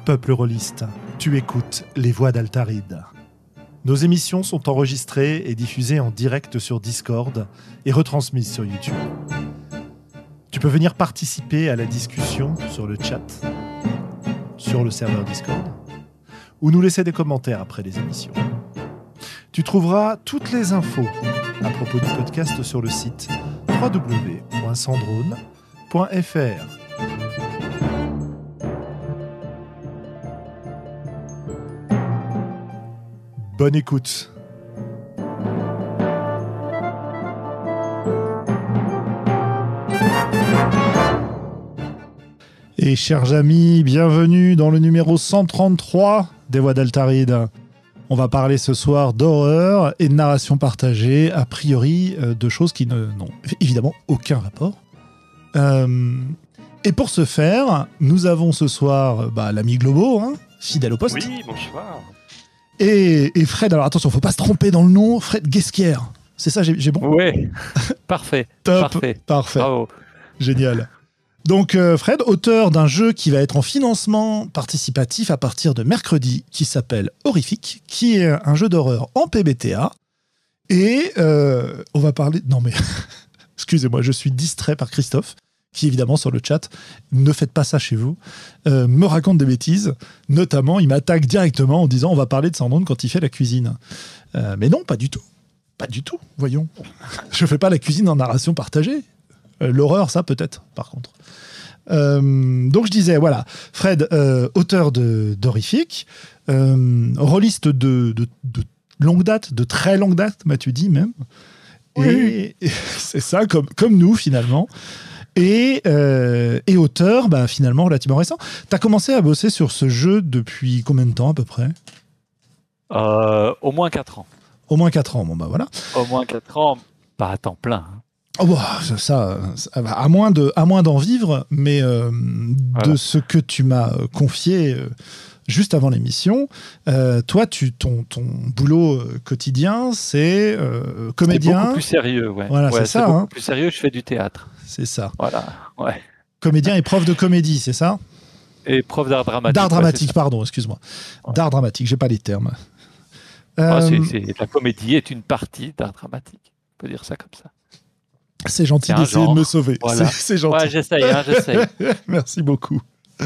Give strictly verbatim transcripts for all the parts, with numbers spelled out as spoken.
Peuple rôliste, tu écoutes les voix d'Altaride. Nos émissions sont enregistrées et diffusées en direct sur Discord et retransmises sur YouTube. Tu peux venir participer à la discussion sur le chat, sur le serveur Discord, ou nous laisser des commentaires après les émissions. Tu trouveras toutes les infos à propos du podcast sur le site w w w point sandrone point f r. Bonne écoute. Et chers amis, bienvenue dans le numéro cent trente-trois des Voix d'Altaride. On va parler ce soir d'horreur et de narration partagée, a priori euh, de choses qui ne, n'ont évidemment aucun rapport. Euh, et pour ce faire, nous avons ce soir bah, l'ami Globo, hein, fidèle au poste. Oui, bonsoir. Et, et Fred, alors attention, faut pas se tromper dans le nom, Fred Guesquière. C'est ça, j'ai, j'ai bon ? Ouais, parfait. Top, parfait. Parfait. Bravo. Génial. Donc euh, Fred, auteur d'un jeu qui va être en financement participatif à partir de mercredi, qui s'appelle Horrifique, qui est un jeu d'horreur en P B T A. Et euh, on va parler... Non mais, excusez-moi, je suis distrait par Christophe, qui évidemment sur le chat, ne faites pas ça chez vous, euh, me raconte des bêtises. Notamment, il m'attaque directement en disant on va parler de Sandrone quand il fait la cuisine. Euh, mais non, pas du tout. Pas du tout, voyons. Je fais pas la cuisine en narration partagée. Euh, l'horreur, ça peut-être, par contre. Euh, donc je disais, voilà, Fred, euh, auteur de, d'Horrifique, euh, rôliste de, de, de longue date, de très longue date, m'as-tu dit même. Oui. Et, et c'est ça, comme, comme nous finalement. Et, euh, et auteur, bah, finalement, relativement récent. Tu as commencé à bosser sur ce jeu depuis combien de temps à peu près ? euh, Au moins quatre ans. Au moins quatre ans, bon bah voilà. Au moins quatre ans, pas à temps plein. Hein. Oh bah, ça, ça, à moins de, à moins d'en vivre, mais euh, voilà. De ce que tu m'as confié euh, juste avant l'émission, euh, toi, tu, ton, ton boulot quotidien, c'est euh, comédien. C'est beaucoup plus sérieux, ouais. Voilà, ouais c'est, c'est ça. beaucoup Hein. plus sérieux. Je fais du théâtre. C'est ça. Voilà, ouais. Comédien et prof de comédie, c'est ça ? Et prof d'art dramatique. D'art dramatique, ouais, pardon, excuse-moi. Ouais. D'art dramatique, j'ai pas les termes. Ah, euh... c'est, c'est, la comédie est une partie d'art dramatique. On peut dire ça comme ça. C'est gentil c'est d'essayer de me sauver. Voilà. C'est, c'est gentil. Ouais, j'essaye, hein, j'essaye. Merci beaucoup.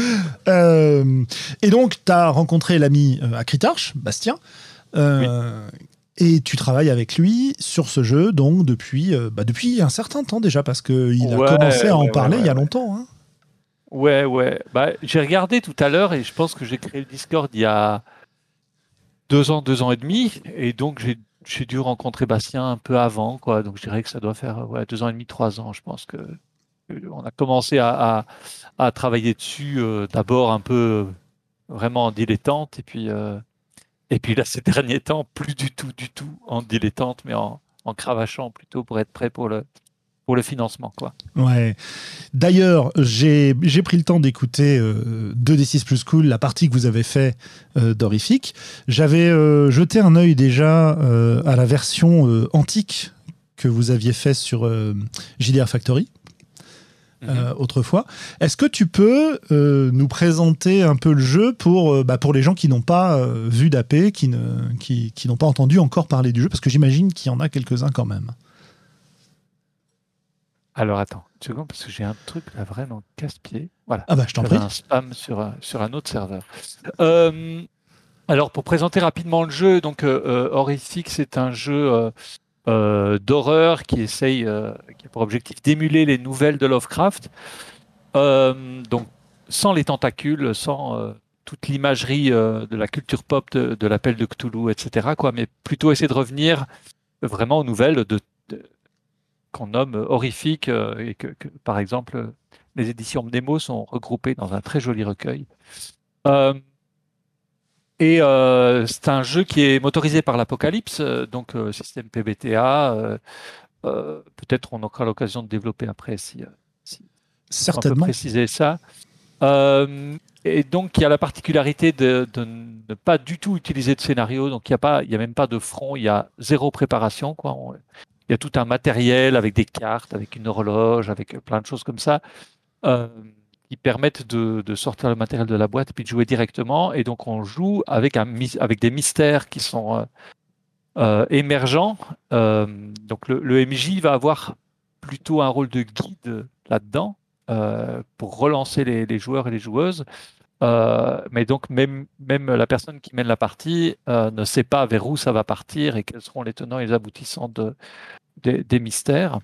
Euh, et donc, tu as rencontré l'ami euh, à Critarche, Bastien, euh, oui. Et tu travailles avec lui sur ce jeu donc depuis, euh, bah, depuis un certain temps déjà, parce qu'il ouais, a commencé à en ouais, parler ouais, il y a ouais. longtemps. Hein. Ouais, ouais. Bah, j'ai regardé tout à l'heure et je pense que j'ai créé le Discord il y a deux ans, deux ans et demi. Et donc, j'ai, j'ai dû rencontrer Bastien un peu avant, quoi. Donc, je dirais que ça doit faire ouais, deux ans et demi, trois ans. Je pense que on a commencé à, à, à travailler dessus euh, d'abord un peu euh, vraiment en dilettante. Et puis, euh, et puis là, ces derniers temps, plus du tout, du tout en dilettante, mais en, en cravachant plutôt pour être prêt pour le, pour le financement, quoi. Ouais. D'ailleurs, j'ai, j'ai pris le temps d'écouter euh, deux D six plus Cool, la partie que vous avez fait euh, d'Horrifique. J'avais euh, jeté un œil déjà euh, à la version euh, antique que vous aviez fait sur euh, J D R Factory. Euh, mmh. Autrefois. Est-ce que tu peux euh, nous présenter un peu le jeu pour, euh, bah, pour les gens qui n'ont pas euh, vu d'A P, qui, ne, qui, qui n'ont pas entendu encore parler du jeu, parce que j'imagine qu'il y en a quelques-uns quand même. Alors attends, une seconde, parce que j'ai un truc là vraiment casse-pied. Voilà. Ah bah je t'en J'avais prie. un spam sur, un, sur un autre serveur. Euh, alors pour présenter rapidement le jeu, donc euh, Horrifique, c'est un jeu euh, euh, d'horreur qui essaye, euh, qui a pour objectif d'émuler les nouvelles de Lovecraft, euh, donc sans les tentacules, sans euh, toute l'imagerie euh, de la culture pop de, de l'appel de Cthulhu, et cetera. Quoi, mais plutôt essayer de revenir vraiment aux nouvelles de, de qu'on nomme horrifiques euh, et que, que, par exemple, les éditions Mnemo sont regroupées dans un très joli recueil. Euh, et euh, c'est un jeu qui est motorisé par l'Apocalypse, euh, donc euh, système P B T A. Euh, euh, peut-être on aura l'occasion de développer après si, si certainement on peut préciser ça. Euh, et donc il y a la particularité de, de ne pas du tout utiliser de scénario, donc il n'y a pas, il y a même pas de front, il y a zéro préparation, quoi. On, il y a tout un matériel avec des cartes, avec une horloge, avec plein de choses comme ça, euh, qui permettent de, de sortir le matériel de la boîte et puis de jouer directement. Et donc on joue avec, un, avec des mystères qui sont euh, euh, émergents. Euh, donc le, le M J va avoir plutôt un rôle de guide là-dedans euh, pour relancer les, les joueurs et les joueuses. Euh, mais donc même, même la personne qui mène la partie euh, ne sait pas vers où ça va partir et quels seront les tenants et les aboutissants de, de- des mystères.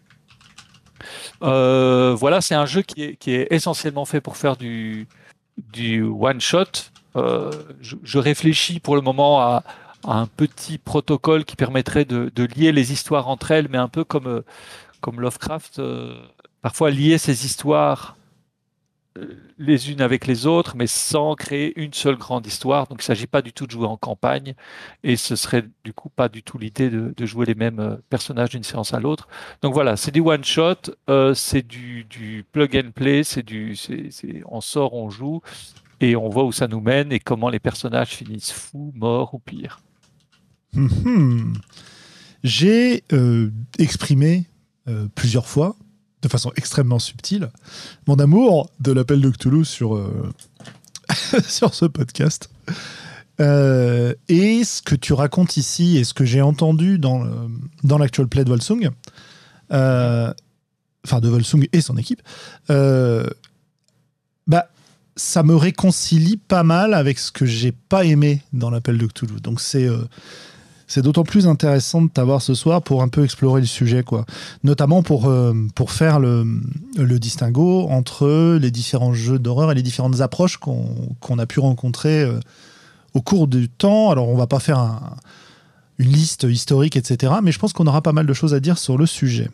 Euh, voilà, c'est un jeu qui est, qui est essentiellement fait pour faire du, du one-shot. Euh, je, je réfléchis pour le moment à, à un petit protocole qui permettrait de, de lier les histoires entre elles, mais un peu comme, euh, comme Lovecraft, euh, parfois lier ces histoires euh, les unes avec les autres, mais sans créer une seule grande histoire. Donc il ne s'agit pas du tout de jouer en campagne, et ce serait du coup pas du tout l'idée de, de jouer les mêmes euh, personnages d'une séance à l'autre. Donc voilà, c'est du one shot, euh, c'est du, du plug and play, c'est du, c'est, c'est- on sort, on joue, et on voit où ça nous mène et comment les personnages finissent fous, morts ou pire. Mhm. J'ai euh, exprimé euh, plusieurs fois, de façon extrêmement subtile, mon amour de l'appel de Cthulhu sur, euh, sur ce podcast. Euh, et ce que tu racontes ici et ce que j'ai entendu dans, le, dans l'actual play de Volsung, euh, enfin de Volsung et son équipe, euh, bah, ça me réconcilie pas mal avec ce que j'ai pas aimé dans l'appel de Cthulhu. Donc c'est euh, c'est d'autant plus intéressant de t'avoir ce soir pour un peu explorer le sujet, quoi. Notamment pour, euh, pour faire le, le distinguo entre les différents jeux d'horreur et les différentes approches qu'on qu'on a pu rencontrer euh, au cours du temps. Alors, on va pas faire un- une liste historique, et cetera, mais je pense qu'on aura pas mal de choses à dire sur le sujet.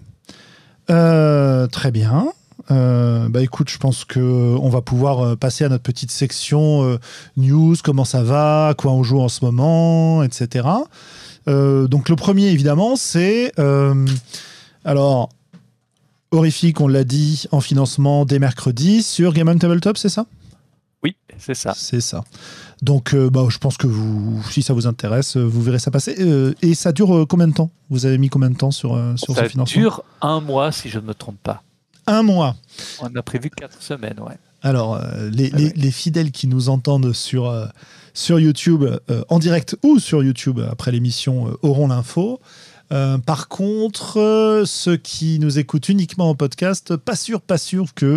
Euh, très bien. Euh, bah écoute, je pense que on va pouvoir euh, passer à notre petite section euh, news, comment ça va, à quoi on joue en ce moment, et cetera. Euh, donc le premier, évidemment, c'est... euh, alors, Horrifique, on l'a dit, en financement dès mercredi sur Game on Tabletop, c'est ça? Oui, c'est ça. C'est ça. Donc, euh, bah, je pense que vous, si ça vous intéresse, euh, vous verrez ça passer. Euh, et ça dure euh, combien de temps? Vous avez mis combien de temps sur, euh, sur ce Ça financement? dure un mois, si je ne me trompe pas. Un mois. On a prévu quatre semaines, ouais. Alors, euh, les, Ouais, les- ouais. les fidèles qui nous entendent sur, euh, sur YouTube, euh, en direct ou sur YouTube après l'émission, euh, auront l'info. Euh, par contre, euh, ceux qui nous écoutent uniquement en podcast, pas sûr, pas sûr que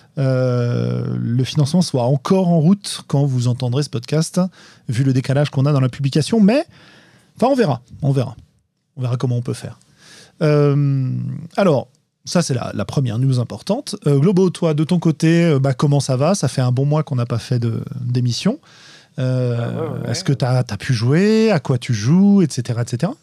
euh, le financement soit encore en route quand vous entendrez ce podcast, vu le décalage qu'on a dans la publication. Mais, enfin, on verra, on verra. On verra comment on peut faire. Euh, alors, ça, c'est la, la première news importante. Euh, Globo, toi, de ton côté, euh, bah, comment ça va? Ça fait un bon mois qu'on n'a pas fait de- d'émission. Euh, Ah ouais, ouais, Est-ce que ouais. tu as pu jouer? À quoi tu joues? Etc. et cetera.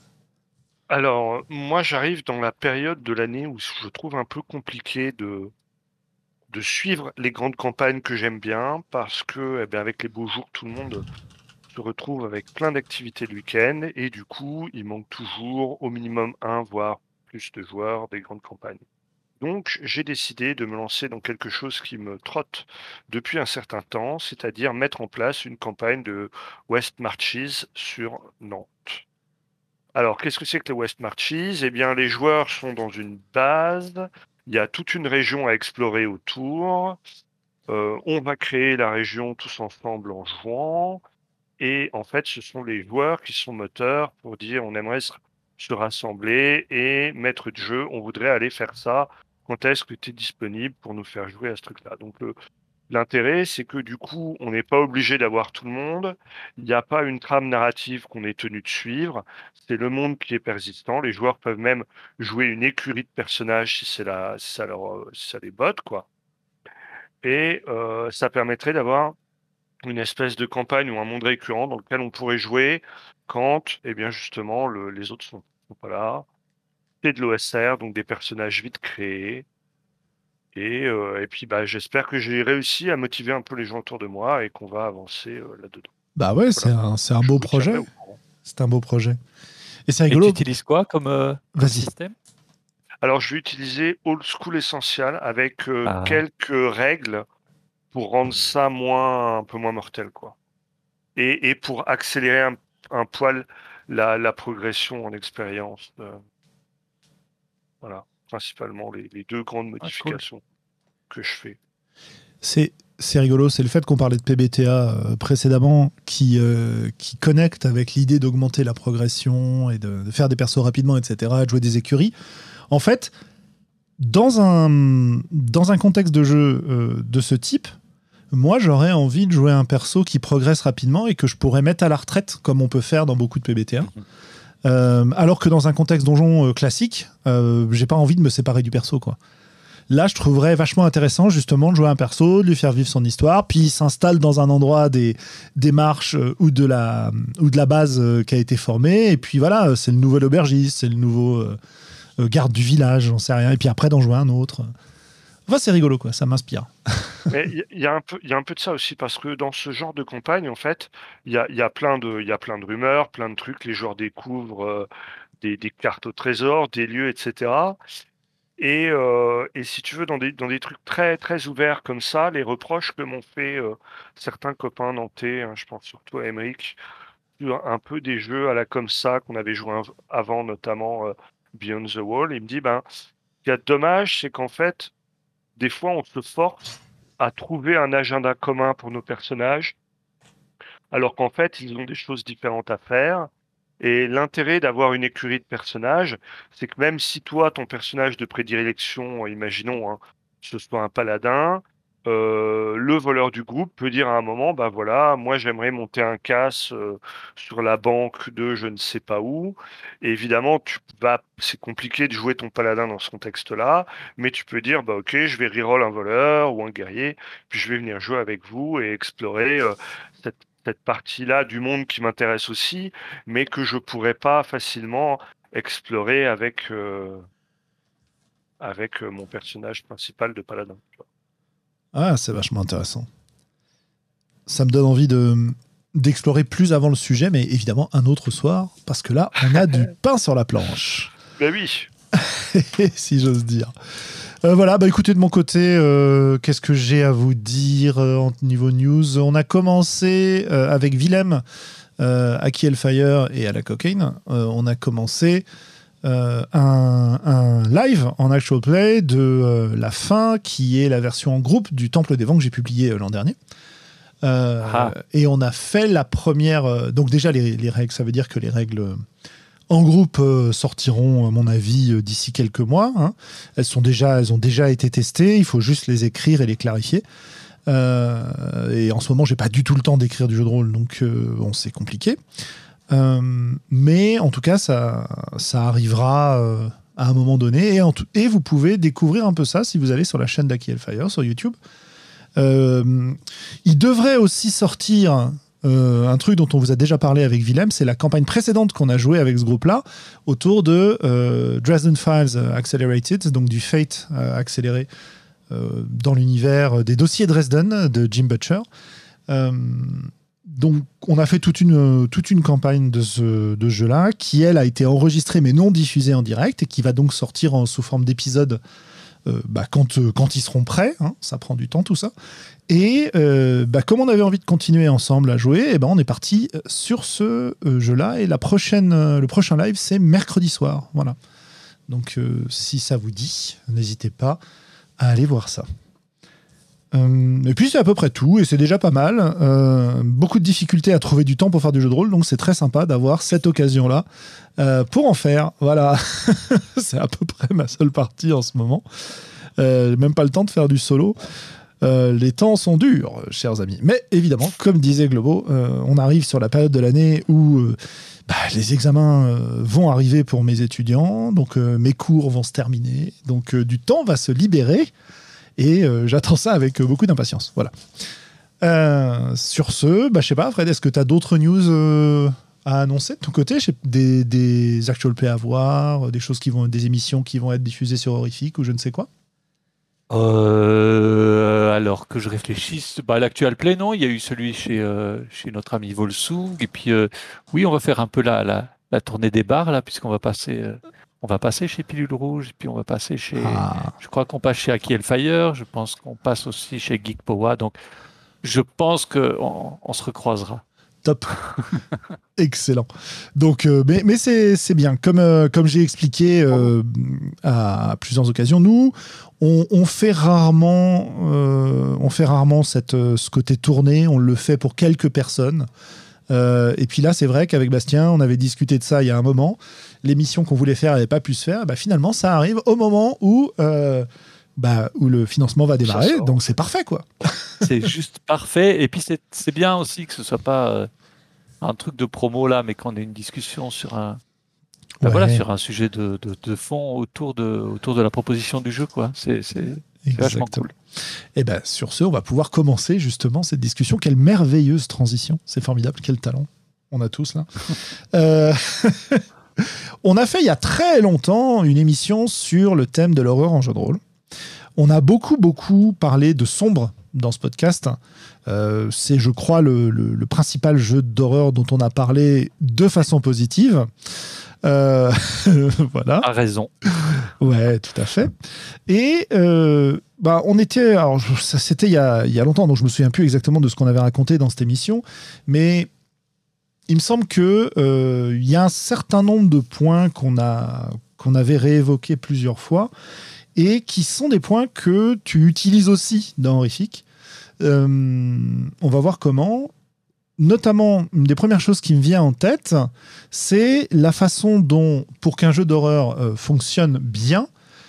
Alors, moi, j'arrive dans la période de l'année où je trouve un peu compliqué de, de suivre les grandes campagnes que j'aime bien parce que, eh ben, avec les beaux jours, tout le monde se retrouve avec plein d'activités le week-end et du coup, il manque toujours au minimum un, voire plus de joueurs des grandes campagnes. Donc, j'ai décidé de me lancer dans quelque chose qui me trotte depuis un certain temps, c'est-à-dire mettre en place une campagne de West Marches sur Nantes. Alors, qu'est-ce que c'est que les West Marches? Eh bien, les joueurs sont dans une base, il y a toute une région à explorer autour. Euh, on va créer la région tous ensemble en jouant. Et en fait, ce sont les joueurs qui sont moteurs pour dire on aimerait se, se rassembler et maître de jeu, on voudrait aller faire ça. Quand est-ce que tu es disponible pour nous faire jouer à ce truc-là? Donc, le, L'intérêt, c'est que du coup, on n'est pas obligé d'avoir tout le monde. Il n'y a pas une trame narrative qu'on est tenu de suivre. C'est le monde qui est persistant. Les joueurs peuvent même jouer une écurie de personnages si c'est la, si ça leur, euh, si ça les botte, quoi. Et euh, ça permettrait d'avoir une espèce de campagne ou un monde récurrent dans lequel on pourrait jouer quand, eh bien, justement, le- les autres sont, sont pas là. C'est de l'O S R, donc des personnages vite créés. Et, euh, et puis, bah, j'espère que j'ai réussi à motiver un peu les gens autour de moi et qu'on va avancer euh, là-dedans. Bah ouais, c'est Voilà. un, c'est un Je beau vous tiendrai projet. au courant. C'est un beau projet. Et c'est Et tu rigolo. utilises quoi comme, euh, comme Vas-y. système? Alors, je vais utiliser Old School Essential avec euh, Ah, quelques règles pour rendre ça moins, un peu moins mortel, quoi. Et, et pour accélérer un, un poil la, la progression en expérience. euh, voilà. Principalement les, les deux grandes ah, cool. modifications que je fais. C'est, c'est rigolo, c'est le fait qu'on parlait de P B T A euh, précédemment qui, euh, qui connecte avec l'idée d'augmenter la progression et de, de faire des persos rapidement, et cetera, de jouer des écuries. En fait, dans un, dans un contexte de jeu euh, de ce type, moi, j'aurais envie de jouer un perso qui progresse rapidement et que je pourrais mettre à la retraite, comme on peut faire dans beaucoup de P B T A. Euh, alors que dans un contexte donjon euh, classique, euh, j'ai pas envie de me séparer du perso, quoi. Là, je trouverais vachement intéressant justement de jouer un perso, de lui faire vivre son histoire, puis il s'installe dans un endroit des, des marches euh, ou, de la, ou de la base euh, qui a été formée, et puis voilà, euh, c'est le nouvel aubergiste, c'est le nouveau euh, euh, garde du village, j'en sais rien, et puis après d'en jouer un autre. Enfin, c'est rigolo, quoi, ça m'inspire. Mais il y, y a un peu, il y a un peu de ça aussi parce que dans ce genre de campagne, en fait, il y a, il y a plein de, il y a plein de rumeurs, plein de trucs. Les joueurs découvrent euh, des, des cartes au trésor, des lieux, et cetera. Et, euh, et si tu veux, dans des, dans des trucs très, très ouverts comme ça, les reproches que m'ont fait euh, certains copains nantais, hein, je pense surtout à Emmerich, sur un peu des jeux à la comme ça qu'on avait joué av- avant, notamment euh, Beyond the Wall. Il me dit, ben, ce qu'il y a de dommage, c'est qu'en fait, des fois, on se force à trouver un agenda commun pour nos personnages, alors qu'en fait, ils ont des choses différentes à faire. Et l'intérêt d'avoir une écurie de personnages, c'est que même si toi, ton personnage de prédilection, imaginons, hein, ce soit un paladin, euh, le voleur du groupe peut dire à un moment, bah voilà, moi j'aimerais monter un casse euh, sur la banque de je ne sais pas où. Et évidemment, tu vas, c'est compliqué de jouer ton paladin dans ce contexte-là, mais tu peux dire, bah ok, je vais reroll un voleur ou un guerrier, puis je vais venir jouer avec vous et explorer euh, cette cette partie-là du monde qui m'intéresse aussi, mais que je pourrais pas facilement explorer avec, euh, avec euh, mon personnage principal de paladin. tu vois. Ah, c'est vachement intéressant. Ça me donne envie de, d'explorer plus avant le sujet, mais évidemment un autre soir, parce que là, on a du pain sur la planche. Ben oui, Si j'ose dire. Euh, voilà, bah écoutez, de mon côté, euh, qu'est-ce que j'ai à vous dire euh, en niveau news? On a commencé euh, avec Willem euh, à Key Hellfire et à la Cocaine. Euh, on a commencé euh, un, un live en actual play de euh, la fin, qui est la version en groupe du Temple des Vents que j'ai publié euh, l'an dernier. Euh, Ah. Et on a fait la première. euh, donc, déjà, les, les règles, ça veut dire que les règles euh, en groupe euh, sortiront, à mon avis, euh, d'ici quelques mois. hein. Elles, sont déjà, elles ont déjà été testées, il faut juste les écrire et les clarifier. Euh, et en ce moment, j'ai pas du tout le temps d'écrire du jeu de rôle, donc euh, bon, c'est compliqué. Euh, mais en tout cas, ça, ça arrivera euh, à un moment donné. Et, en tout- et vous pouvez découvrir un peu ça si vous allez sur la chaîne d'Aki Hellfire sur YouTube. Euh, il devrait aussi sortir euh, un truc dont on vous a déjà parlé avec Willem, c'est la campagne précédente qu'on a jouée avec ce groupe-là autour de euh, Dresden Files Accelerated, donc du Fate euh, accéléré euh, dans l'univers des dossiers Dresden de Jim Butcher. Euh, donc, on a fait toute une, toute une campagne de ce, de ce jeu-là qui, elle, a été enregistrée mais non diffusée en direct et qui va donc sortir en, sous forme d'épisode euh, bah, quand, euh, quand ils seront prêts. hein, ça prend du temps, tout ça. Et euh, bah, comme on avait envie de continuer ensemble à jouer, eh ben, on est parti sur ce euh, jeu-là. Et la prochaine, euh, le prochain live, c'est mercredi soir. Voilà. Donc, euh, si ça vous dit, n'hésitez pas à aller voir ça. Euh, et puis c'est à peu près tout, et c'est déjà pas mal. Euh, beaucoup de difficultés à trouver du temps pour faire du jeu de rôle, donc c'est très sympa d'avoir cette occasion-là euh, pour en faire. Voilà, c'est à peu près ma seule partie en ce moment. Euh, même pas le temps de faire du solo. Euh, les temps sont durs, chers amis. Mais évidemment, comme disait Globo, euh, on arrive sur la période de l'année où euh, bah, les examens euh, vont arriver pour mes étudiants, donc euh, mes cours vont se terminer, donc euh, du temps va se libérer. Et euh, j'attends ça avec euh, beaucoup d'impatience. Voilà. Euh, sur ce, bah, je sais pas, Fred, est-ce que tu as d'autres news euh, à annoncer de ton côté? Je sais- des, des actual play à voir, des choses qui vont, des émissions qui vont être diffusées sur Horrific ou je ne sais quoi? Euh, alors que je réfléchisse, bah, l'actual play, non, il y a eu celui chez, euh, chez notre ami Volsung. Et puis, euh, oui, on va faire un peu la, la, la tournée des bars, là, puisqu'on va passer, euh, on va passer chez Pilule Rouge, et puis on va passer chez, Ah, je crois qu'on passe chez Aki Hellfire, je pense qu'on passe aussi chez Geek Powa. Donc, je pense qu'on on se recroisera. Top. Excellent. Donc, euh, mais, mais c'est, c'est bien. Comme, euh, comme j'ai expliqué euh, à plusieurs occasions, nous, on, on fait rarement, euh, on fait rarement cette, ce côté tourné. On le fait pour quelques personnes. Euh, et puis là, c'est vrai qu'avec Bastien, on avait discuté de ça il y a un moment. L'émission qu'on voulait faire n'avait pas pu se faire. Bah, finalement, ça arrive au moment où, euh, bah, où le financement va démarrer. Donc, c'est parfait, quoi. C'est juste parfait. Et puis, c'est, c'est bien aussi que ce soit pas euh, un truc de promo là, mais qu'on ait une discussion sur un, bah, Ouais. voilà, sur un sujet de, de, de fond autour de, autour de la proposition du jeu, quoi. C'est, c'est, c'est vachement cool. Et ben, sur ce, on va pouvoir commencer justement cette discussion. Quelle merveilleuse transition. C'est formidable. Quel talent. On a tous là. euh... On a fait il y a très longtemps une émission sur le thème de l'horreur en jeu de rôle. On a beaucoup, beaucoup parlé de Sombre dans ce podcast. Euh, c'est, je crois, le, le, le principal jeu d'horreur dont on a parlé de façon positive. Euh, voilà. A raison. Ouais, tout à fait. Et euh, bah, on était, alors ça c'était il y a, il y a longtemps, donc je me souviens plus exactement de ce qu'on avait raconté dans cette émission, mais il me semble que euh, il y a un certain nombre de points qu'on a, qu'on avait réévoqués plusieurs fois et qui sont des points que tu utilises aussi dans Horrifique. Euh, on va voir comment. Notamment, une des premières choses qui me vient en tête, c'est la façon dont, pour qu'un jeu d'horreur euh, fonctionne bien,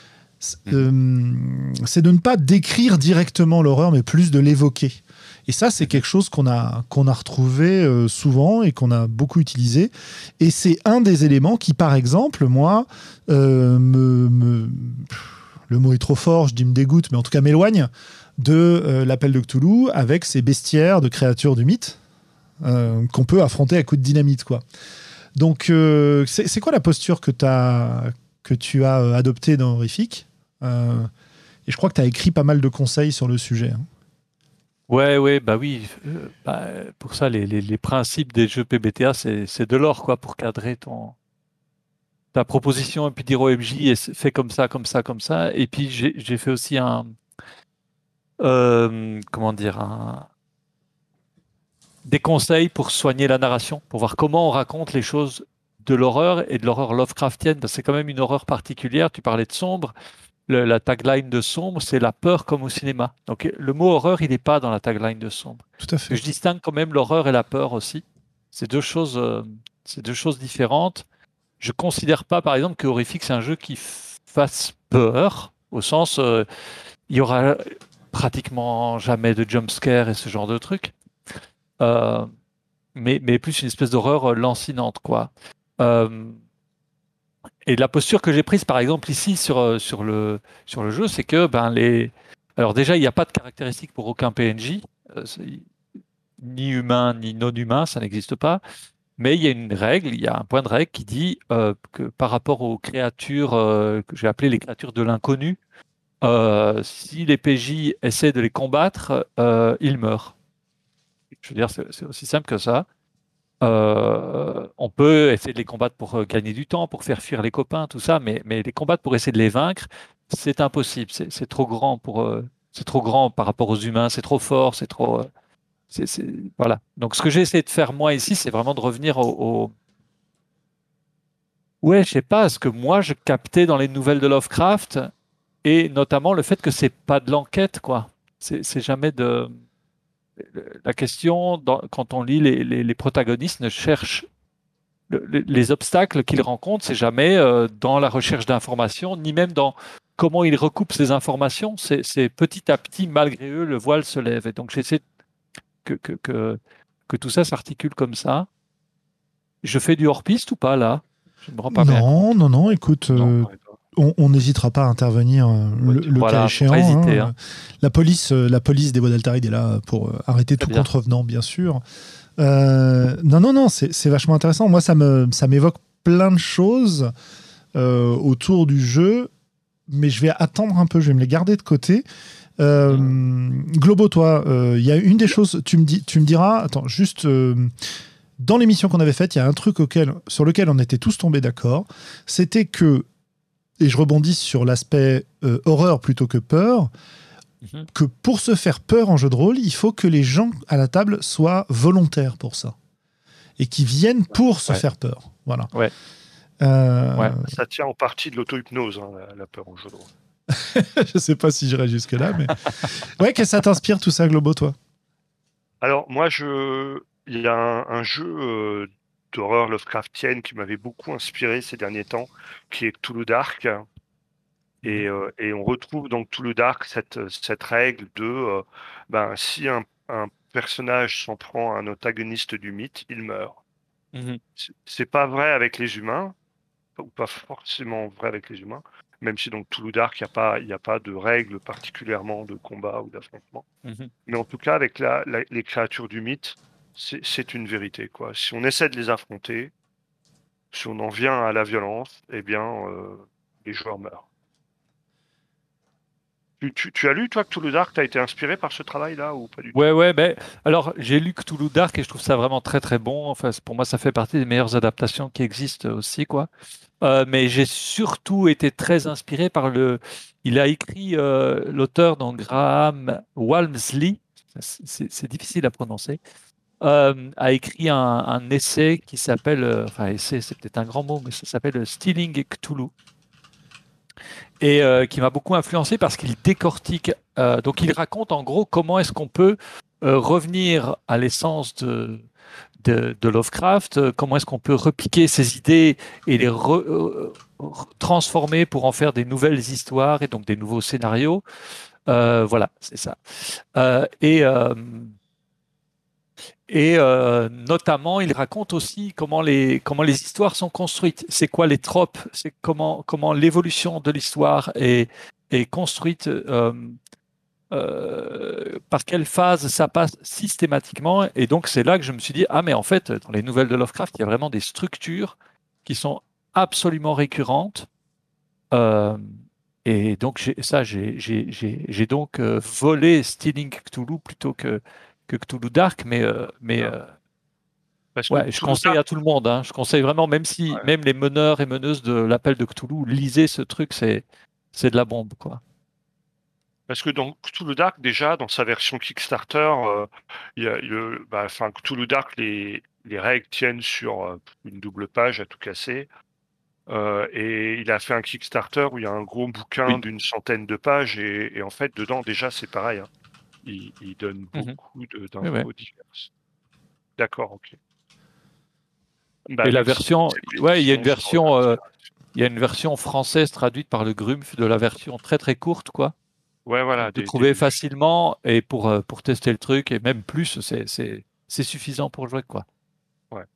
euh, c'est de ne pas décrire directement l'horreur, mais plus de l'évoquer. Et ça, c'est quelque chose qu'on a, qu'on a retrouvé euh, souvent et qu'on a beaucoup utilisé. Et c'est un des éléments qui, par exemple, moi, euh, me, me... le mot est trop fort, je dis me dégoûte, mais en tout cas m'éloigne de euh, l'appel de Cthulhu avec ces bestiaires de créatures du mythe. Euh, qu'on peut affronter à coups de dynamite, quoi. Donc, euh, c'est, c'est quoi la posture que, t'as, que tu as euh, adoptée dans Horrifique euh, Et je crois que tu as écrit pas mal de conseils sur le sujet. Hein. Ouais, ouais, bah oui. Euh, bah, pour ça, les, les, les principes des jeux P B T A, c'est, c'est de l'or, quoi, pour cadrer ton ta proposition et puis dire au M J, et fais comme ça, comme ça, comme ça. Et puis, j'ai, j'ai fait aussi un... Euh, comment dire un des conseils pour soigner la narration, pour voir comment on raconte les choses de l'horreur et de l'horreur Lovecraftienne, parce que c'est quand même une horreur particulière. Tu parlais de Sombre, le, la tagline de Sombre, c'est la peur comme au cinéma. Donc le mot horreur, il n'est pas dans la tagline de Sombre. Tout à fait. Je distingue quand même l'horreur et la peur aussi. C'est deux choses, euh, c'est deux choses différentes. Je considère pas, par exemple, que Horrifique, c'est un jeu qui f- fasse peur, au sens, euh, il y aura pratiquement jamais de jumpscare et ce genre de trucs. Euh, mais, mais plus une espèce d'horreur euh, lancinante, quoi. Euh, et la posture que j'ai prise, par exemple, ici sur, euh, sur, le, sur le jeu, c'est que ben, les... Alors déjà, il n'y a pas de caractéristiques pour aucun P N J, euh, ni humain, ni non-humain, ça n'existe pas. Mais il y a une règle, il y a un point de règle qui dit euh, que par rapport aux créatures euh, que j'ai appelées les créatures de l'inconnu, euh, si les P J essaient de les combattre, euh, ils meurent. Je veux dire, c'est, c'est aussi simple que ça. Euh, on peut essayer de les combattre pour euh, gagner du temps, pour faire fuir les copains, tout ça, mais, mais les combattre pour essayer de les vaincre, c'est impossible. C'est, c'est trop grand pour, euh, c'est trop grand par rapport aux humains. C'est trop fort. C'est trop. Euh, c'est, c'est, voilà. Donc, ce que j'ai essayé de faire moi ici, c'est vraiment de revenir au, au... ouais, je sais pas, ce que moi je captais dans les nouvelles de Lovecraft, et notamment le fait que c'est pas de l'enquête, quoi. C'est, c'est jamais de la question, dans, quand on lit les, les, les protagonistes, ne cherchent le, les, les obstacles qu'ils rencontrent, c'est jamais euh, dans la recherche d'informations, ni même dans comment ils recoupent ces informations. C'est, c'est petit à petit, malgré eux, le voile se lève. Et donc j'essaie que, que, que, que tout ça s'articule comme ça. Je fais du hors-piste ou pas, là? Je ne me rends pas bien compte. Non, non, non, écoute... Non, euh... ouais, on n'hésitera pas à intervenir euh, le, le voilà, cas échéant. faut pas hésiter, hein. hein. La police, euh, la police des Bois d'Altaride est là pour euh, arrêter Très tout bien. contrevenant, bien sûr. Euh, non, non, non, c'est, c'est vachement intéressant. Moi, ça, me, ça m'évoque plein de choses euh, autour du jeu, mais je vais attendre un peu, je vais me les garder de côté. Euh, mmh. Globo, toi, il euh, y a une des choses, tu me, dis, tu me diras, attends, juste... Euh, dans l'émission qu'on avait faite, il y a un truc auquel, sur lequel on était tous tombés d'accord, c'était que, et je rebondis sur l'aspect euh, horreur plutôt que peur, mm-hmm. que pour se faire peur en jeu de rôle, il faut que les gens à la table soient volontaires pour ça. et qui viennent pour se Ouais. faire peur. Voilà. Ouais. Euh, Ouais. Ça tient en partie de l'auto-hypnose, hein, la, la peur au jeu de rôle. je sais pas si j'irai jusque-là, mais. Ouais, qu'est-ce que ça t'inspire tout ça, Globo, toi? Alors, moi, je... il y a un, un jeu euh, d'horreur Lovecraftienne qui m'avait beaucoup inspiré ces derniers temps, qui est Cthulhu Dark. Et, euh, et on retrouve dans Cthulhu Dark cette, cette règle de euh, ben, si un, un personnage s'en prend à un antagoniste du mythe, il meurt. Mhm. C'est c'est pas vrai avec les humains, ou pas forcément vrai avec les humains, même si dans Cthulhu Dark, il n'y a pas, il y a pas de règles particulièrement de combat ou d'affrontement. Mhm. Mais en tout cas, avec la, la- les créatures du mythe, c'est c'est une vérité, quoi. Si on essaie de les affronter, si on en vient à la violence, eh bien, euh, les joueurs meurent. Tu, tu- tu as lu, toi, Cthulhu Dark, tu as été inspiré par ce travail-là ou pas du tout? Ouais, ouais, ben, alors j'ai lu Cthulhu Dark et je trouve ça vraiment très très bon. Enfin, c'est- pour moi, ça fait partie des meilleures adaptations qui existent aussi, quoi. Euh, mais j'ai surtout été très inspiré par le. Il a écrit, euh, l'auteur, donc Graham Walmsley, c'est c'est- c'est difficile à prononcer, euh, a écrit un, un essai qui s'appelle, euh, enfin, essai, c'est peut-être un grand mot, mais ça s'appelle Stealing Cthulhu. Et euh, qui m'a beaucoup influencé parce qu'il décortique, euh, donc il raconte en gros comment est-ce qu'on peut euh, revenir à l'essence de, de, de Lovecraft, euh, comment est-ce qu'on peut repiquer ses idées et les re- euh, re- transformer pour en faire des nouvelles histoires et donc des nouveaux scénarios. Euh, voilà, c'est ça. Euh, et euh, et euh, notamment, il raconte aussi comment les, comment les histoires sont construites. C'est quoi les tropes? C'est comment, comment l'évolution de l'histoire est, est construite, euh, euh, par quelle phase ça passe systématiquement. Et donc, c'est là que je me suis dit, ah, mais en fait, dans les nouvelles de Lovecraft, il y a vraiment des structures qui sont absolument récurrentes. Euh, et donc, j'ai, ça, j'ai, j'ai, j'ai, j'ai donc euh, volé Stealing Cthulhu plutôt que, que Cthulhu Dark, mais, euh, mais Ah. euh, Parce que ouais, je Cthulhu conseille Dark, à tout le monde, hein. Je conseille vraiment, même si, ouais. même les meneurs et meneuses de l'appel de Cthulhu, lisez ce truc, c'est, c'est de la bombe, quoi. Parce que dans Cthulhu Dark, déjà, dans sa version Kickstarter, euh, il y a le, bah, enfin, Cthulhu Dark, les, les règles tiennent sur euh, une double page à tout casser. Euh, et il a fait un Kickstarter où il y a un gros bouquin Oui. d'une centaine de pages. Et, et en fait, dedans, déjà, c'est pareil, hein. Il, il donne Mhm. beaucoup de- Ouais, ouais. d'infos diverses. D'accord, ok. Bah, Et la merci pour version, ces ouais, il y a une précisions. Je te version, remercie. euh, il y a une version française traduite par le Grumpf de la version très très courte, quoi, Ouais, qu'on voilà, peut des, trouver des- facilement et pour, euh, pour tester le truc et même plus, c'est, c'est, c'est suffisant pour jouer, quoi. ouais.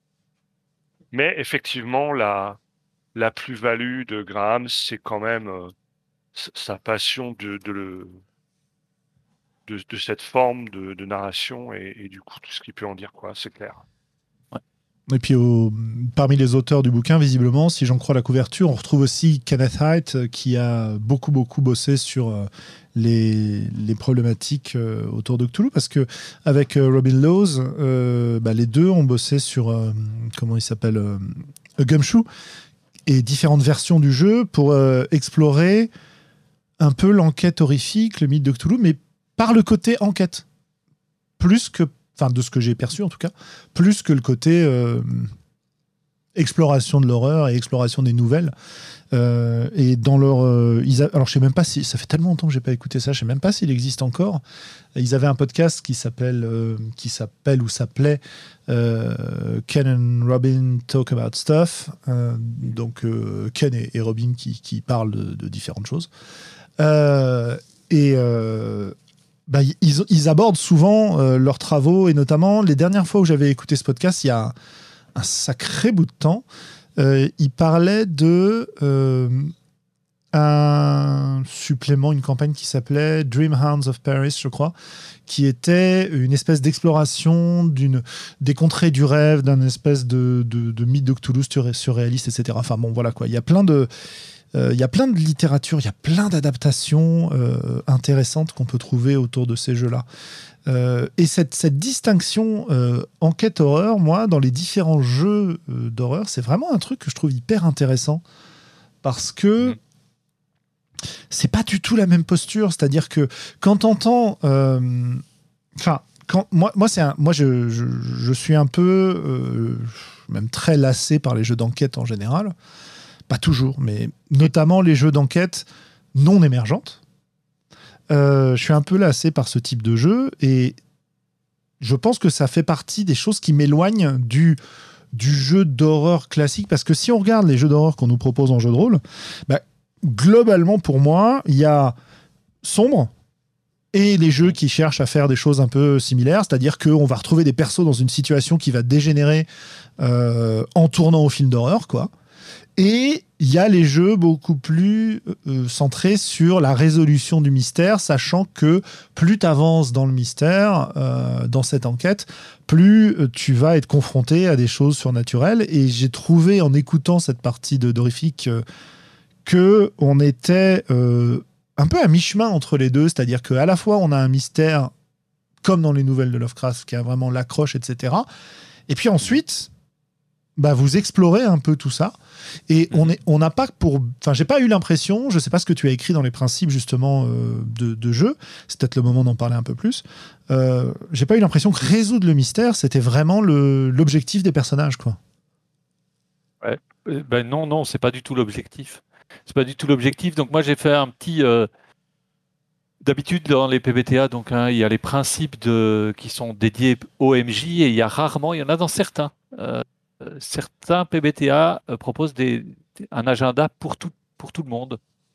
Mais effectivement, la, la plus-value de Graham, c'est quand même euh, s- sa passion de, de, le, de, de cette forme de, de narration et, et du coup, tout ce qu'il peut en dire, quoi, c'est clair. Ouais. Et puis, au- parmi les auteurs du bouquin, visiblement, si j'en crois la couverture, on retrouve aussi Kenneth Haidt, euh, qui a beaucoup, beaucoup bossé sur euh, les, les problématiques euh, autour de Cthulhu, parce que avec euh, Robin Laws, euh, bah, les deux ont bossé sur, euh, comment il s'appelle, euh, A Gumshoe, et différentes versions du jeu pour euh, explorer un peu l'enquête horrifique, le mythe de Cthulhu, mais par le côté enquête. Plus que, enfin, de ce que j'ai perçu en tout cas, plus que le côté euh, exploration de l'horreur et exploration des nouvelles. Euh, et dans leur. Euh, ils a- alors, je sais même pas si. Ça fait tellement longtemps que j'ai pas écouté ça, je sais même pas s'il existe encore. Ils avaient un podcast qui s'appelle, euh, qui s'appelle ou s'appelait euh, Ken and Robin Talk About Stuff. Euh, donc, euh, Ken et, et Robin qui, qui parlent de, de différentes choses. Euh, et. Euh, bah, ils, ils abordent souvent euh, leurs travaux, et notamment les dernières fois où j'avais écouté ce podcast, il y a un sacré bout de temps, euh, ils parlaient de euh, un supplément, une campagne qui s'appelait Dream Hounds of Paris, je crois, qui était une espèce d'exploration d'une, des contrées du rêve, d'un espèce de, de, de mythe de Cthulhu surréaliste, et cetera. Enfin bon, voilà quoi. Il y a plein de Euh, il y a plein de littérature, il y a plein d'adaptations euh, intéressantes qu'on peut trouver autour de ces jeux-là. Euh, et cette, cette distinction euh, enquête-horreur, moi, dans les différents jeux euh, d'horreur, c'est vraiment un truc que je trouve hyper intéressant. Parce que Mhm. c'est pas du tout la même posture. C'est-à-dire que quand t'entends... euh, Enfin, quand, moi, moi, c'est un, moi je, je, je suis un peu, euh, même très lassé par les jeux d'enquête en général. Pas toujours, mais notamment les jeux d'enquête non émergentes. Euh, je suis un peu lassé par ce type de jeu et je pense que ça fait partie des choses qui m'éloignent du, du jeu d'horreur classique. Parce que si on regarde les jeux d'horreur qu'on nous propose en jeu de rôle, bah, globalement, pour moi, il y a sombre et les jeux qui cherchent à faire des choses un peu similaires, c'est-à-dire qu'on va retrouver des persos dans une situation qui va dégénérer euh, en tournant au film d'horreur, quoi. Et il y a les jeux beaucoup plus euh, centrés sur la résolution du mystère, sachant que plus tu avances dans le mystère, euh, dans cette enquête, plus euh, tu vas être confronté à des choses surnaturelles. Et j'ai trouvé, en écoutant cette partie de d'Horrifique, euh, qu'on était euh, un peu à mi-chemin entre les deux, c'est-à-dire qu'à la fois on a un mystère, comme dans les nouvelles de Lovecraft, qui a vraiment l'accroche, et cetera. Et puis ensuite... Bah, vous explorez un peu tout ça et on est, on n'a pas pour, enfin j'ai pas eu l'impression, je sais pas ce que tu as écrit dans les principes justement euh, de, de jeu, c'est peut-être le moment d'en parler un peu plus. Euh, j'ai pas eu l'impression que résoudre le mystère c'était vraiment le, l'objectif des personnages, quoi. Ouais. Euh, Ben non, non, c'est pas du tout l'objectif. C'est pas du tout l'objectif. Donc moi j'ai fait un petit. euh, D'habitude dans les P B T A, donc hein, il y a les principes de qui sont dédiés au M J et il y a rarement, il y en a dans certains. Euh, euh, certains P B T A euh, proposent des, des- un agenda pour tout pour tout le monde.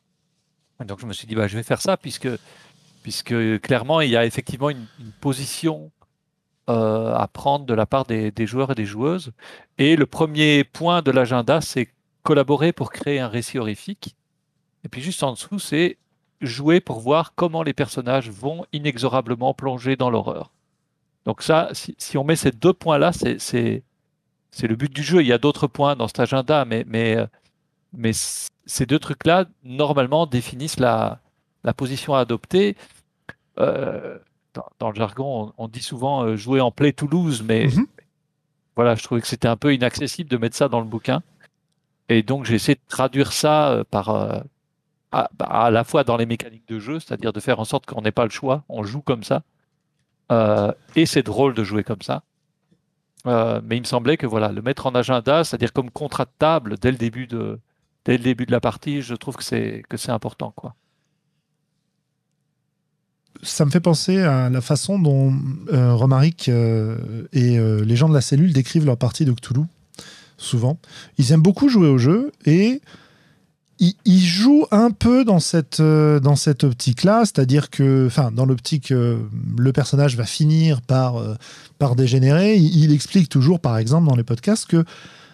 Et donc je me suis dit bah je vais faire ça puisque puisque clairement il y a effectivement une, une position euh, à prendre de la part des, des joueurs et des joueuses. Et le premier point de l'agenda, c'est collaborer pour créer un récit horrifique. Et puis juste en dessous, c'est jouer pour voir comment les personnages vont inexorablement plonger dans l'horreur. Donc ça, si, si on met ces deux points-là, c'est, c'est, c'est le but du jeu. Il y a d'autres points dans cet agenda, mais, mais, euh, mais c- ces deux trucs-là, normalement, définissent la, la position à adopter. Euh, dans, dans le jargon, on, on dit souvent euh, jouer en play to lose, mais Mhm. voilà, je trouvais que c'était un peu inaccessible de mettre ça dans le bouquin. Et donc, j'ai essayé de traduire ça euh, par, euh, à, bah, à la fois dans les mécaniques de jeu, c'est-à-dire de faire en sorte qu'on n'ait pas le choix, on joue comme ça. Euh, et c'est drôle de jouer comme ça. Euh, mais il me semblait que voilà, le mettre en agenda, c'est-à-dire comme contrat de table dès le début de, dès le début de la partie, je trouve que c'est, que c'est important, quoi. Ça me fait penser à la façon dont euh, Romaric euh, et euh, les gens de la cellule décrivent leur partie de Cthulhu, souvent. Ils aiment beaucoup jouer au jeu et ils, ils jouent un peu dans cette, euh, dans cette optique-là, c'est-à-dire que, enfin, dans l'optique, euh, le personnage va finir par, euh, par dégénérer. Il, il explique toujours, par exemple, dans les podcasts, que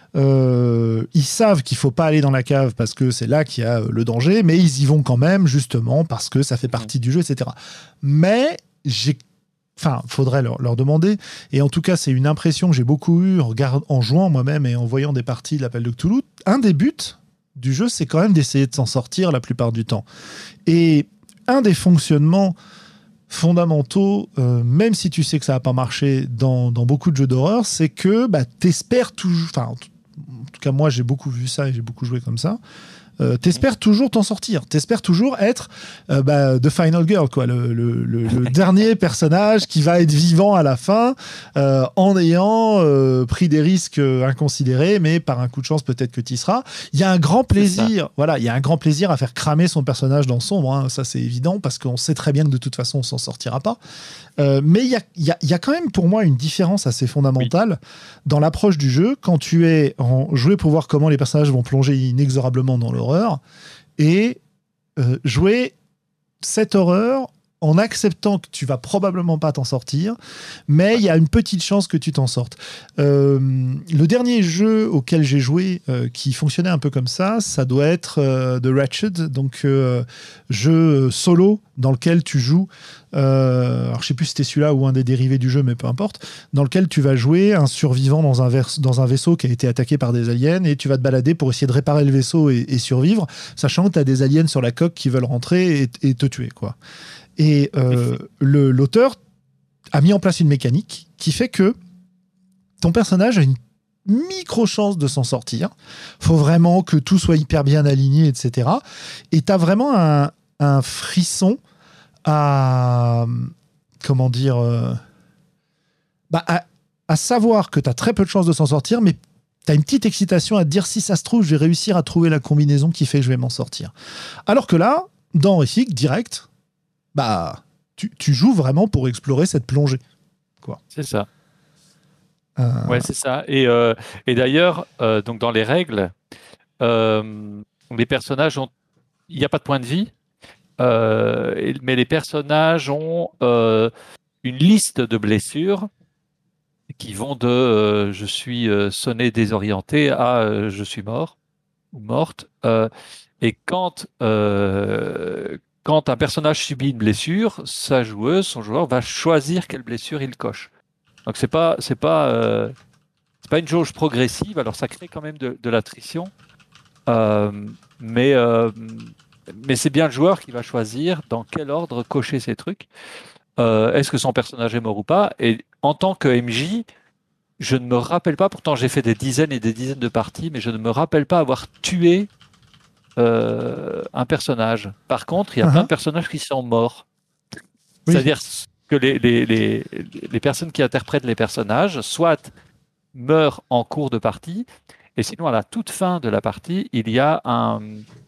euh, ils savent qu'il faut pas aller dans la cave parce que c'est là qu'il y a le danger, mais ils y vont quand même, justement, parce que ça fait partie du jeu, et cetera. Mais j'ai Enfin, faudrait leur, leur demander. Et en tout cas, c'est une impression que j'ai beaucoup eue en, regard- en jouant moi-même et en voyant des parties de l'Appel de Cthulhu. Un des buts du jeu, c'est quand même d'essayer de s'en sortir la plupart du temps. Et un des fonctionnements fondamentaux, euh, même si tu sais que ça n'a pas marché dans, dans beaucoup de jeux d'horreur, c'est que bah, t'espères toujours... Enfin, en tout en tout cas, moi, j'ai beaucoup vu ça et j'ai beaucoup joué comme ça. Euh, t'espères toujours t'en sortir. T'espères toujours être euh, bah, The Final Girl, quoi, le, le, le, le dernier personnage qui va être vivant à la fin euh, en ayant euh, pris des risques euh, inconsidérés, mais par un coup de chance, peut-être que tu y seras. Il y a un grand plaisir, voilà, il y a un grand plaisir à faire cramer son personnage dans le sombre, hein, ça c'est évident, parce qu'on sait très bien que de toute façon, on s'en sortira pas. Euh, mais il y a, y, a, y a quand même pour moi une différence assez fondamentale oui. dans l'approche du jeu quand tu es en jouer pour voir comment les personnages vont plonger inexorablement dans l'horreur et euh, jouer cette horreur en acceptant que tu vas probablement pas t'en sortir, mais il y a une petite chance que tu t'en sortes. Euh, le dernier jeu auquel j'ai joué euh, qui fonctionnait un peu comme ça, ça doit être euh, The Wretched, donc euh, jeu solo dans lequel tu joues, euh, alors je sais plus si c'était celui-là ou un des dérivés du jeu, mais peu importe, dans lequel tu vas jouer un survivant dans un, vers- dans un vaisseau qui a été attaqué par des aliens et tu vas te balader pour essayer de réparer le vaisseau et, et survivre, sachant que tu as des aliens sur la coque qui veulent rentrer et, et te tuer, quoi. Et euh, le, l'auteur a mis en place une mécanique qui fait que ton personnage a une micro-chance de s'en sortir. Faut vraiment que tout soit hyper bien aligné, et cetera. Et tu as vraiment un, un frisson à... Comment dire euh, bah, à, à savoir que tu as très peu de chances de s'en sortir, mais tu as une petite excitation à te dire si ça se trouve, je vais réussir à trouver la combinaison qui fait que je vais m'en sortir. Alors que là, dans Horrific, direct, bah, tu, tu joues vraiment pour explorer cette plongée. Quoi. C'est ça. Euh... Ouais, c'est ça. Et, euh, et d'ailleurs, euh, donc dans les règles, euh, les personnages ont. Il n'y a pas de point de vie, euh, et- mais les personnages ont euh, une liste de blessures qui vont de euh, je suis euh, sonné, désorienté à euh, je suis mort ou morte. Euh, et quand, euh, quand un personnage subit une blessure, sa joueuse, son joueur va choisir quelle blessure il coche. Donc c'est pas c'est pas euh, c'est pas une jauge progressive. Alors ça crée quand même de, de l'attrition, euh, mais euh, mais c'est bien le joueur qui va choisir dans quel ordre cocher ces trucs. Euh, est-ce que son personnage est mort ou pas? Et en tant que M J, je ne me rappelle pas, pourtant j'ai fait des dizaines et des dizaines de parties, mais je ne me rappelle pas avoir tué euh, un personnage. Par contre, il y a Uh-huh. plein de personnages qui sont morts. Oui. C'est-à-dire que les, les, les, les personnes qui interprètent les personnages, soit meurent en cours de partie, et sinon à la toute fin de la partie, il y a un...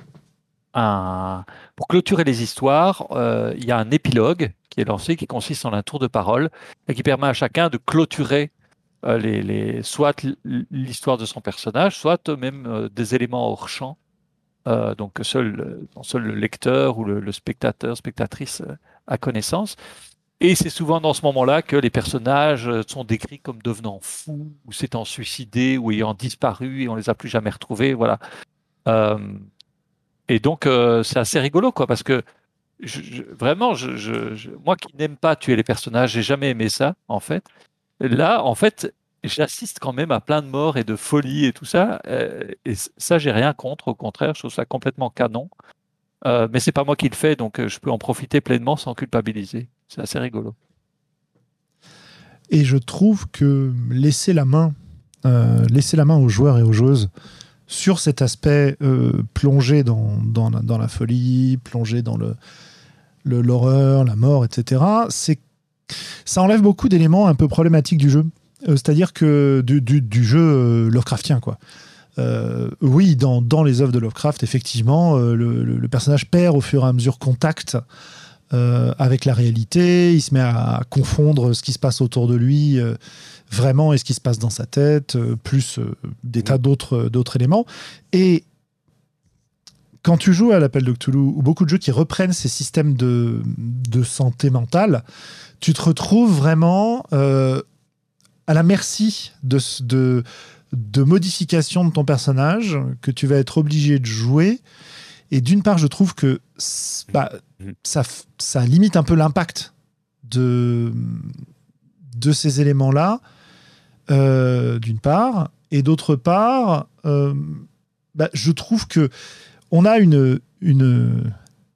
un pour clôturer les histoires, euh, il y a un épilogue qui est lancé, qui consiste en un tour de parole, et qui permet à chacun de clôturer euh, les, les, soit l'histoire de son personnage, soit même euh, des éléments hors champ. Euh, donc seul, seul le lecteur ou le, le spectateur, spectatrice euh, a connaissance. Et c'est souvent dans ce moment-là que les personnages sont décrits comme devenant fous, ou s'étant suicidés, ou ayant disparu, et on les a plus jamais retrouvés. Voilà. Euh, et donc euh, c'est assez rigolo, quoi, parce que je, je, vraiment, je, je, moi qui n'aime pas tuer les personnages, j'ai jamais aimé ça, en fait. Là, en fait, j'assiste quand même à plein de morts et de folies et tout ça. Euh, et ça, j'ai rien contre. Au contraire, je trouve ça complètement canon. Euh, mais c'est pas moi qui le fais, donc euh, je peux en profiter pleinement sans culpabiliser. C'est assez rigolo. Et je trouve que laisser la main, euh, laisser la main aux joueurs et aux joueuses sur cet aspect euh, plongé dans, dans, la, dans la folie, plongé dans le, le, l'horreur, la mort, et cetera, c'est, ça enlève beaucoup d'éléments un peu problématiques du jeu. Euh, c'est-à-dire que du, du, du jeu euh, Lovecraftien, quoi. Euh, oui, dans, dans les œuvres de Lovecraft, effectivement, euh, le, le, le personnage perd au fur et à mesure contact euh, avec la réalité. Il se met à confondre ce qui se passe autour de lui euh, vraiment et ce qui se passe dans sa tête, euh, plus euh, des tas d'autres, d'autres éléments. Et quand tu joues à l'Appel de Cthulhu, ou beaucoup de jeux qui reprennent ces systèmes de, de santé mentale, tu te retrouves vraiment euh, à la merci de... de de modification de ton personnage que tu vas être obligé de jouer. Et d'une part, je trouve que bah, ça, ça limite un peu l'impact de, de ces éléments-là, euh, d'une part. Et d'autre part, euh, bah, je trouve que on a une, une...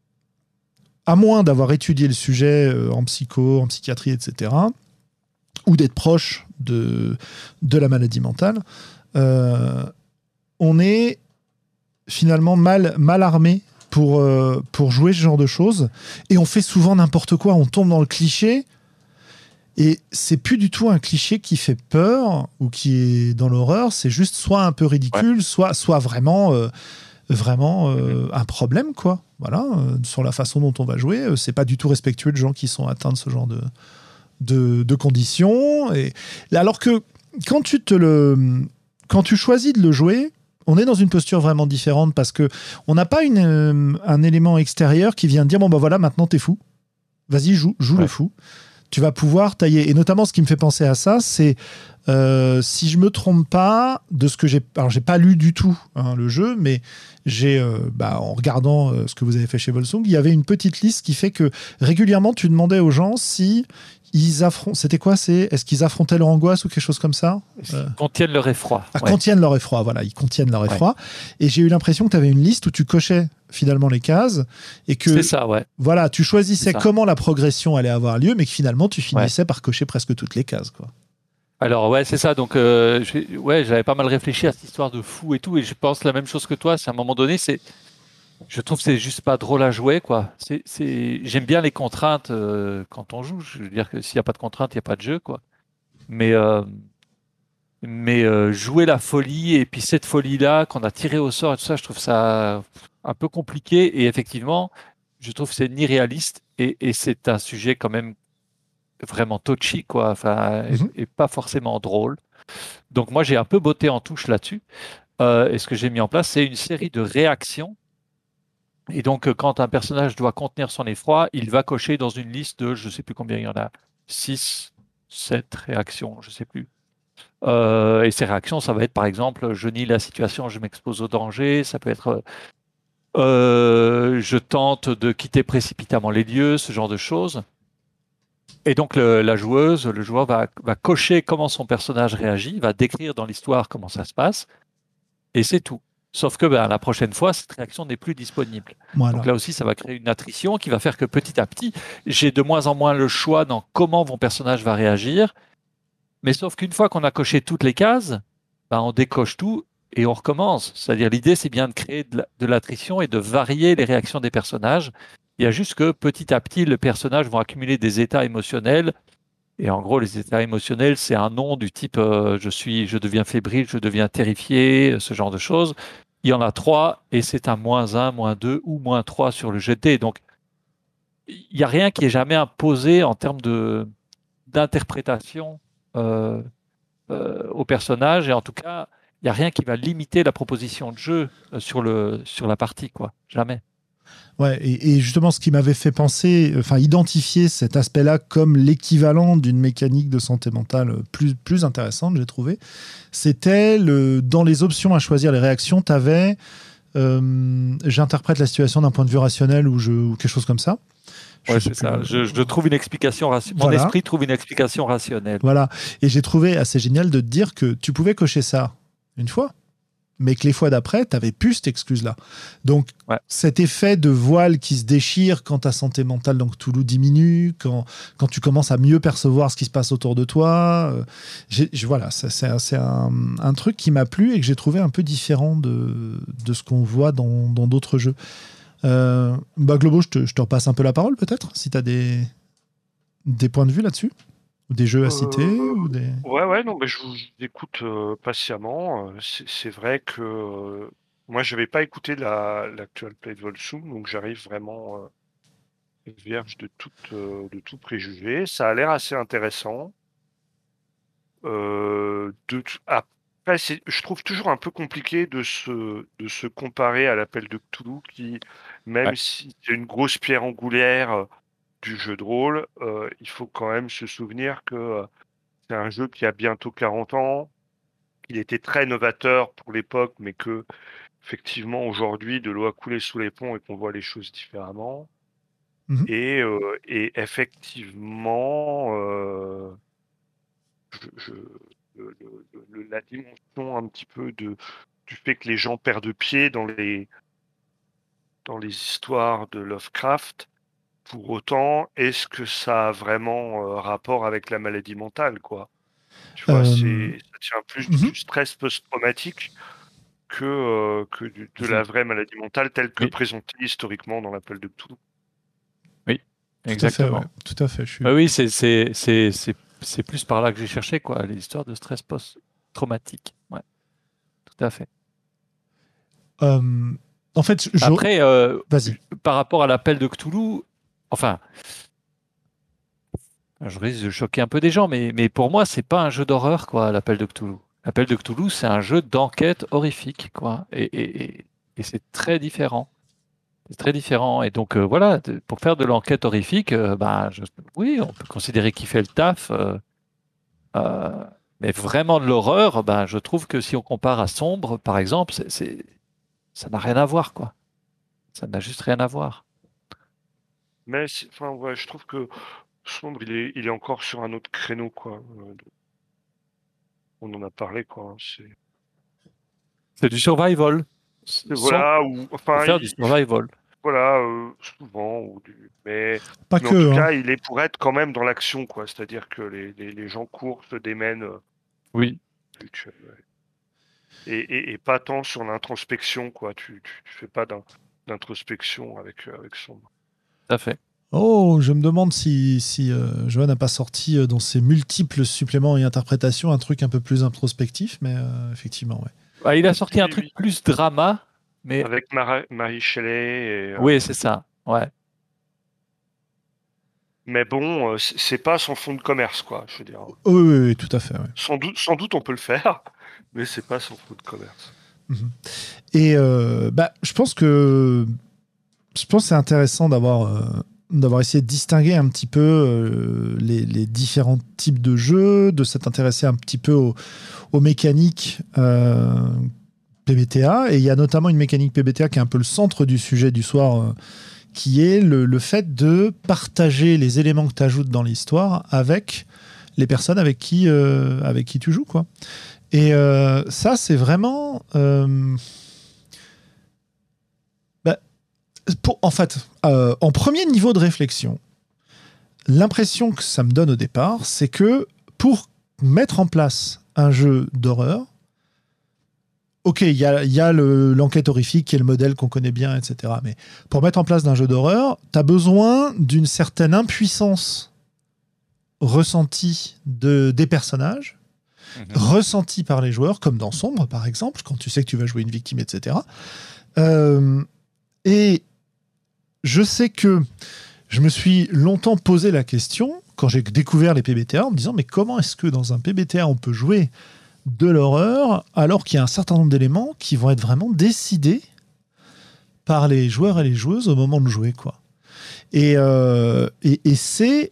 À moins d'avoir étudié le sujet en psycho, en psychiatrie, et cetera, ou d'être proche de, de la maladie mentale, euh, on est finalement mal, mal armé pour, euh, pour jouer ce genre de choses, et on fait souvent n'importe quoi, on tombe dans le cliché, et c'est plus du tout un cliché qui fait peur, ou qui est dans l'horreur, c'est juste soit un peu ridicule, ouais. soit, soit vraiment, euh, vraiment euh, un problème, quoi. Voilà, euh, sur la façon dont on va jouer, euh, c'est pas du tout respectueux de gens qui sont atteints de ce genre de... De, de conditions. Et, alors que quand tu, te le, quand tu choisis de le jouer, on est dans une posture vraiment différente parce qu'on n'a pas une, euh, un élément extérieur qui vient dire bon ben voilà, maintenant t'es fou. Vas-y, joue, joue ouais. le fou. Tu vas pouvoir tailler. Et notamment, ce qui me fait penser à ça, c'est euh, si je me trompe pas de ce que j'ai. Alors, j'ai pas lu du tout hein, le jeu, mais j'ai, euh, bah, en regardant euh, ce que vous avez fait chez Volsung, il y avait une petite liste qui fait que régulièrement, tu demandais aux gens si ils affrontent. C'était quoi c'est Est-ce qu'ils affrontaient leur angoisse ou quelque chose comme ça euh... Ils contiennent leur effroi. Ah, ouais. Contiennent leur effroi, voilà, ils contiennent leur effroi. Ouais. Et j'ai eu l'impression que tu avais une liste où tu cochais finalement les cases et que c'est ça, ouais. Voilà, tu choisissais comment la progression allait avoir lieu, mais que finalement tu finissais ouais. par cocher presque toutes les cases, quoi. Alors ouais, c'est ça. Donc euh, ouais, j'avais pas mal réfléchi à cette histoire de fou et tout, et je pense la même chose que toi. C'est à un moment donné, c'est, je trouve que c'est juste pas drôle à jouer, quoi. C'est, c'est, j'aime bien les contraintes euh, quand on joue. Je veux dire que s'il y a pas de contraintes, il y a pas de jeu, quoi. Mais, euh, mais euh, jouer la folie et puis cette folie-là qu'on a tirée au sort et tout ça, je trouve ça un peu compliqué. Et effectivement, je trouve que c'est ni réaliste et, et c'est un sujet quand même vraiment touchy, quoi. Enfin, et, Mhm. et pas forcément drôle. Donc moi, j'ai un peu botté en touche là-dessus. Euh, et ce que j'ai mis en place, c'est une série de réactions. Et donc, euh, quand un personnage doit contenir son effroi, il va cocher dans une liste de, je ne sais plus combien il y en a, six, sept réactions, je ne sais plus. Euh, et ces réactions, ça va être par exemple, je nie la situation, je m'expose au danger. Ça peut être, euh, je tente de quitter précipitamment les lieux, ce genre de choses. Et donc le- la joueuse, le joueur va, va cocher comment son personnage réagit, va décrire dans l'histoire comment ça se passe, et c'est tout. Sauf que ben, la prochaine fois, cette réaction n'est plus disponible. Donc Voilà. là aussi, ça va créer une attrition qui va faire que petit à petit, j'ai de moins en moins le choix dans comment mon personnage va réagir. Mais sauf qu'une fois qu'on a coché toutes les cases, ben, on décoche tout et on recommence. C'est-à-dire l'idée, c'est bien de créer de la- de l'attrition et de varier les réactions des personnages. Il y a juste que petit à petit, le personnage va accumuler des états émotionnels. Et en gros, les états émotionnels, c'est un nom du type euh, je suis, je deviens fébrile, je deviens terrifié, ce genre de choses. Il y en a trois et c'est un moins un, moins deux ou moins trois sur le jet de dés. Donc, il n'y a rien qui est jamais imposé en termes de d'interprétation euh, euh, au personnage. Et en tout cas, il n'y a rien qui va limiter la proposition de jeu euh, sur le sur la partie, quoi. Jamais. Ouais, et, et justement, ce qui m'avait fait penser, enfin, identifier cet aspect-là comme l'équivalent d'une mécanique de santé mentale plus, plus intéressante, j'ai trouvé, c'était le, dans les options à choisir les réactions, tu avais euh, j'interprète la situation d'un point de vue rationnel ou, je, ou quelque chose comme ça. Je Ouais, sais c'est plus ça. le. Je, je trouve une explication rationnelle. Mon Voilà, esprit trouve une explication rationnelle. voilà. Et j'ai trouvé assez génial de te dire que tu pouvais cocher ça une fois, mais que les fois d'après, tu n'avais plus cette excuse-là. Donc, Ouais. cet effet de voile qui se déchire quand ta santé mentale dans Cthulhu diminue, quand, quand tu commences à mieux percevoir ce qui se passe autour de toi, euh, j'ai- j'ai- voilà, ça, c'est un, c'est un, un truc qui m'a plu et que j'ai trouvé un peu différent de, de ce qu'on voit dans dans d'autres jeux. Euh, bah, Globo, je te, je te repasse un peu la parole peut-être, si tu as des, des points de vue là-dessus, ou des jeux à Euh, citer, ou des... ouais, ouais, non, mais je vous écoute euh, patiemment. Euh, C'est c'est vrai que euh, moi, je n'avais pas écouté la l'actual play de Volsung, donc j'arrive vraiment euh, vierge de toute, euh, de tout préjugé. Ça a l'air assez intéressant. Euh, de t- Après, c'est- je trouve toujours un peu compliqué de se, de se comparer à l'appel de Cthulhu, qui, Ouais. même si c'est une grosse pierre angulaire euh, du jeu de rôle, euh, il faut quand même se souvenir que euh, c'est un jeu qui a bientôt quarante ans. Il était très novateur pour l'époque, mais que, effectivement, aujourd'hui, de l'eau a coulé sous les ponts et qu'on voit les choses différemment. Mhm. Et, euh, et effectivement, euh, je, je- le- le- le- la dimension un petit peu de, du fait que les gens perdent pied dans les, dans les histoires de Lovecraft, pour autant, est-ce que ça a vraiment euh, rapport avec la maladie mentale, quoi? Tu vois, Euh, c'est, ça tient plus mhm. du stress post-traumatique que, euh, que du- de la vraie maladie mentale telle que Oui, présentée historiquement dans l'appel de Cthulhu. oui, Tout à fait, ouais. exactement. Tout à fait, je suis... Ah oui, c'est c'est c'est c'est c'est plus par là que j'ai cherché quoi, les histoires de stress post-traumatique. Ouais, tout à fait. Euh, en fait, je... Après, euh, Vas-y. par rapport à l'appel de Cthulhu, enfin, je risque de choquer un peu des gens, mais mais pour moi, c'est pas un jeu d'horreur quoi, l'appel de Cthulhu. L'appel de Cthulhu, c'est un jeu d'enquête horrifique quoi, et et et, et c'est très différent. C'est très différent. Et donc euh, voilà, de- pour faire de l'enquête horrifique, euh, ben, je- oui, on peut considérer qu'il fait le taf. euh, Euh, mais vraiment de l'horreur, ben, je trouve que si on compare à Sombre, par exemple, c'est, c'est- ça n'a rien à voir, quoi. Ça n'a juste rien à voir. Mais c'est- enfin, ouais, je trouve que Sombre, il est, il est encore sur un autre créneau, quoi. Euh, on en a parlé, quoi. Hein. C'est, C'est du survival. S- c'est Sombre voilà, ou pour enfin, faire du il, il f- survival. voilà, euh, souvent, ou du, mais, Pas mais en tout que, hein. cas, il est pour être quand même dans l'action, quoi. C'est-à-dire que les, les, les gens courent, se démènent, euh, Oui, tu- ouais. et, et, et pas tant sur l'introspection, quoi. Tu, tu, tu fais pas d'in- d'introspection avec, euh, avec Sombre. tout à fait. Oh, je me demande si, si euh, Johan n'a pas sorti euh, dans ses multiples suppléments et interprétations un truc un peu plus introspectif, mais euh, effectivement, ouais. Ah, il a sorti Oui, un truc oui. plus drama, mais Avec Mara- Marie Shelley. Et, euh, oui, c'est ça. Ouais. Mais bon, euh, c'est c'est pas son fonds de commerce, quoi. Je veux dire, Oh, oui, oui, oui, tout à fait, ouais. sans doute, sans doute on peut le faire, mais c'est pas son fonds de commerce. Mhm. Et euh, bah, je pense que je pense que c'est intéressant d'avoir euh, d'avoir essayé de distinguer un petit peu euh, les, les différents types de jeux, de s'être intéressé un petit peu aux, aux mécaniques euh, P B T A. Et il y a notamment une mécanique P B T A qui est un peu le centre du sujet du soir, euh, qui est le, le fait de partager les éléments que tu ajoutes dans l'histoire avec les personnes avec qui, euh, avec qui tu joues, quoi. Et euh, ça, c'est vraiment... euh, bah, pour, en fait, euh, en premier niveau de réflexion, l'impression que ça me donne au départ, c'est que pour mettre en place un jeu d'horreur, ok, il y a, y a le- l'enquête horrifique qui est le modèle qu'on connaît bien, et cetera. Mais pour mettre en place un jeu d'horreur, tu as besoin d'une certaine impuissance ressentie de, des personnages, Mhm. ressentie par les joueurs, comme dans Sombre, par exemple, quand tu sais que tu vas jouer une victime, et cetera. Euh, et je sais que je me suis longtemps posé la question, quand j'ai découvert les P B T A, en me disant, mais comment est-ce que dans un P B T A, on peut jouer de l'horreur alors qu'il y a un certain nombre d'éléments qui vont être vraiment décidés par les joueurs et les joueuses au moment de jouer, quoi. Et, euh, et, et c'est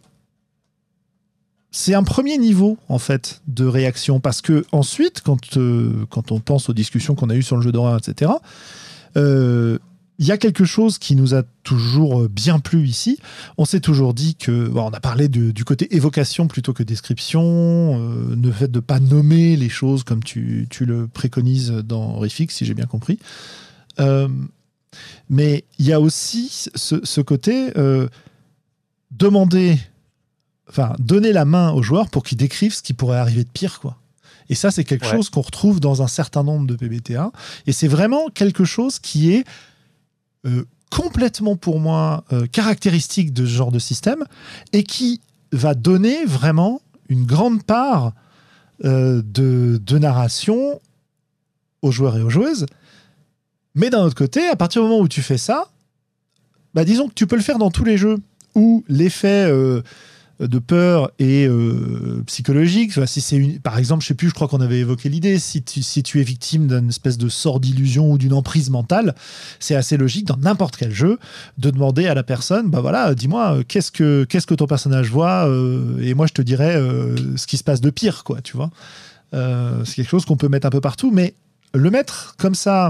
c'est un premier niveau, en fait, de réaction, parce que ensuite, quand, euh, quand on pense aux discussions qu'on a eues sur le jeu d'horreur, et cetera, euh, il y a quelque chose qui nous a toujours bien plu ici. On s'est toujours dit que... Bon, on a parlé de, du côté évocation plutôt que description, euh, le fait de ne pas nommer les choses comme tu, tu le préconises dans Horrific, si j'ai bien compris. Euh, mais il y a aussi ce, ce côté euh, demander... Enfin, donner la main aux joueurs pour qu'ils décrivent ce qui pourrait arriver de pire, quoi. Et ça, c'est quelque Ouais. chose qu'on retrouve dans un certain nombre de P B T A. Et c'est vraiment quelque chose qui est euh, complètement, pour moi, euh, caractéristique de ce genre de système et qui va donner vraiment une grande part euh, de, de narration aux joueurs et aux joueuses. Mais d'un autre côté, à partir du moment où tu fais ça, bah, disons que tu peux le faire dans tous les jeux où l'effet... Euh, de peur et euh, psychologique. Enfin, si c'est une, par exemple, je sais plus, je crois qu'on avait évoqué l'idée, si tu, si tu es victime d'une espèce de sort d'illusion ou d'une emprise mentale, c'est assez logique dans n'importe quel jeu de demander à la personne, bah voilà, dis-moi, qu'est-ce que, qu'est-ce que ton personnage voit euh, et moi je te dirais euh, ce qui se passe de pire, quoi, tu vois. Euh, c'est quelque chose qu'on peut mettre un peu partout, mais le mettre comme ça,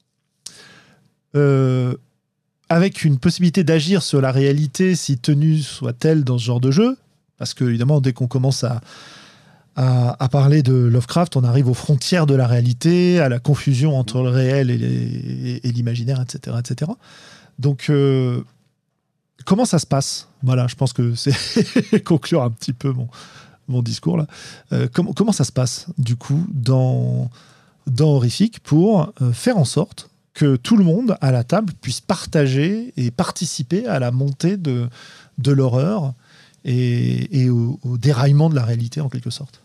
euh, avec une possibilité d'agir sur la réalité si tenue soit-elle dans ce genre de jeu, parce que évidemment dès qu'on commence à, à, à parler de Lovecraft, on arrive aux frontières de la réalité, à la confusion entre le réel et, les, et, et l'imaginaire, et cetera, et cetera. Donc euh, comment ça se passe ? Voilà, je pense que c'est conclure un petit peu mon, mon discours là. Euh, comment, comment ça se passe du coup dans, dans Horrific pour euh, faire en sorte que tout le monde à la table puisse partager et participer à la montée de, de l'horreur et, et au, au déraillement de la réalité en quelque sorte.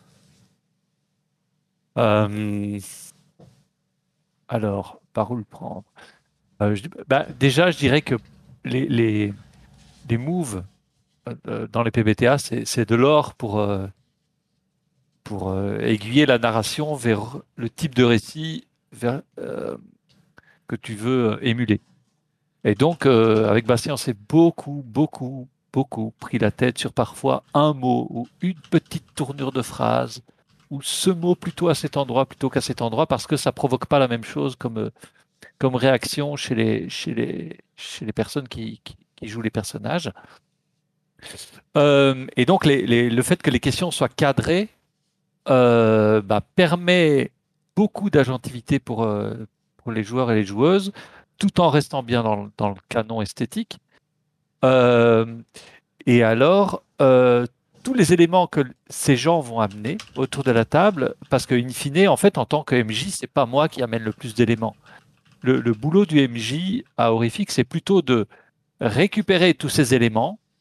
Euh, alors, par où le prendre ? Euh, je- bah, Déjà, je dirais que les, les, les moves euh, dans les P B T A, c'est c'est de l'or pour, euh, pour euh, aiguiller la narration vers le type de récit vers, euh, que tu veux euh, émuler. Et donc, euh, avec Bastien, on s'est beaucoup, beaucoup, beaucoup pris la tête sur parfois un mot ou une petite tournure de phrase ou ce mot plutôt à cet endroit plutôt qu'à cet endroit parce que ça provoque pas la même chose comme, euh, comme réaction chez les, chez les, chez les personnes qui, qui, qui jouent les personnages. Euh, et donc, les, les, le fait que les questions soient cadrées euh, bah, permet beaucoup d'agentivité pour, euh, pour les joueurs et les joueuses, tout en restant bien dans, le- dans le canon esthétique. Euh, et alors, euh, tous les éléments que ces gens vont amener autour de la table, parce que in fine, en fait, en tant que M J, c'est pas moi qui amène le plus d'éléments. Le, le boulot du M J à Horrific, c'est plutôt de récupérer tous ces éléments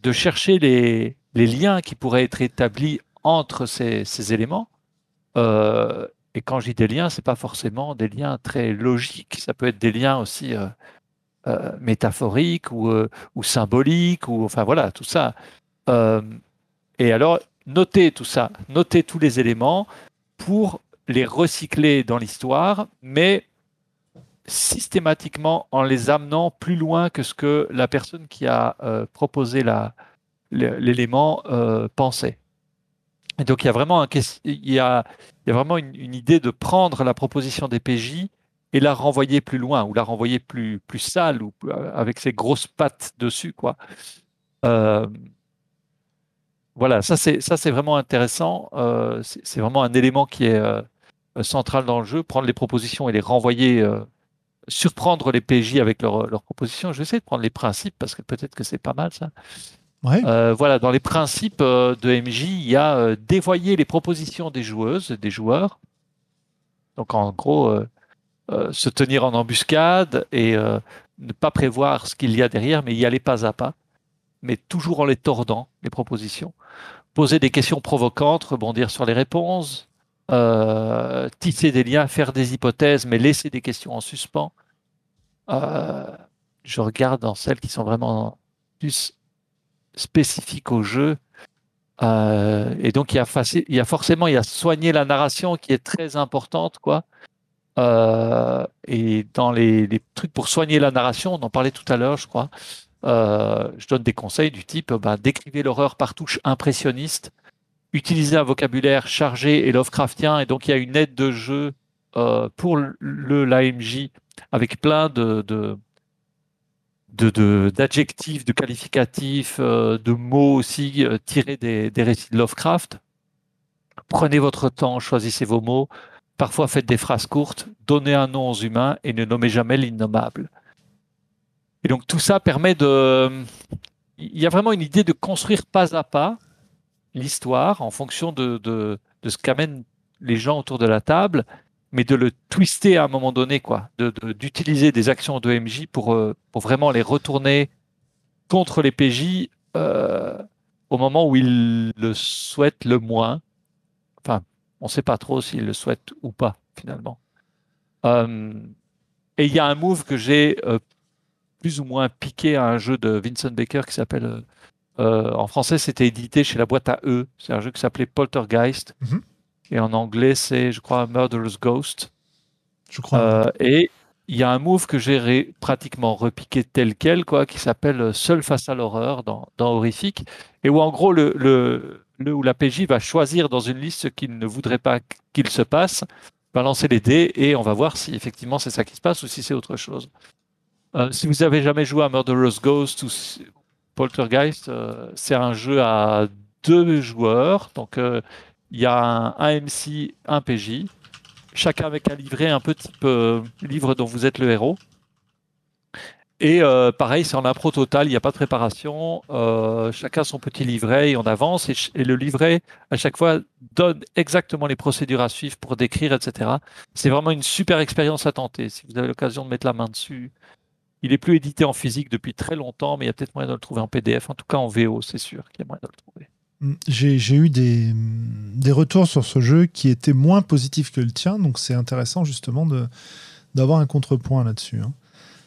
de chercher les, les liens qui pourraient être établis entre ces, ces éléments. Euh, et quand je dis des liens, c'est pas forcément des liens très logiques. Ça peut être des liens aussi euh, euh, métaphoriques ou, euh, ou symboliques, ou enfin voilà, tout ça. Euh, et alors, notez tout ça, notez tous les éléments pour les recycler dans l'histoire, mais systématiquement en les amenant plus loin que ce que la personne qui a euh, proposé la, l'élément euh, pensait. Et donc il y a vraiment, un, il y a, il y a vraiment une, une idée de prendre la proposition des P J et la renvoyer plus loin, ou la renvoyer plus, plus sale, ou avec ses grosses pattes dessus, quoi. Euh, voilà, ça c'est, ça c'est vraiment intéressant. Euh, c'est, c'est vraiment un élément qui est euh, central dans le jeu, prendre les propositions et les renvoyer, euh, surprendre les P J avec leurs leur propositions. Je vais essayer de prendre les principes, parce que peut-être que c'est pas mal ça. Ouais. Euh, voilà, dans les principes euh, de M J, il y a euh, dévoyer les propositions des joueuses, des joueurs. Donc en gros, euh, euh, se tenir en embuscade et euh, ne pas prévoir ce qu'il y a derrière, mais y aller pas à pas, mais toujours en les tordant, les propositions. Poser des questions provocantes, rebondir sur les réponses, euh, tisser des liens, faire des hypothèses, mais laisser des questions en suspens. Euh, je regarde dans celles qui sont vraiment plus spécifiques au jeu. Euh, et donc, il y, a faci- il y a forcément, il y a soigner la narration qui est très importante, quoi. Euh, et dans les, les trucs pour soigner la narration, on en parlait tout à l'heure, je crois, euh, je donne des conseils du type, bah, décrivez l'horreur par touche impressionniste, utilisez un vocabulaire chargé et Lovecraftien, et donc il y a une aide de jeu euh, pour le l'A M J avec plein de, de De, de, d'adjectifs, de qualificatifs, euh, de mots aussi euh, tirés des, des récits de Lovecraft. Prenez votre temps, choisissez vos mots. Parfois, faites des phrases courtes, donnez un nom aux humains et ne nommez jamais l'innommable. Et donc, tout ça permet de... Il y a vraiment une idée de construire pas à pas l'histoire en fonction de, de, de ce qu'amènent les gens autour de la table, mais de le twister à un moment donné, quoi, de, de, d'utiliser des actions de M J pour, euh, pour vraiment les retourner contre les P J euh, au moment où ils le souhaitent le moins. Enfin, on ne sait pas trop s'ils le souhaitent ou pas, finalement. Euh, et il y a un move que j'ai euh, plus ou moins piqué à un jeu de Vincent Baker qui s'appelle... Euh, euh, en français, c'était édité chez la boîte à E. C'est un jeu qui s'appelait Poltergeist. Mm-hmm. Et en anglais, c'est, je crois, Murderous Ghost. Je crois. Euh, et il y a un move que j'ai ré, pratiquement repiqué tel quel, quoi, qui s'appelle Seul face à l'horreur dans, dans Horrifique, et où en gros le, le, le où la P J va choisir dans une liste ce qu'il ne voudrait pas qu'il se passe, va lancer les dés et on va voir si effectivement c'est ça qui se passe ou si c'est autre chose. Euh, si vous avez jamais joué à Murderous Ghost ou Poltergeist, euh, c'est un jeu à deux joueurs, donc euh, il y a un, un M C, un P J. Chacun avec un livret un peu type euh, livre dont vous êtes le héros. Et euh, pareil, c'est en impro total, il n'y a pas de préparation. Euh, chacun son petit livret et on avance. Et, et le livret, à chaque fois, donne exactement les procédures à suivre pour décrire, et cetera. C'est vraiment une super expérience à tenter. Si vous avez l'occasion de mettre la main dessus, il n'est plus édité en physique depuis très longtemps, mais il y a peut-être moyen de le trouver en P D F. En tout cas, en V O, c'est sûr qu'il y a moyen de le trouver. J'ai, j'ai eu des, des retours sur ce jeu qui étaient moins positifs que le tien, donc c'est intéressant justement de, d'avoir un contrepoint là-dessus. Hein.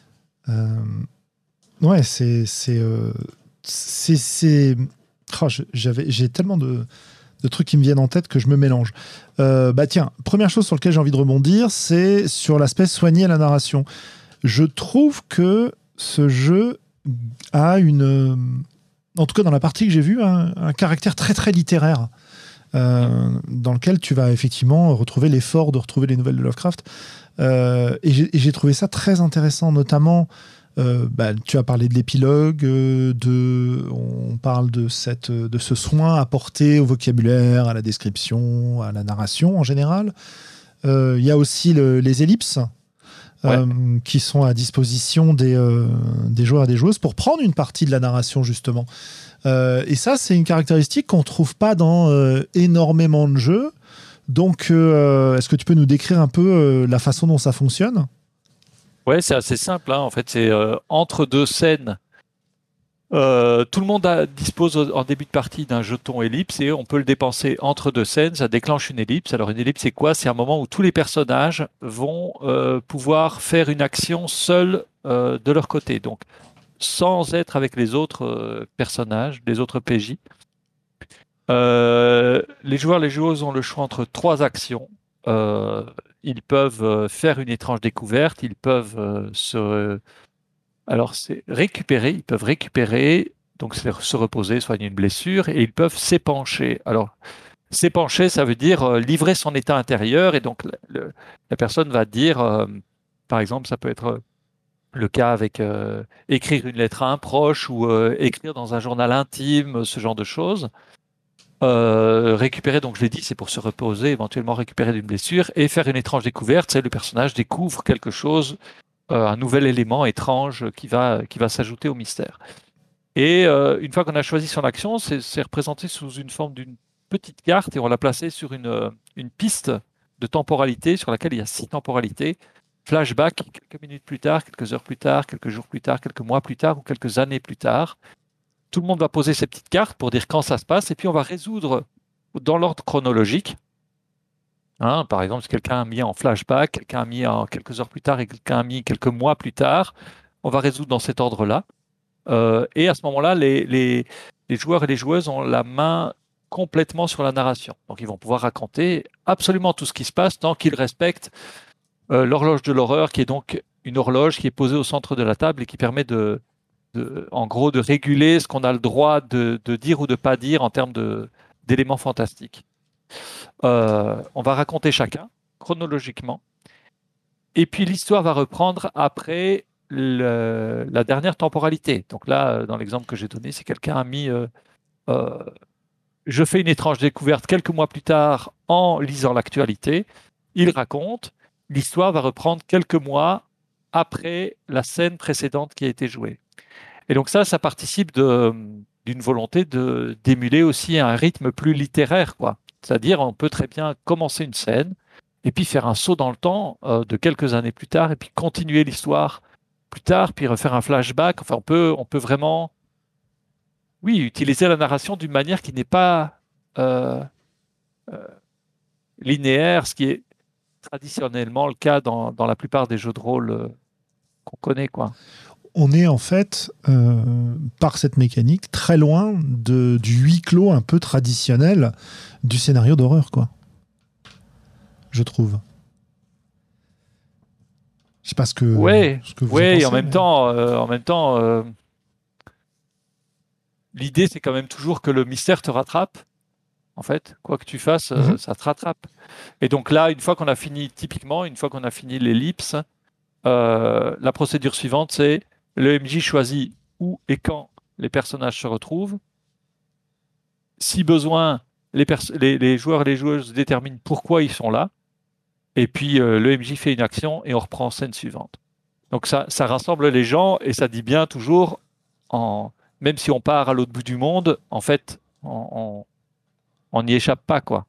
Euh, ouais, c'est... c'est, euh, c'est, c'est... Oh, j'avais, j'ai tellement de, de trucs qui me viennent en tête que je me mélange. Euh, bah tiens, première chose sur laquelle j'ai envie de rebondir, c'est sur l'aspect soigner la narration. Je trouve que ce jeu a une... en tout cas dans la partie que j'ai vue, un, un caractère très très littéraire, euh, dans lequel tu vas effectivement retrouver l'effort de retrouver les nouvelles de Lovecraft. Euh, et, j'ai, et j'ai trouvé ça très intéressant, notamment, euh, bah, tu as parlé de l'épilogue, euh, de, on parle de, cette, de ce soin apporté au vocabulaire, à la description, à la narration en général. Il euh, y a aussi le, les ellipses, Ouais. Euh, qui sont à disposition des, euh, des joueurs et des joueuses pour prendre une partie de la narration, justement. Euh, et ça, c'est une caractéristique qu'on ne trouve pas dans euh, énormément de jeux. Donc, euh, est-ce que tu peux nous décrire un peu euh, la façon dont ça fonctionne ? Ouais, c'est assez simple. Hein. En fait, c'est euh, entre deux scènes, Euh, tout le monde a, dispose au- en début de partie d'un jeton ellipse et on peut le dépenser entre deux scènes. Ça déclenche une ellipse. Alors une ellipse, c'est quoi? C'est un moment où tous les personnages vont euh, pouvoir faire une action seuls euh, de leur côté, donc sans être avec les autres euh, personnages, les autres P J. Euh, les joueurs, les joueuses ont le choix entre trois actions. Euh, ils peuvent euh, faire une étrange découverte, ils peuvent euh, se alors, c'est récupérer, ils peuvent récupérer, donc c'est se reposer, soigner une blessure, et ils peuvent s'épancher. Alors, s'épancher, ça veut dire euh, livrer son état intérieur, et donc le- le- la personne va dire, euh, par exemple, ça peut être euh, le cas avec euh, écrire une lettre à un proche ou euh, écrire dans un journal intime, ce genre de choses. Euh, récupérer, donc je l'ai dit, c'est pour se reposer, éventuellement récupérer d'une blessure, et faire une étrange découverte, c'est le personnage découvre quelque chose euh, un nouvel élément étrange qui va, qui va s'ajouter au mystère. Et euh, une fois qu'on a choisi son action, c'est, c'est représenté sous une forme d'une petite carte et on l'a placé sur une, euh, une piste de temporalité sur laquelle il y a six temporalités. Flashback, quelques minutes plus tard, quelques heures plus tard, quelques jours plus tard, quelques mois plus tard ou quelques années plus tard. Tout le monde va poser ses petites cartes pour dire quand ça se passe et puis on va résoudre dans l'ordre chronologique. Hein, par exemple, si quelqu'un a mis en flashback, quelqu'un a mis en quelques heures plus tard et quelqu'un a mis quelques mois plus tard, on va résoudre dans cet ordre-là. Euh, et à ce moment-là, les, les, les joueurs et les joueuses ont la main complètement sur la narration. Donc, ils vont pouvoir raconter absolument tout ce qui se passe tant qu'ils respectent euh, l'horloge de l'horreur, qui est donc une horloge qui est posée au centre de la table et qui permet de, de en gros, de réguler ce qu'on a le droit de, de dire ou de pas dire en termes de, d'éléments fantastiques. Euh, on va raconter chacun chronologiquement. Et puis l'histoire va reprendre après le, la dernière temporalité. Donc là, dans l'exemple que j'ai donné, c'est quelqu'un a mis euh, euh, je fais une étrange découverte quelques mois plus tard en lisant l'actualité. Il raconte, l'histoire va reprendre quelques mois après la scène précédente qui a été jouée. Et donc ça, ça participe de, d'une volonté de, d'émuler aussi un rythme plus littéraire, quoi. C'est-à-dire, on peut très bien commencer une scène et puis faire un saut dans le temps euh, de quelques années plus tard et puis continuer l'histoire plus tard, puis refaire un flashback. Enfin, on peut, on peut vraiment, oui, utiliser la narration d'une manière qui n'est pas euh, euh, linéaire, ce qui est traditionnellement le cas dans, dans la plupart des jeux de rôle euh, qu'on connaît, quoi. On est en fait, euh, par cette mécanique, très loin de, du huis clos un peu traditionnel du scénario d'horreur, quoi. Je trouve. Je sais pas ce que, Ouais, ce que vous ouais, en pensez. et en même mais- temps, euh, en même temps, euh, l'idée c'est quand même toujours que le mystère te rattrape. En fait, quoi que tu fasses, euh, Mhm. ça te rattrape. Et donc là, une fois qu'on a fini, typiquement, une fois qu'on a fini l'ellipse, euh, la procédure suivante, c'est le M J choisit où et quand les personnages se retrouvent. Si besoin, les, pers- les, les joueurs et les joueuses déterminent pourquoi ils sont là. Et puis euh, le M J fait une action et on reprend scène suivante. Donc ça, ça rassemble les gens et ça dit bien toujours, en, même si on part à l'autre bout du monde, en fait, on on n'y échappe pas, quoi.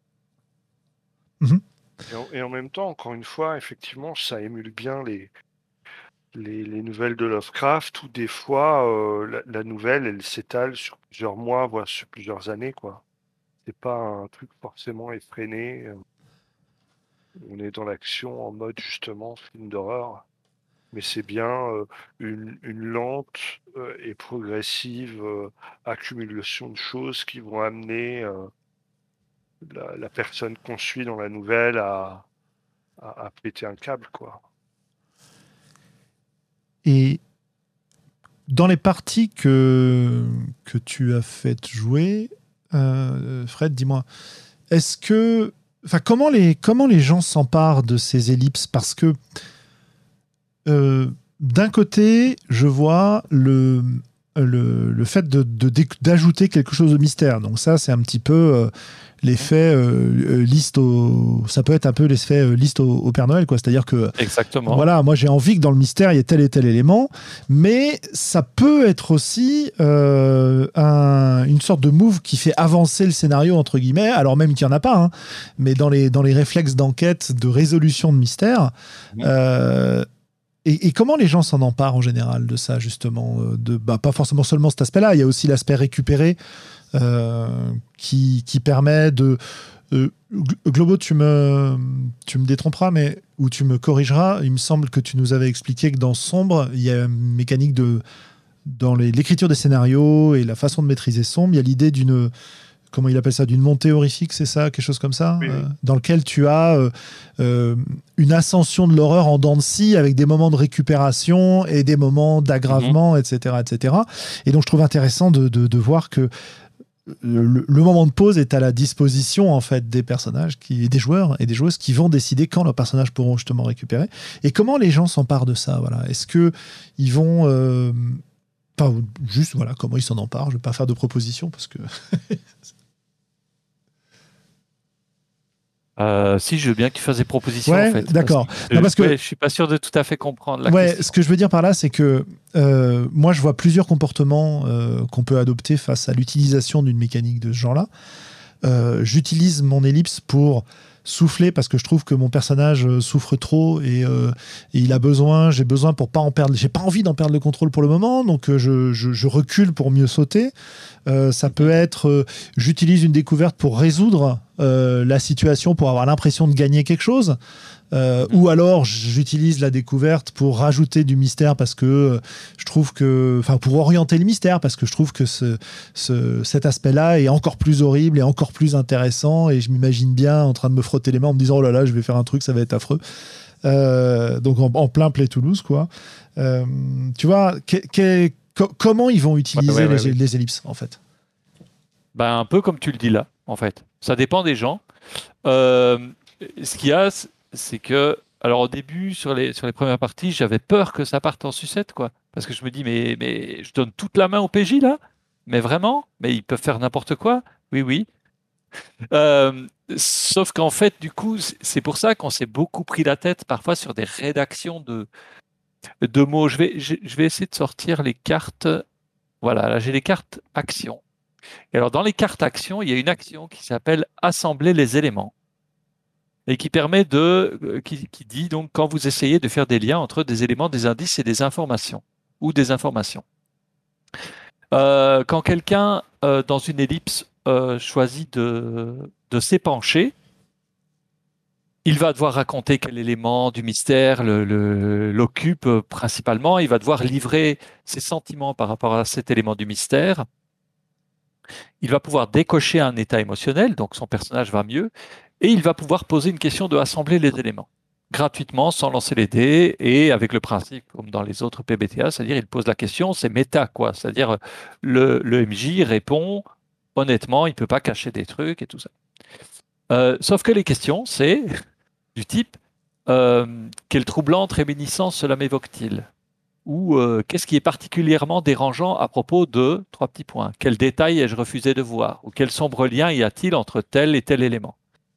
Et en, et en même temps, encore une fois, effectivement, ça émule bien les, les, les nouvelles de Lovecraft, où des fois, euh, la, la nouvelle, elle s'étale sur plusieurs mois, voire sur plusieurs années, quoi. C'est pas un truc forcément effréné. euh, On est dans l'action en mode, justement, film d'horreur. Mais c'est bien euh, une, une lente euh, et progressive euh, accumulation de choses qui vont amener euh, la, la personne qu'on suit dans la nouvelle à, à, à péter un câble, quoi. Et dans les parties que, que tu as faites jouer, euh, Fred, dis-moi, est-ce que. Enfin, comment les, comment les gens s'emparent de ces ellipses? Parce que euh, d'un côté, je vois le, le, le fait de, de, d'ajouter quelque chose de mystère. Donc ça, c'est un petit peu euh, l'effet euh, liste au... Ça peut être un peu l'effet euh, liste au, au Père Noël, quoi. C'est-à-dire que Exactement. voilà, moi j'ai envie que dans le mystère, il y ait tel et tel élément, mais ça peut être aussi euh, un, une sorte de move qui fait avancer le scénario, entre guillemets, alors même qu'il n'y en a pas, hein, mais dans les, dans les réflexes d'enquête, de résolution de mystère. Mmh. Euh, Et, et comment les gens s'en emparent en général de ça, justement de, bah, pas forcément seulement cet aspect-là, il y a aussi l'aspect récupéré euh, qui, qui permet de... Euh, Globo, tu me, tu me détromperas, mais, ou tu me corrigeras, il me semble que tu nous avais expliqué que dans Sombre, il y a une mécanique de... Dans les, l'écriture des scénarios et la façon de maîtriser Sombre, il y a l'idée d'une... Comment il appelle ça, d'une montée horrifique, c'est ça, quelque chose comme ça, Oui, oui. euh, dans lequel tu as euh, euh, une ascension de l'horreur en dents de scie avec des moments de récupération et des moments d'aggravement, mm-hmm. et cetera, et cetera. Et donc je trouve intéressant de, de, de voir que le, le moment de pause est à la disposition en fait des personnages, qui, des joueurs et des joueuses qui vont décider quand leurs personnages pourront justement récupérer. Et comment les gens s'emparent de ça, voilà. Est-ce que ils vont euh, Enfin, juste, voilà, comment ils s'en emparent. Je ne vais pas faire de proposition parce que... euh, si, je veux bien que tu fasses des propositions, ouais, en fait. D'accord. Parce que, non, parce que, ouais, je ne suis pas sûr de tout à fait comprendre la ouais, question. Ce que je veux dire par là, c'est que euh, moi, je vois plusieurs comportements euh, qu'on peut adopter face à l'utilisation d'une mécanique de ce genre-là. Euh, j'utilise mon ellipse pour souffler parce que je trouve que mon personnage souffre trop et, euh, et il a besoin, j'ai besoin pour pas en perdre, j'ai pas envie d'en perdre le contrôle pour le moment, donc euh, je, je, je recule pour mieux sauter. Euh, ça peut être, euh, j'utilise une découverte pour résoudre euh, la situation, pour avoir l'impression de gagner quelque chose. Euh, ou alors j'utilise la découverte pour rajouter du mystère parce que euh, je trouve que, enfin pour orienter le mystère parce que je trouve que ce, ce, cet aspect-là est encore plus horrible et encore plus intéressant et je m'imagine bien en train de me frotter les mains en me disant oh là là je vais faire un truc ça va être affreux. Euh, donc en, en plein Play Toulouse quoi. Euh, tu vois que, que, co- comment ils vont utiliser ouais, ouais, ouais, les, oui. les ellipses en fait. Ben, un peu comme tu le dis là, en fait. Ça dépend des gens. Euh, ce qu'il y a, c'est que, alors au début, sur les, sur les premières parties, j'avais peur que ça parte en sucette, quoi. Parce que je me dis, mais, mais je donne toute la main au P J, là? Mais vraiment? Mais ils peuvent faire n'importe quoi? Oui, oui. Euh, sauf qu'en fait, du coup, c'est pour ça qu'on s'est beaucoup pris la tête, parfois, sur des rédactions de, de mots. Je vais, je, je vais essayer de sortir les cartes. Voilà, là, j'ai les cartes actions. Et alors, dans les cartes actions, il y a une action qui s'appelle assembler les éléments et qui permet de, euh, qui, qui dit donc quand vous essayez de faire des liens entre des éléments, des indices et des informations ou des informations. Euh, quand quelqu'un euh, dans une ellipse euh, choisit de, de s'épancher, il va devoir raconter quel élément du mystère le, le, l'occupe euh, principalement. Il va devoir livrer ses sentiments par rapport à cet élément du mystère. Il va pouvoir décocher un état émotionnel, donc son personnage va mieux, et il va pouvoir poser une question de assembler les éléments, gratuitement, sans lancer les dés, et avec le principe, comme dans les autres P B T A, c'est-à-dire il pose la question, c'est méta, quoi. C'est-à-dire le, le M J répond, honnêtement, il ne peut pas cacher des trucs et tout ça. Euh, sauf que les questions, c'est du type, euh, quelle troublante réminiscence cela m'évoque-t-il ? Ou euh, qu'est-ce qui est particulièrement dérangeant à propos de trois petits points. Quel détail ai-je refusé de voir? Ou quel sombre lien y a-t-il entre tel et tel élément?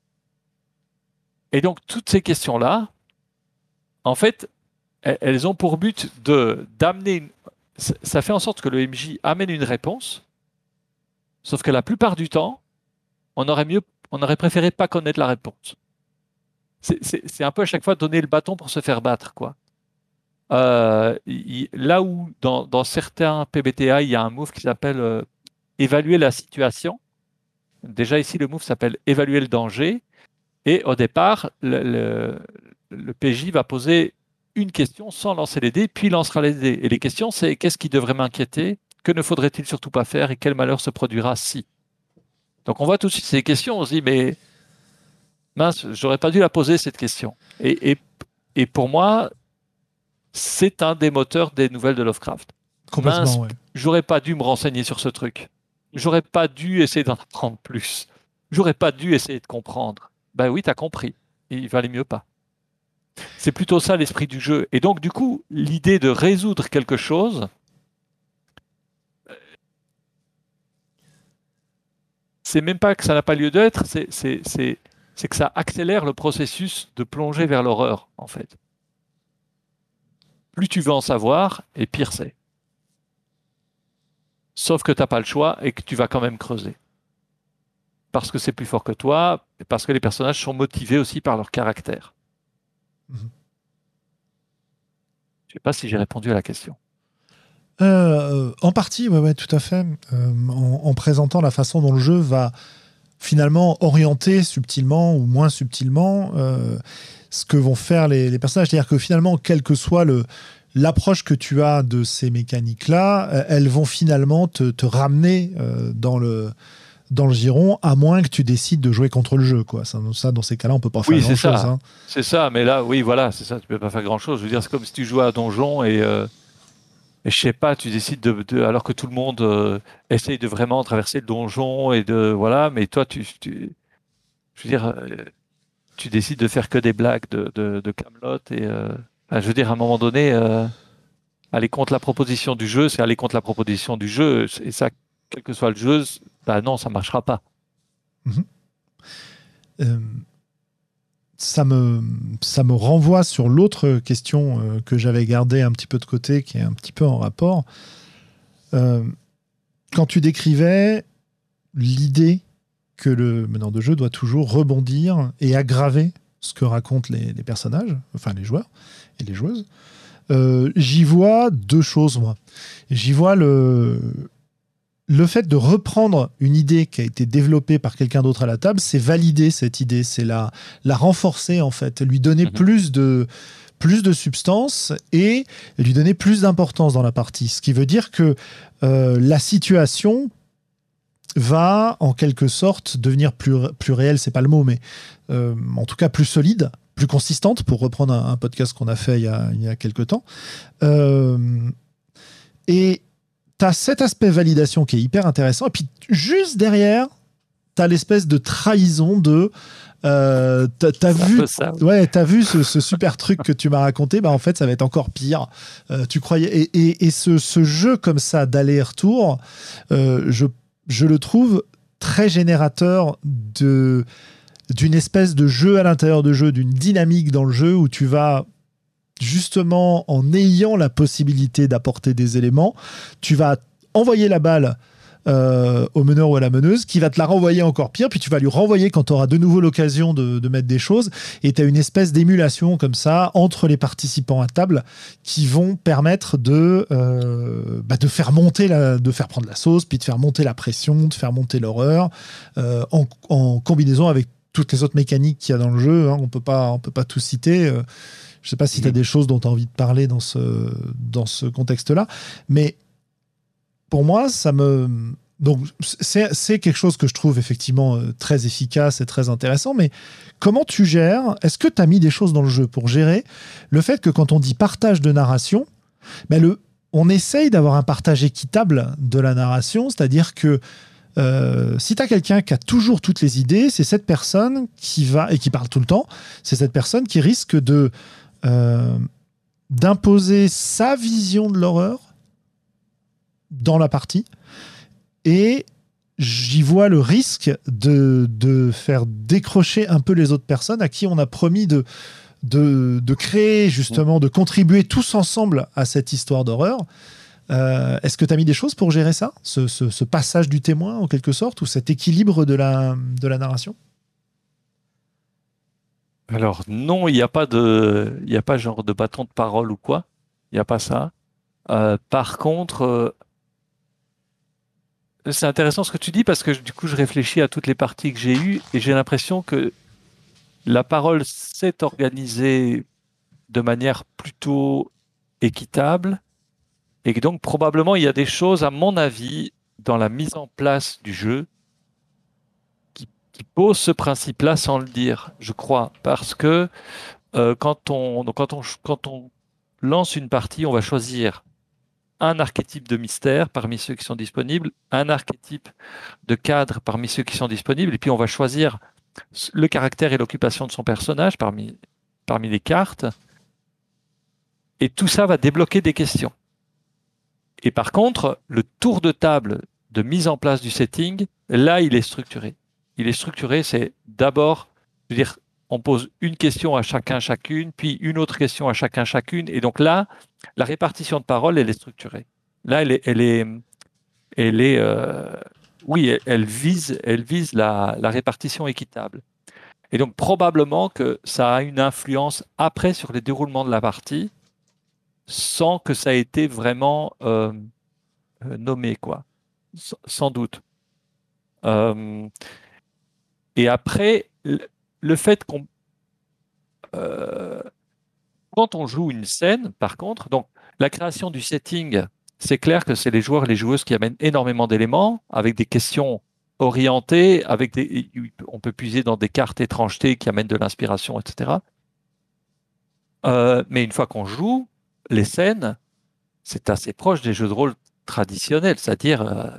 Et donc, toutes ces questions-là, en fait, elles ont pour but de, d'amener... Une... Ça fait en sorte que le M J amène une réponse, sauf que la plupart du temps, on aurait, mieux, on aurait préféré pas connaître la réponse. C'est, c'est, c'est un peu à chaque fois donner le bâton pour se faire battre, quoi. Euh, il, là où dans, dans certains P B T A, il y a un move qui s'appelle euh, évaluer la situation. Déjà ici, le move s'appelle évaluer le danger. Et au départ, le, le, le P J va poser une question sans lancer les dés, puis lancera les dés. Et les questions, c'est qu'est-ce qui devrait m'inquiéter? Que ne faudrait-il surtout pas faire? Et quel malheur se produira si? Donc on voit tout de suite ces questions, on se dit, mais mince, j'aurais pas dû la poser cette question. Et, et, et pour moi, c'est un des moteurs des nouvelles de Lovecraft. Complètement, Mince, ouais. J'aurais pas dû me renseigner sur ce truc. J'aurais pas dû essayer d'en apprendre plus. J'aurais pas dû essayer de comprendre. Ben oui, t'as compris. Il valait mieux pas. C'est plutôt ça l'esprit du jeu. Et donc, du coup, l'idée de résoudre quelque chose, c'est même pas que ça n'a pas lieu d'être, c'est, c'est, c'est, c'est que ça accélère le processus de plonger vers l'horreur, en fait. Plus tu veux en savoir, et pire c'est. Sauf que tu n'as pas le choix et que tu vas quand même creuser. Parce que c'est plus fort que toi, et parce que les personnages sont motivés aussi par leur caractère. Mmh. Je ne sais pas si j'ai répondu à la question. Euh, en partie, ouais, ouais, tout à fait. Euh, en, en présentant la façon dont le jeu va finalement orienter subtilement ou moins subtilement euh, ce que vont faire les, les personnages. C'est-à-dire que finalement, quel que soit le, l'approche que tu as de ces mécaniques-là, euh, elles vont finalement te, te ramener euh, dans le dans le giron, à moins que tu décides de jouer contre le jeu, quoi. Ça, ça dans ces cas-là, on peut pas faire Oui, grand-chose. c'est ça. Hein. C'est ça, mais là, oui, voilà, c'est ça, tu peux pas faire grand-chose. Je veux dire, c'est comme si tu jouais à Donjon et, euh, et je sais pas, tu décides de, de- alors que tout le monde euh, essaye de vraiment traverser le donjon et de, voilà, mais toi, tu, tu je veux dire, euh, tu décides de faire que des blagues de, de, de Camelot et, euh, enfin, je veux dire, à un moment donné, euh, aller contre la proposition du jeu, c'est aller contre la proposition du jeu, et ça, quel que soit le jeu, bah non, ça marchera pas. Mm-hmm. Euh, ça me, ça me renvoie sur l'autre question euh, que j'avais gardée un petit peu de côté, qui est un petit peu en rapport. Euh, quand tu décrivais l'idée que le meneur de jeu doit toujours rebondir et aggraver ce que racontent les, les personnages, enfin les joueurs et les joueuses, euh, j'y vois deux choses, moi. J'y vois le, le fait de reprendre une idée qui a été développée par quelqu'un d'autre à la table, c'est valider cette idée, c'est la, la renforcer en fait, lui donner mmh. plus de plus de substance et lui donner plus d'importance dans la partie. Ce qui veut dire que euh, la situation va en quelque sorte devenir plus, plus réelle, c'est pas le mot, mais euh, en tout cas plus solide, plus consistante, pour reprendre un, un podcast qu'on a fait il y a, il y a quelques temps. Euh, et tu as cet aspect validation qui est hyper intéressant. Et puis, juste derrière, tu as l'espèce de trahison de... Euh, t'as, t'as vu, ça, oui. ouais, t'as vu ce, ce super truc que tu m'as raconté, bah en fait ça va être encore pire. Euh, tu croyais et, et, et ce, ce jeu comme ça d'aller-retour, euh, je, je le trouve très générateur de d'une espèce de jeu à l'intérieur de jeu, d'une dynamique dans le jeu où tu vas justement en ayant la possibilité d'apporter des éléments, tu vas envoyer la balle Euh, au meneur ou à la meneuse, qui va te la renvoyer encore pire, puis tu vas lui renvoyer quand tu auras de nouveau l'occasion de, de mettre des choses, et tu as une espèce d'émulation comme ça entre les participants à table qui vont permettre de, euh, bah de faire monter, la, de faire prendre la sauce, puis de faire monter la pression, de faire monter l'horreur, euh, en, en combinaison avec toutes les autres mécaniques qu'il y a dans le jeu. Hein. On peut pas, on peut pas tout citer. Euh, je sais pas si tu as des choses dont tu as envie de parler dans ce, dans ce contexte-là, mais pour moi, ça me... Donc, c'est, c'est quelque chose que je trouve effectivement euh, très efficace et très intéressant, mais comment tu gères? Est-ce que tu as mis des choses dans le jeu pour gérer le fait que quand on dit partage de narration, ben le, on essaye d'avoir un partage équitable de la narration, c'est-à-dire que euh, si tu as quelqu'un qui a toujours toutes les idées, c'est cette personne qui va, et qui parle tout le temps, c'est cette personne qui risque de, euh, d'imposer sa vision de l'horreur dans la partie, et j'y vois le risque de, de faire décrocher un peu les autres personnes à qui on a promis de, de, de créer justement, de contribuer tous ensemble à cette histoire d'horreur. Euh, est-ce que tu as mis des choses pour gérer ça, ce, ce, ce passage du témoin en quelque sorte, ou cet équilibre de la, de la narration? Alors non, il n'y a pas de, il n'y a pas genre de bâton de parole ou quoi, il n'y a pas ça. Euh, par contre, euh, c'est intéressant ce que tu dis parce que du coup, je réfléchis à toutes les parties que j'ai eues et j'ai l'impression que la parole s'est organisée de manière plutôt équitable et que donc probablement il y a des choses, à mon avis, dans la mise en place du jeu qui, qui posent ce principe-là sans le dire, je crois, parce que euh, quand on, donc quand on, quand on lance une partie, on va choisir un archétype de mystère parmi ceux qui sont disponibles, un archétype de cadre parmi ceux qui sont disponibles, et puis on va choisir le caractère et l'occupation de son personnage parmi, parmi les cartes, et tout ça va débloquer des questions. Et par contre, le tour de table de mise en place du setting, là, il est structuré. Il est structuré, c'est d'abord, je veux dire, on pose une question à chacun, chacune, puis une autre question à chacun, chacune. Et donc là, la répartition de parole, elle est structurée. Là, elle est, elle est, elle est euh, oui, elle, elle vise, elle vise la, la répartition équitable. Et donc, probablement que ça a une influence après sur les déroulements de la partie, sans que ça ait été vraiment euh, euh, nommé, quoi. S- sans doute. Euh, et après, le, le fait qu'on... euh, quand on joue une scène, par contre, donc la création du setting, c'est clair que c'est les joueurs et les joueuses qui amènent énormément d'éléments, avec des questions orientées, avec des, on peut puiser dans des cartes étrangetés qui amènent de l'inspiration, et cetera. Euh, mais une fois qu'on joue, les scènes, c'est assez proche des jeux de rôle traditionnels, c'est-à-dire euh,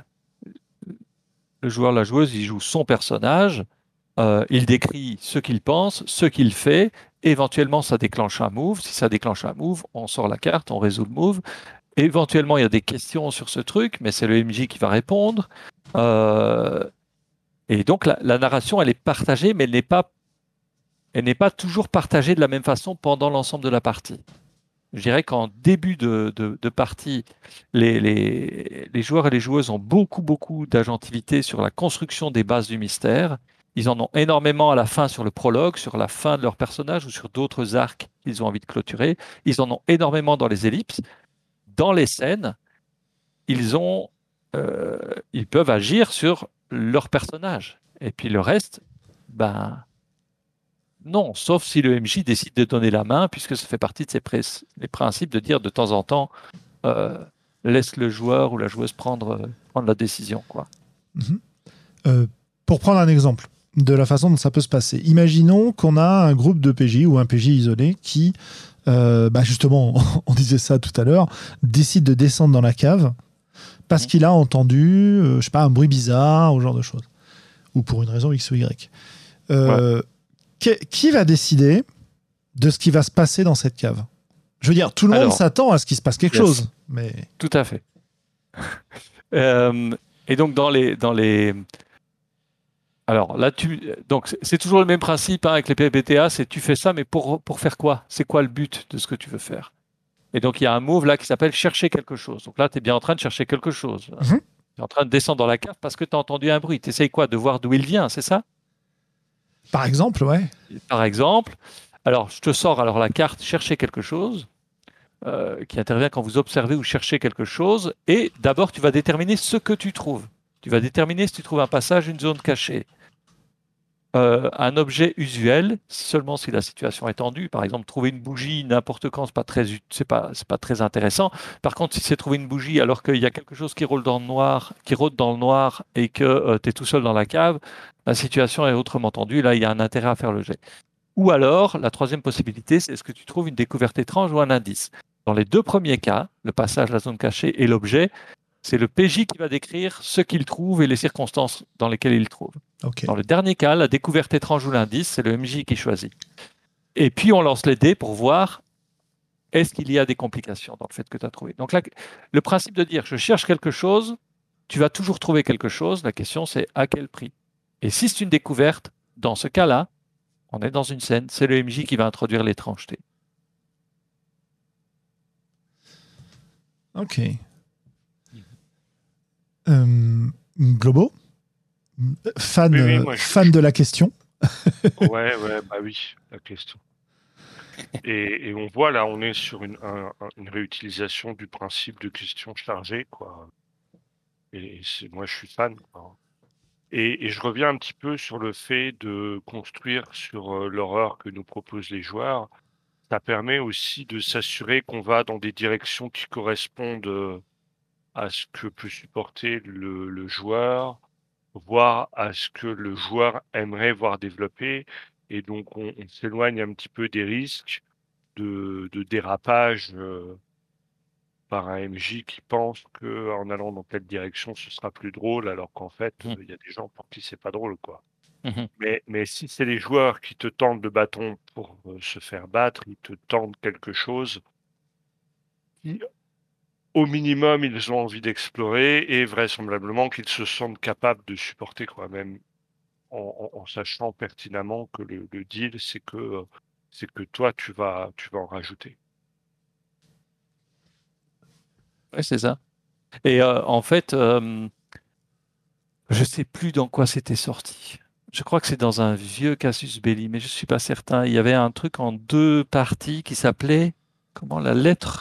le joueur, la joueuse, il joue son personnage, euh, il décrit ce qu'il pense, ce qu'il fait, éventuellement ça déclenche un move, si ça déclenche un move, on sort la carte, on résout le move, éventuellement il y a des questions sur ce truc, mais c'est le M J qui va répondre, euh, et donc la, la narration elle est partagée, mais elle n'est pas, elle n'est pas toujours partagée de la même façon pendant l'ensemble de la partie. Je dirais qu'en début de, de, de partie, les, les, les joueurs et les joueuses ont beaucoup, beaucoup d'agentivité sur la construction des bases du mystère. Ils en ont énormément à la fin sur le prologue, sur la fin de leur personnage ou sur d'autres arcs qu'ils ont envie de clôturer. Ils en ont énormément dans les ellipses. Dans les scènes, ils, ont, euh, ils peuvent agir sur leur personnage. Et puis le reste, ben, non, sauf si le M J décide de donner la main, puisque ça fait partie de ses pré- les principes de dire de temps en temps, euh, laisse le joueur ou la joueuse prendre, euh, prendre la décision, quoi. Mhm. Euh, pour prendre un exemple de la façon dont ça peut se passer, imaginons qu'on a un groupe de P J ou un P J isolé qui, euh, bah justement, on disait ça tout à l'heure, décide de descendre dans la cave parce Mhm. qu'il a entendu, euh, je sais pas, un bruit bizarre ou ce genre de choses, ou pour une raison X ou Y. Euh, qui, qui va décider de ce qui va se passer dans cette cave? Je veux dire, tout le monde Alors, s'attend à ce qu'il se passe quelque yes. chose, mais Tout à fait. Euh, et donc dans les dans les alors là tu donc c'est- c'est toujours le même principe hein, avec les P B T A, c'est tu fais ça mais pour pour faire quoi? C'est quoi le but de ce que tu veux faire? Et donc il y a un move là qui s'appelle chercher quelque chose. Donc là tu es bien en train de chercher quelque chose. Mhm. Tu es en train de descendre dans la cave parce que tu as entendu un bruit. Tu essayes quoi? De voir d'où il vient, c'est ça? par exemple, ouais. Par exemple, alors je te sors alors la carte chercher quelque chose. Euh, qui intervient quand vous observez ou cherchez quelque chose. Et d'abord, tu vas déterminer ce que tu trouves. Tu vas déterminer si tu trouves un passage, une zone cachée, euh, un objet usuel, seulement si la situation est tendue. Par exemple, trouver une bougie n'importe quand, c'est pas très, c'est pas, c'est pas très intéressant. Par contre, si c'est trouver une bougie alors qu'il y a quelque chose qui rôde dans le noir, qui rôde dans le noir et que euh, tu es tout seul dans la cave, la situation est autrement tendue. Là, il y a un intérêt à faire le jet. Ou alors, la troisième possibilité, c'est est-ce que tu trouves une découverte étrange ou un indice? Dans les deux premiers cas, le passage, la zone cachée et l'objet, c'est le P J qui va décrire ce qu'il trouve et les circonstances dans lesquelles il le trouve. Ok. Dans le dernier cas, la découverte étrange ou l'indice, c'est le M J qui choisit. Et puis, on lance les dés pour voir est-ce qu'il y a des complications dans le fait que tu as trouvé. Donc là, le principe de dire je cherche quelque chose, tu vas toujours trouver quelque chose. La question, c'est à quel prix? Et si c'est une découverte, dans ce cas-là, on est dans une scène, c'est le M J qui va introduire l'étrangeté. Ok. Euh, Globo, fan, Oui, oui, euh, moi, je- fan de la question. Ouais, ouais, bah oui, la question. Et, et on voit là, on est sur une, un- un- une réutilisation du principe de question chargée, quoi. Et c'est, moi, je suis fan, quoi. Et, et je reviens un petit peu sur le fait de construire sur euh, l'horreur que nous proposent les joueurs. Ça permet aussi de s'assurer qu'on va dans des directions qui correspondent euh, à ce que peut supporter le, le joueur, voire à ce que le joueur aimerait voir développer. Et donc, on, on s'éloigne un petit peu des risques de, de dérapage euh, par un M J qui pense que en allant dans telle direction, ce sera plus drôle, alors qu'en fait, euh, Mhm. il y a des gens pour qui c'est pas drôle, quoi. Mhm. Mais, mais si c'est les joueurs qui te tendent le bâton pour euh, se faire battre, ils te tendent quelque chose qui, au minimum, ils ont envie d'explorer et vraisemblablement qu'ils se sentent capables de supporter, quoi, même en, en- en sachant pertinemment que le, le deal, c'est que, euh, c'est que toi, tu vas, tu vas en rajouter. Ouais, c'est ça. Et euh, en fait, euh, je sais plus dans quoi c'était sorti. Je crois que c'est dans un vieux Casus Belli, mais je suis pas certain. Il y avait un truc en deux parties qui s'appelait comment la lettre.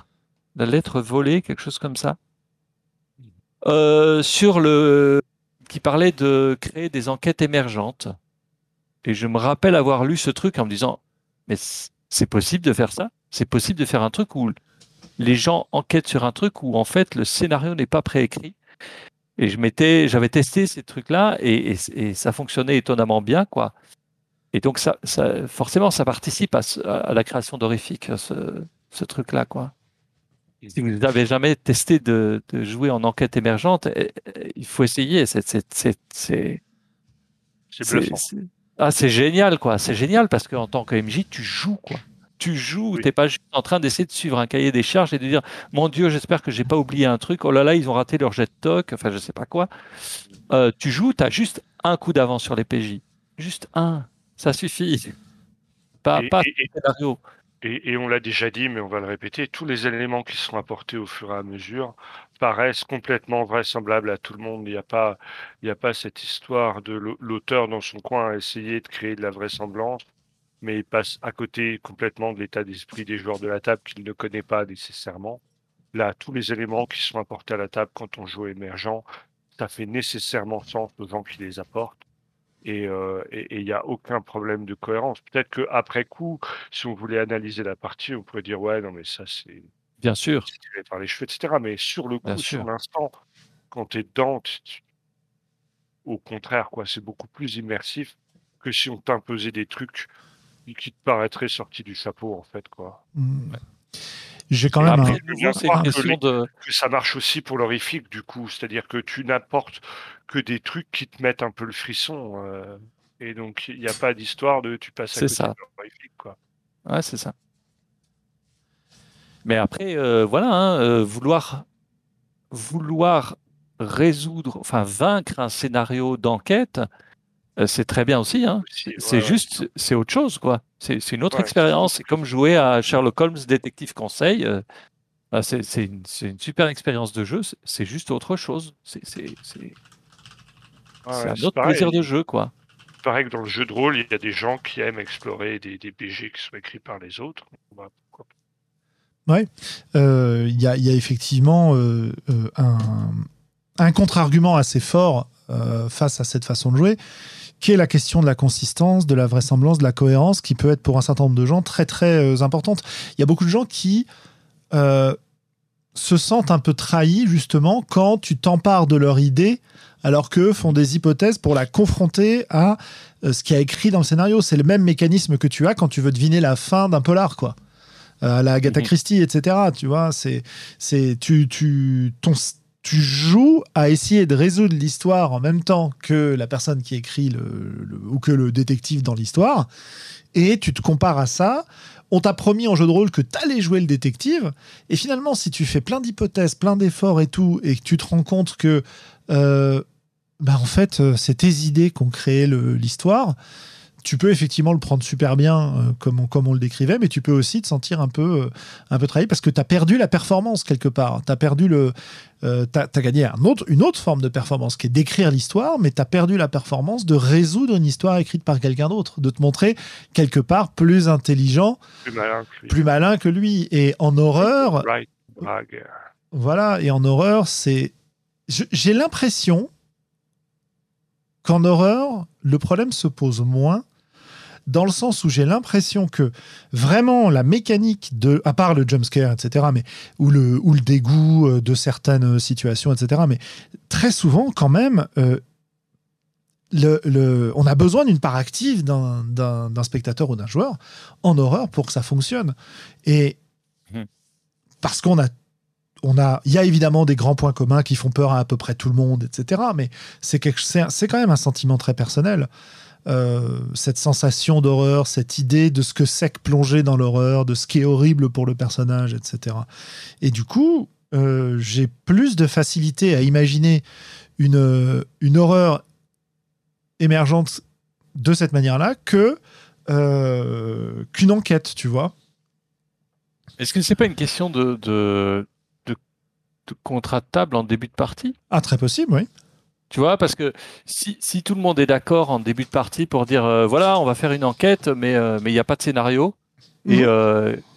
La lettre volée, quelque chose comme ça. Euh, sur le qui parlait de créer des enquêtes émergentes. Et je me rappelle avoir lu ce truc en me disant, mais c'est possible de faire ça? C'est possible de faire un truc où les gens enquêtent sur un truc où en fait le scénario n'est pas préécrit. Et je m'étais, j'avais testé ces trucs-là et, et, et ça fonctionnait étonnamment bien, quoi. Et donc ça, ça forcément, ça participe à, ce, à la création d'Horrifique, ce, ce truc-là, quoi. Si vous n'avez jamais testé de, de jouer en enquête émergente, il faut essayer. C'est, c'est, c'est, c'est, C'est bluffant. c'est, ah, c'est génial, quoi. C'est génial parce qu'en tant que M J, tu joues, quoi. Tu joues, Oui. t'es pas juste en train d'essayer de suivre un cahier des charges et de dire, mon Dieu, j'espère que j'ai pas oublié un truc. Oh là là, ils ont raté leur jet de toc. Enfin, je sais pas quoi. Euh, tu joues, tu as juste un coup d'avance sur les P J. Juste un. Ça suffit. Pas, Et, pas et- et- scénario. et- et on l'a déjà dit, mais on va le répéter, tous les éléments qui sont apportés au fur et à mesure paraissent complètement vraisemblables à tout le monde. Il n'y a pas, il n'y a pas cette histoire de l'au- l'auteur dans son coin à essayer de créer de la vraisemblance, mais il passe à côté complètement de l'état d'esprit des joueurs de la table qu'il ne connaît pas nécessairement. Là, tous les éléments qui sont apportés à la table quand on joue émergent, ça fait nécessairement sens aux gens qui les apportent. Et euh, et- et il n'y a aucun problème de cohérence. Peut-être qu'après coup, si on voulait analyser la partie, on pourrait dire, ouais, non, mais ça, c'est Bien sûr, c'est tiré par les cheveux, et cetera. Mais sur le bien coup, sur sûr. l'instant, quand tu es dedans, tu- tu- au contraire, quoi, c'est beaucoup plus immersif que si on t'imposait des trucs qui te paraîtraient sortis du chapeau, en fait, quoi. Hmm. J'ai quand Et même Après, un. je de veux nouveau, bien c'est une croire que, un- question les- de. que ça marche aussi pour l'horrifique, du coup. C'est-à-dire que tu n'apportes que des trucs qui te mettent un peu le frisson. euh, et donc, il n'y a pas d'histoire de tu passes à C'est côté de ça. l'horrifique, quoi. Ouais, c'est ça. Mais après, euh, voilà, hein, euh, vouloir, vouloir résoudre, enfin vaincre un scénario d'enquête, euh, c'est très bien aussi. Hein. Aussi, C'est ouais, ouais. juste, c'est autre chose, quoi. C'est c'est une autre Ouais, expérience. C'est comme jouer à Sherlock Holmes, détective conseil. euh, bah, c'est c'est une, c'est une super expérience de jeu. C'est c'est juste autre chose. C'est c'est- c'est- ouais, c'est ouais, un c'est autre plaisir pareil. de jeu, quoi. Pareil que dans le jeu de rôle, il y a des gens qui aiment explorer des, des B G qui sont écrits par les autres. Bah, pourquoi pas. Ouais. Euh, Il y, a, il y a effectivement euh, euh, un, un contre-argument assez fort euh, face à cette façon de jouer, qui est la question de la consistance, de la vraisemblance, de la cohérence, qui peut être pour un certain nombre de gens très très euh, importante. Il y a beaucoup de gens qui euh, se sentent un peu trahis justement quand tu t'empares de leur idée alors qu'eux font des hypothèses pour la confronter à euh, ce qui a écrit dans le scénario. C'est le même mécanisme que tu as quand tu veux deviner la fin d'un polar, quoi. Euh, à la Agatha Mhm. Christie, et cetera. Tu vois, c'est, c'est, tu, tu, ton, tu joues à essayer de résoudre l'histoire en même temps que la personne qui écrit le, le- ou que le détective dans l'histoire, et tu te compares à ça. On t'a promis en jeu de rôle que tu allais jouer le détective, et finalement, si tu fais plein d'hypothèses, plein d'efforts et tout, et que tu te rends compte que, euh, bah en fait, euh, c'est tes idées qui ont créé le- l'histoire, tu peux effectivement le prendre super bien euh, comme, on, comme on le décrivait, mais tu peux aussi te sentir un peu, euh, un peu trahi parce que tu as perdu la performance quelque part. Tu as perdu le. Euh, tu as gagné un autre, une autre forme de performance qui est d'écrire l'histoire, mais tu as perdu la performance de résoudre une histoire écrite par quelqu'un d'autre, de te montrer quelque part plus intelligent, Plus malin que lui. plus malin que lui. Et en horreur, Right, brag. voilà, et en horreur, c'est. je- J'ai l'impression qu'en horreur, le problème se pose moins dans le sens où j'ai l'impression que vraiment la mécanique de, à part le jumpscare, et cetera, mais, ou, le, ou le dégoût euh, de certaines situations, et cetera, mais très souvent quand même, euh, le, le, on a besoin d'une part active d'un, d'un, d'un spectateur ou d'un joueur en horreur pour que ça fonctionne. Et Mhm. parce qu'on a on a, il y a évidemment des grands points communs qui font peur à à peu près tout le monde, et cetera. Mais c'est, quelque, c'est, c'est quand même un sentiment très personnel. Euh, cette sensation d'horreur, cette idée de ce que c'est que plonger dans l'horreur, de ce qui est horrible pour le personnage, et cetera. Et du coup, euh, j'ai plus de facilité à imaginer une, une horreur émergente de cette manière-là que euh, qu'une enquête, tu vois. Est-ce que c'est pas une question de, de, de, de contrat de table en début de partie? Ah, très possible, oui. Tu vois, parce que si, si tout le monde est d'accord en début de partie pour dire euh, voilà, on va faire une enquête, mais euh, mais il n'y a pas de scénario, et, Mhm. euh,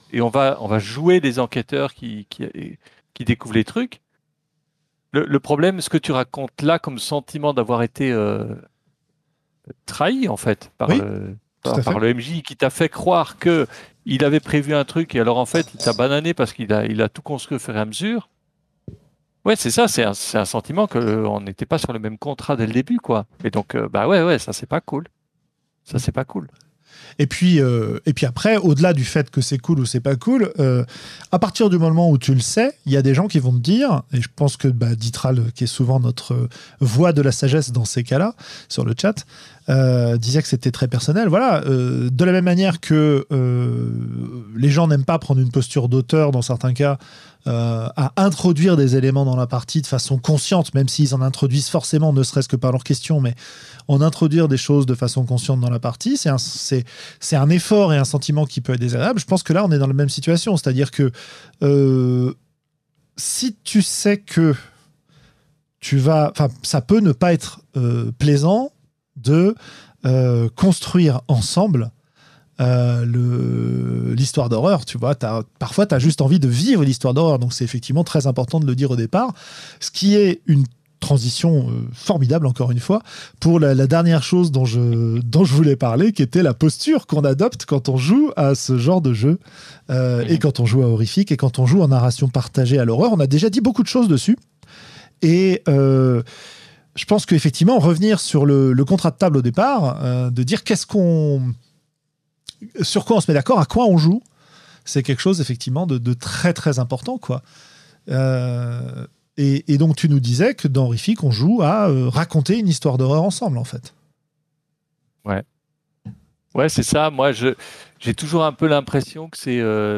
et on va, on va jouer les enquêteurs qui, qui, qui découvrent les trucs. Le, le problème, ce que tu racontes là comme sentiment d'avoir été euh, trahi en fait par Oui, le, tout par, à fait. par le M J qui t'a fait croire que il avait prévu un truc et alors en fait il t'a banané parce qu'il a, il a tout construit au fur et à mesure. Ouais, c'est ça, c'est un, c'est un sentiment que euh, on n'était pas sur le même contrat dès le début, quoi. Et donc, euh, bah ouais, ouais, ça c'est pas cool. Ça c'est pas cool. Et puis, euh, et puis après, au-delà du fait que c'est cool ou c'est pas cool, euh, à partir du moment où tu le sais, il y a des gens qui vont te dire, et je pense que bah, Ditral, qui est souvent notre euh, voix de la sagesse dans ces cas-là, sur le chat, euh, disait que c'était très personnel. Voilà, euh, de la même manière que euh, les gens n'aiment pas prendre une posture d'auteur dans certains cas, euh, à introduire des éléments dans la partie de façon consciente, même s'ils en introduisent forcément, ne serait-ce que par leurs questions, mais en introduire des choses de façon consciente dans la partie, c'est un, c'est, c'est un effort et un sentiment qui peut être désagréable. Je pense que là, on est dans la même situation, c'est-à-dire que euh, si tu sais que tu vas, enfin, ça peut ne pas être euh, plaisant de euh, construire ensemble euh, le, l'histoire d'horreur, tu vois. T'as, parfois, tu as juste envie de vivre l'histoire d'horreur. Donc, c'est effectivement très important de le dire au départ. Ce qui est une transition euh, formidable, encore une fois, pour la, la dernière chose dont je, dont je voulais parler, qui était la posture qu'on adopte quand on joue à ce genre de jeu, euh, Mhm. et quand on joue à Horrifique, et quand on joue en narration partagée à l'horreur. On a déjà dit beaucoup de choses dessus. Et... Euh, je pense qu'effectivement, revenir sur le, le contrat de table au départ, euh, de dire qu'est-ce qu'on, sur quoi on se met d'accord, à quoi on joue, c'est quelque chose effectivement de, de très très important, quoi. Euh, et, et donc tu nous disais que dans Horrifique, on joue à euh, raconter une histoire d'horreur ensemble, en fait. Ouais, ouais, c'est ça. Moi, je, j'ai toujours un peu l'impression que c'est. euh,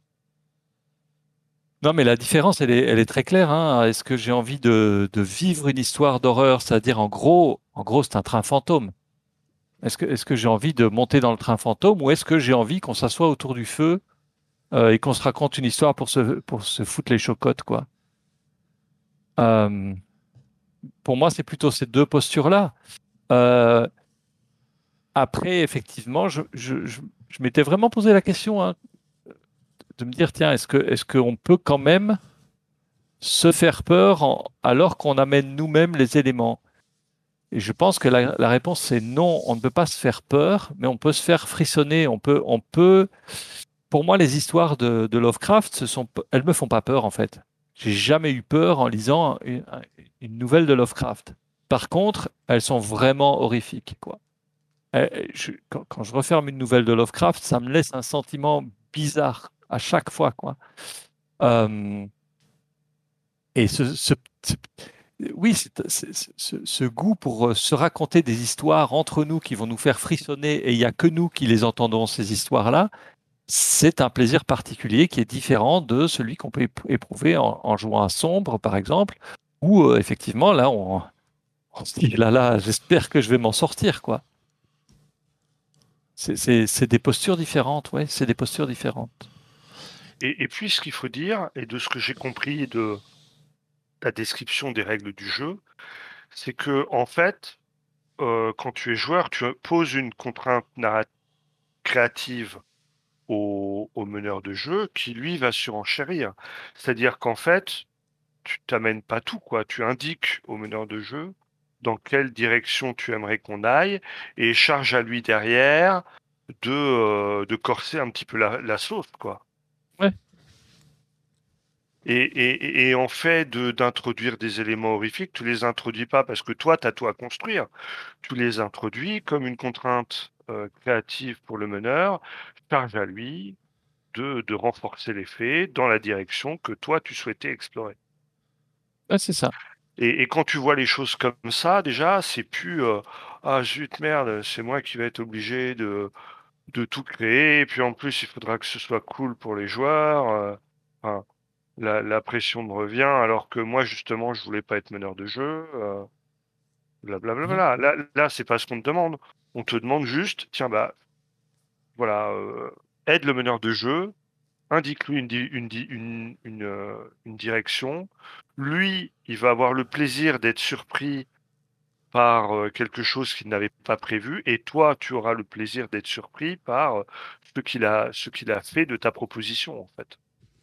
Non, mais la différence, elle est, elle est très claire, hein. Est-ce que j'ai envie de, de vivre une histoire d'horreur, c'est-à-dire en gros, en gros, c'est un train fantôme. Est-ce que, est-ce que j'ai envie de monter dans le train fantôme ou est-ce que j'ai envie qu'on s'assoie autour du feu euh, et qu'on se raconte une histoire pour se, pour se foutre les chocottes, quoi. Euh, pour moi, c'est plutôt ces deux postures-là. Euh, après, effectivement, je, je, je, je m'étais vraiment posé la question, hein, de me dire, tiens, est-ce que, est-ce qu'on peut quand même se faire peur en- alors qu'on amène nous-mêmes les éléments? Et je pense que la, la réponse c'est non, on ne peut pas se faire peur, mais on peut se faire frissonner. On peut, on peut. Pour moi, les histoires de, de Lovecraft, ce sont, elles me font pas peur en fait. J'ai jamais eu peur en lisant une, une nouvelle de Lovecraft. Par contre, elles sont vraiment horrifiques, quoi. Euh, je- quand, quand je referme une nouvelle de Lovecraft, ça me laisse un sentiment bizarre à chaque fois, quoi. Euh, et ce, ce- ce- oui, c'est- c'est- c'est- ce, ce goût pour euh, se raconter des histoires entre nous qui vont nous faire frissonner, et il n'y a que nous qui les entendons, ces histoires-là, c'est un plaisir particulier qui est différent de celui qu'on peut ép- éprouver en, en jouant à Sombre, par exemple, où euh, effectivement, là, on, on se dit, là, là, j'espère que je vais m'en sortir, quoi. C'est c'est- c'est des postures différentes, ouais, c'est des postures différentes. Et, et puis, ce qu'il faut dire, et de ce que j'ai compris de la description des règles du jeu, c'est que, en fait, euh, quand tu es joueur, tu poses une contrainte narrative créative au, au meneur de jeu qui, lui, va surenchérir. C'est-à-dire qu'en fait, tu t'amènes pas tout, quoi. Tu indiques au meneur de jeu dans quelle direction tu aimerais qu'on aille et charge à lui derrière de, euh, de corser un petit peu la, la sauce, quoi. Ouais, Et, et, et en fait de d'introduire des éléments horrifiques, tu les introduis pas parce que toi, tu as tout à construire. Tu les introduis comme une contrainte euh, créative pour le meneur, charge à lui de, de renforcer l'effet dans la direction que toi, tu souhaitais explorer. ouais, c'est ça. Et, et quand tu vois les choses comme ça, déjà, c'est plus euh, ah zut merde, c'est moi qui vais être obligé de, de tout créer. Et puis en plus, il faudra que ce soit cool pour les joueurs. euh, enfin, la, la pression me revient, alors que moi, justement, je voulais pas être meneur de jeu. Euh, Mhm. blablabla. Là, là, c'est pas ce qu'on te demande. On te demande juste, tiens, bah, voilà, euh, aide le meneur de jeu, indique-lui une, di- une, di- une, une, euh, une direction. Lui, il va avoir le plaisir d'être surpris par euh, quelque chose qu'il n'avait pas prévu, et toi, tu auras le plaisir d'être surpris par euh, ce qu'il a, ce qu'il a fait de ta proposition, en fait.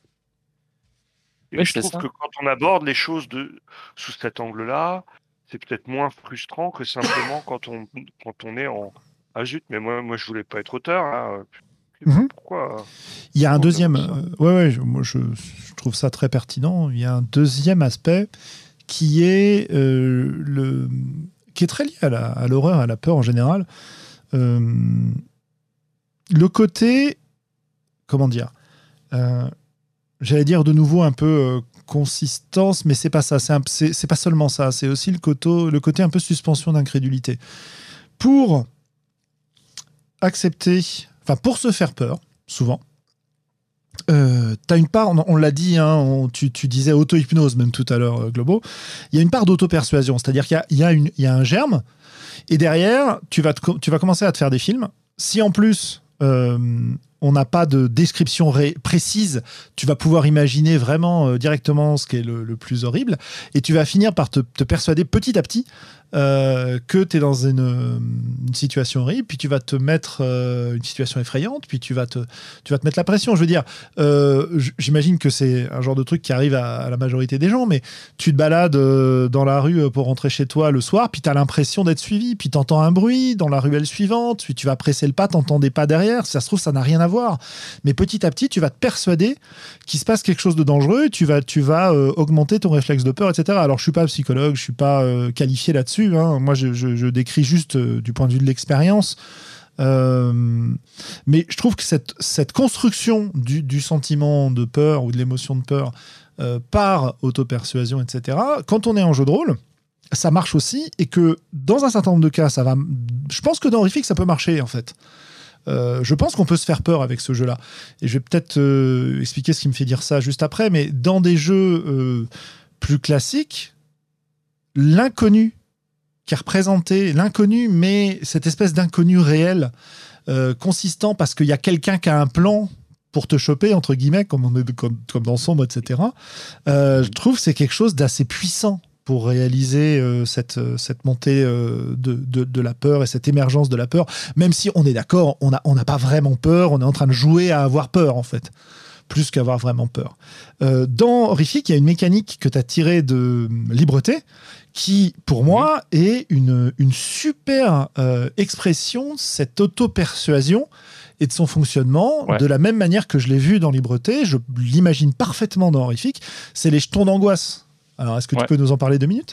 Et Oui, je c'est trouve ça. que quand on aborde les choses de, sous cet angle-là, c'est peut-être moins frustrant que simplement quand on, quand on est en ah zut, mais moi, moi je voulais pas être auteur. Hein. Enfin, Mhm. pourquoi, Il y a un pourquoi on deuxième. demande ça? Euh, ouais, ouais, je, moi je, je trouve ça très pertinent. Il y a un deuxième aspect qui est euh, le, qui est très lié à, la, à l'horreur, à la peur en général. Euh, le côté, comment dire, euh, j'allais dire de nouveau un peu euh, consistance, mais c'est pas ça. C'est, un, c'est, c'est pas seulement ça. C'est aussi le côté, le côté un peu suspension d'incrédulité. Pour accepter, enfin pour se faire peur, souvent. Euh, t'as une part, on, on l'a dit, hein, on- tu, tu disais auto-hypnose même tout à l'heure, euh, Globo. Il y a une part d'auto-persuasion, c'est-à-dire qu'il y a, il y a une- il y a un germe, et derrière, tu vas, te co- tu vas commencer à te faire des films. Si en plus, euh, on n'a pas de description ré- précise, tu vas pouvoir imaginer vraiment euh, directement ce qui est le, le plus horrible, et tu vas finir par te, te persuader petit à petit euh, que tu es dans une, une situation horrible, puis tu vas te mettre euh, une situation effrayante, puis tu vas te, tu vas te mettre la pression. Je veux dire, euh, j- j'imagine que c'est un genre de truc qui arrive à, à la majorité des gens, mais tu te balades euh, dans la rue pour rentrer chez toi le soir, puis tu as l'impression d'être suivi, puis tu entends un bruit dans la ruelle suivante, puis tu vas presser le pas, tu entends des pas derrière. Si ça se trouve, ça n'a rien à voir. Mais petit à petit, tu vas te persuader qu'il se passe quelque chose de dangereux et tu vas, tu vas euh, augmenter ton réflexe de peur, et cetera. Alors, je suis pas psychologue, je suis pas euh, qualifié là-dessus. Hein. Moi, je, je, je décris juste euh, du point de vue de l'expérience. Euh, mais je trouve que cette, cette construction du, du sentiment de peur ou de l'émotion de peur euh, par autopersuasion, et cetera, quand on est en jeu de rôle, ça marche aussi, et que dans un certain nombre de cas, ça va. Je pense que dans Horrific, ça peut marcher en fait. Euh, je pense qu'on peut se faire peur avec ce jeu-là. Et je vais peut-être euh, expliquer ce qui me fait dire ça juste après, mais dans des jeux euh, plus classiques, l'inconnu qui est représenté, l'inconnu, mais cette espèce d'inconnu réel, euh, consistant parce qu'il y a quelqu'un qui a un plan pour te choper, entre guillemets, comme, on est, comme, comme dans Sombre, et cetera, euh, je trouve que c'est quelque chose d'assez puissant pour réaliser euh, cette, cette montée euh, de, de, de la peur et cette émergence de la peur, même si on est d'accord, on n'a on n'a pas vraiment peur, on est en train de jouer à avoir peur, en fait, plus qu'avoir vraiment peur. Euh, dans Horrific, il y a une mécanique que tu as tirée de Libreté, qui, pour moi, est une, une super euh, expression, cette auto-persuasion et de son fonctionnement, Ouais. de la même manière que je l'ai vu dans Libreté, je l'imagine parfaitement dans Horrific, c'est les jetons d'angoisse. Alors, est-ce que tu Ouais. peux nous en parler deux minutes ?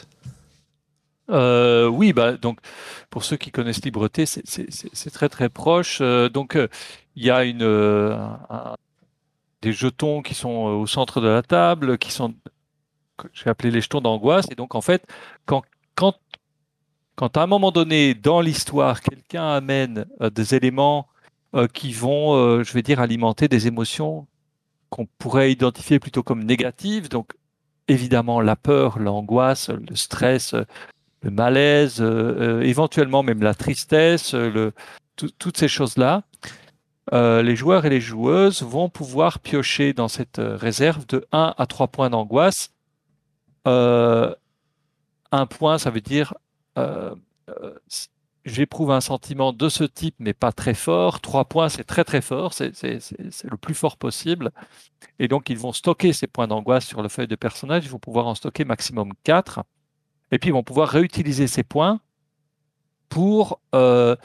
Euh, oui, bah, donc, pour ceux qui connaissent Libreté, c'est, c'est, c'est, c'est très très proche. Euh, donc, euh, il y a une, euh, un- des jetons qui sont euh, au centre de la table, qui sont, que j'ai appelé les jetons d'angoisse. Et donc, en fait, quand, quand, quand à un moment donné, dans l'histoire, quelqu'un amène euh, des éléments euh, qui vont, euh, je vais dire, alimenter des émotions qu'on pourrait identifier plutôt comme négatives, donc évidemment la peur, l'angoisse, le stress, le malaise, euh, euh, éventuellement même la tristesse, euh, le, tout- toutes ces choses-là, euh, les joueurs et les joueuses vont pouvoir piocher dans cette euh, réserve de un à trois points d'angoisse. Euh, un point, ça veut dire euh, euh, j'éprouve un sentiment de ce type, mais pas très fort. Trois points, c'est très très fort, c'est c'est- c'est- c'est le plus fort possible. Et donc, ils vont stocker ces points d'angoisse sur le feuille de personnage. Ils vont pouvoir en stocker maximum quatre. Et puis, ils vont pouvoir réutiliser ces points pour euh,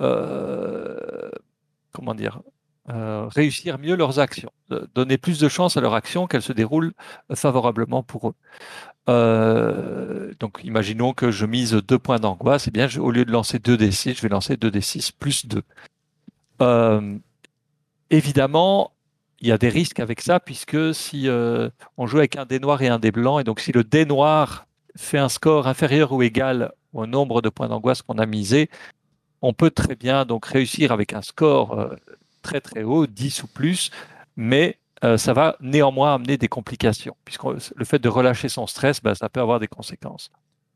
euh, comment dire, euh, réussir mieux leurs actions, euh, donner plus de chances à leur action qu'elles se déroulent favorablement pour eux. Euh, donc, imaginons que je mise deux points d'angoisse. Eh bien, je- au lieu de lancer deux d six, je vais lancer deux d six plus deux. Euh, évidemment, il y a des risques avec ça, puisque si euh, on joue avec un dé noir et un dé blanc, et donc si le dé noir fait un score inférieur ou égal au nombre de points d'angoisse qu'on a misé, on peut très bien donc réussir avec un score euh, très très haut, dix ou plus, mais euh, ça va néanmoins amener des complications, puisque le fait de relâcher son stress, ben, ça peut avoir des conséquences.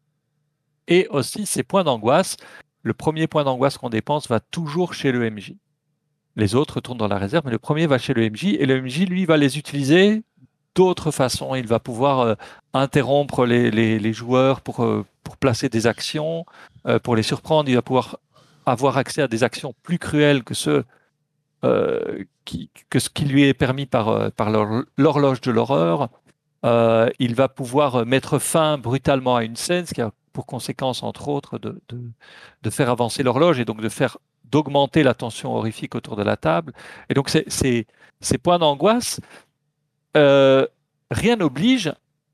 Et aussi, ces points d'angoisse, le premier point d'angoisse qu'on dépense va toujours chez le M J. Les autres tournent dans la réserve, mais le premier va chez le M J, et le M J, lui, va les utiliser d'autres façons. Il va pouvoir euh, interrompre les, les, les joueurs pour, euh, pour placer des actions, euh, pour les surprendre. Il va pouvoir avoir accès à des actions plus cruelles que ceux euh, qui, que ce qui lui est permis par, euh, par l'hor- l'horloge de l'horreur. Euh, il va pouvoir mettre fin brutalement à une scène, ce qui a pour conséquence, entre autres, de, de, de faire avancer l'horloge et donc de faire d'augmenter la tension horrifique autour de la table. Et donc, c'est, c'est, ces points d'angoisse, euh, rien n'oblige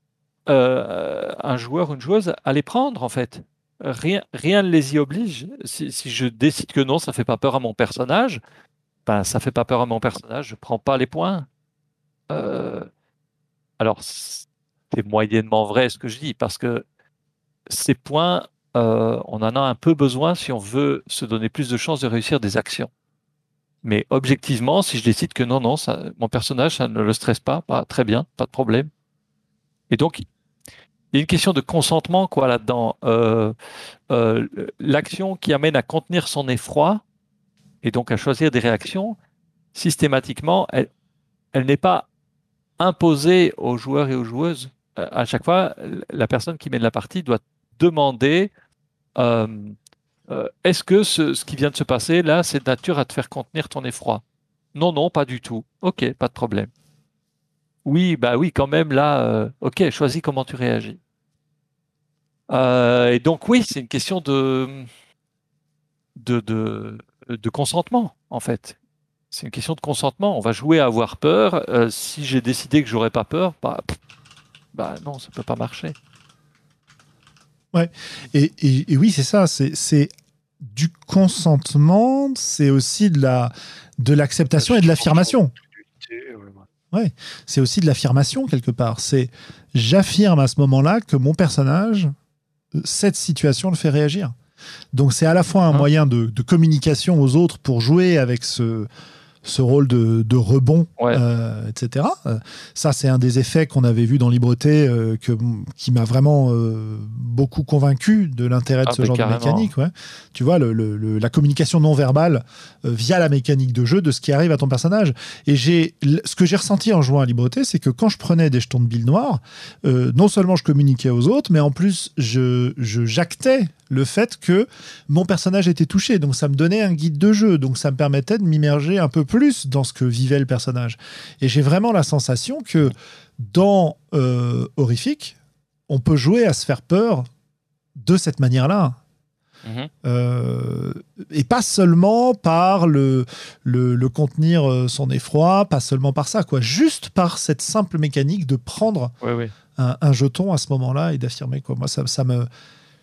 euh, un joueur ou une joueuse à les prendre, en fait. Rien, rien ne les y oblige. Si, si je décide que non, ça fait pas peur à mon personnage, ben, ça fait pas peur à mon personnage, je prends pas les points. Euh, alors, c'est moyennement vrai ce que je dis, parce que ces points, euh, on en a un peu besoin si on veut se donner plus de chances de réussir des actions. Mais objectivement, si je décide que non, non, ça, mon personnage, ça ne le stresse pas, bah, très bien, pas de problème. Et donc, il y a une question de consentement quoi là-dedans. Euh, euh, l'action qui amène à contenir son effroi et donc à choisir des réactions, systématiquement, elle, elle n'est pas imposée aux joueurs et aux joueuses. Euh, à chaque fois, la personne qui mène la partie doit demander euh, euh, est-ce que ce, ce qui vient de se passer là, c'est de nature à te faire contenir ton effroi? Non, non, pas du tout. Ok, pas de problème. Oui, bah oui, quand même, là, euh, ok, choisis comment tu réagis. Euh, et donc, oui, c'est une question de, de, de, de consentement, en fait. C'est une question de consentement. On va jouer à avoir peur. Euh, si j'ai décidé que j'aurais pas peur, bah, pff, bah non, ça peut pas marcher. Ouais. Et, et- et oui, c'est ça. C'est c'est du consentement, c'est aussi de la de l'acceptation et de l'affirmation. Fluidité, ouais, ouais. Ouais, c'est aussi de l'affirmation quelque part. C'est j'affirme à ce moment-là que mon personnage, euh, cette situation le fait réagir. Donc c'est à la fois un Hein? moyen de, de communication aux autres pour jouer avec ce, ce rôle de, de rebond, Ouais. euh, et cetera. Euh, ça, c'est un des effets qu'on avait vu dans Libreté euh, que, qui m'a vraiment euh, beaucoup convaincu de l'intérêt de Ah, ce ben, genre de carrément. mécanique. Ouais. Tu vois, le, le- le- la communication non verbale euh, via la mécanique de jeu de ce qui arrive à ton personnage. Et j'ai, l- ce que j'ai ressenti en jouant à Libreté, c'est que quand je prenais des jetons de billes noires, euh, non seulement je communiquais aux autres, mais en plus, je, je jactais le fait que mon personnage était touché. Donc ça me donnait un guide de jeu. Donc ça me permettait de m'immerger un peu plus dans ce que vivait le personnage. Et j'ai vraiment la sensation que dans euh, Horrifique, on peut jouer à se faire peur de cette manière-là. Mhm. Euh, et pas seulement par le, le, le contenir euh, son effroi, pas seulement par ça, quoi. Juste par cette simple mécanique de prendre Oui, oui. un, un jeton à ce moment-là et d'affirmer, quoi. Moi, ça, ça me...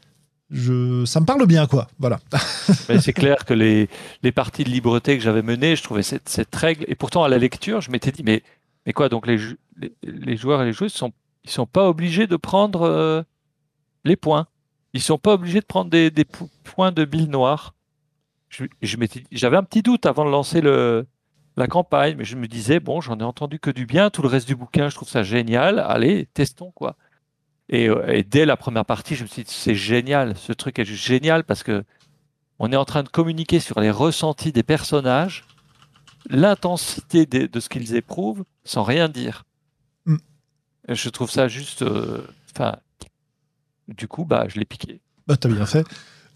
Je, ça me parle bien, quoi. Voilà. Mais c'est clair que les, les parties de libreté que j'avais menées, je trouvais cette, cette règle. Et pourtant, à la lecture, je m'étais dit, mais, mais quoi, donc les, jou- les, les joueurs et les joueuses sont, ils sont pas obligés de prendre euh, les points. Ils sont pas obligés de prendre des, des po- points de billes noires. Je, je m'étais, j'avais un petit doute avant de lancer le, la campagne, mais je me disais, bon, j'en ai entendu que du bien. Tout le reste du bouquin, je trouve ça génial. Allez, testons, quoi. Et, euh, et dès la première partie, je me suis dit, c'est génial. Ce truc est juste génial parce que on est en train de communiquer sur les ressentis des personnages, l'intensité de, de ce qu'ils éprouvent, sans rien dire. Mm. Et je trouve ça juste. euh, Enfin, du coup, bah, je l'ai piqué. Bah, t'as bien fait.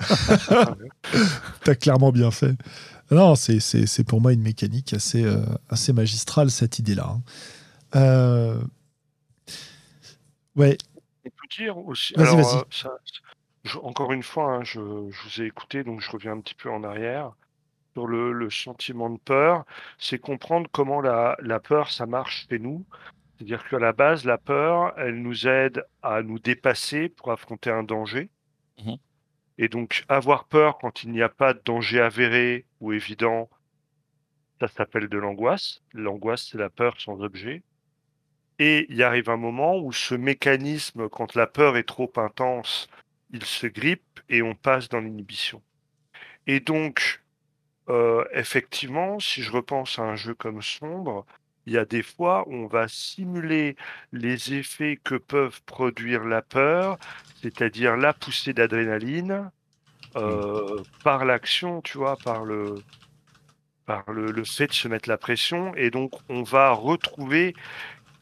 T'as clairement bien fait. Non, c'est, c'est, c'est pour moi une mécanique assez, euh, assez magistrale, cette idée-là. hein. Euh, Ouais, On peut dire aussi. vas-y, Alors, vas-y. euh, ça, je- encore une fois, hein, je, je vous ai écouté, donc je reviens un petit peu en arrière. Sur le, le sentiment de peur, c'est comprendre comment la, la peur, ça marche chez nous. C'est-à-dire qu'à la base, la peur, elle nous aide à nous dépasser pour affronter un danger. Mhm. Et donc, avoir peur quand il n'y a pas de danger avéré ou évident, ça s'appelle de l'angoisse. L'angoisse, c'est la peur sans objet. Et il arrive un moment où ce mécanisme, quand la peur est trop intense, il se grippe et on passe dans l'inhibition. Et donc, euh, effectivement, si je repense à un jeu comme Sombre, il y a des fois où on va simuler les effets que peuvent produire la peur, c'est-à-dire la poussée d'adrénaline, euh, par l'action, tu vois, par le, par le, le fait de se mettre la pression. Et donc, on va retrouver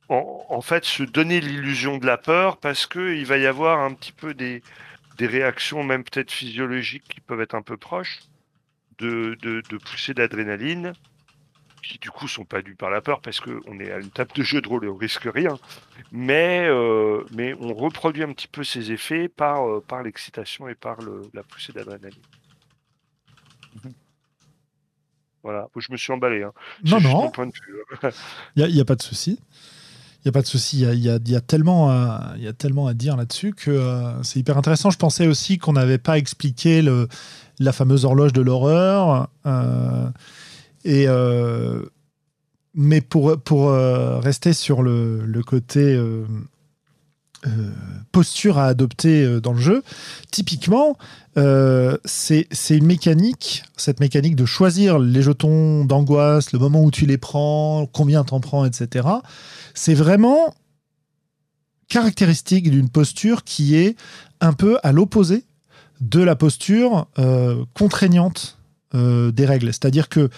en, en fait, se donner l'illusion de la peur parce qu'il va y avoir un petit peu des, des réactions, même peut-être physiologiques, qui peuvent être un peu proches, de, de, de poussées d'adrénaline, qui du coup sont pas dues par la peur parce qu'on est à une table de jeu de rôle et on risque rien. Mais, euh, mais on reproduit un petit peu ces effets par, euh, par l'excitation et par le, la poussée d'adrénaline. Mhm. Voilà, je me suis emballé. Hein. Non, C'est juste non, mon point de vue. il n'y a, a pas de souci. Il n'y a pas de souci. Il y a, y a, y a, tellement à, y a tellement à dire là-dessus que euh, c'est hyper intéressant. Je pensais aussi qu'on n'avait pas expliqué le, la fameuse horloge de l'horreur. Euh, et, euh, mais pour, pour euh, rester sur le, le côté euh, euh, posture à adopter euh, dans le jeu, typiquement, euh, c'est c'est une mécanique, cette mécanique de choisir les jetons d'angoisse, le moment où tu les prends, combien t'en prends, et cetera. C'est vraiment caractéristique d'une posture qui est un peu à l'opposé de la posture euh, contraignante euh, des règles. C'est-à-dire que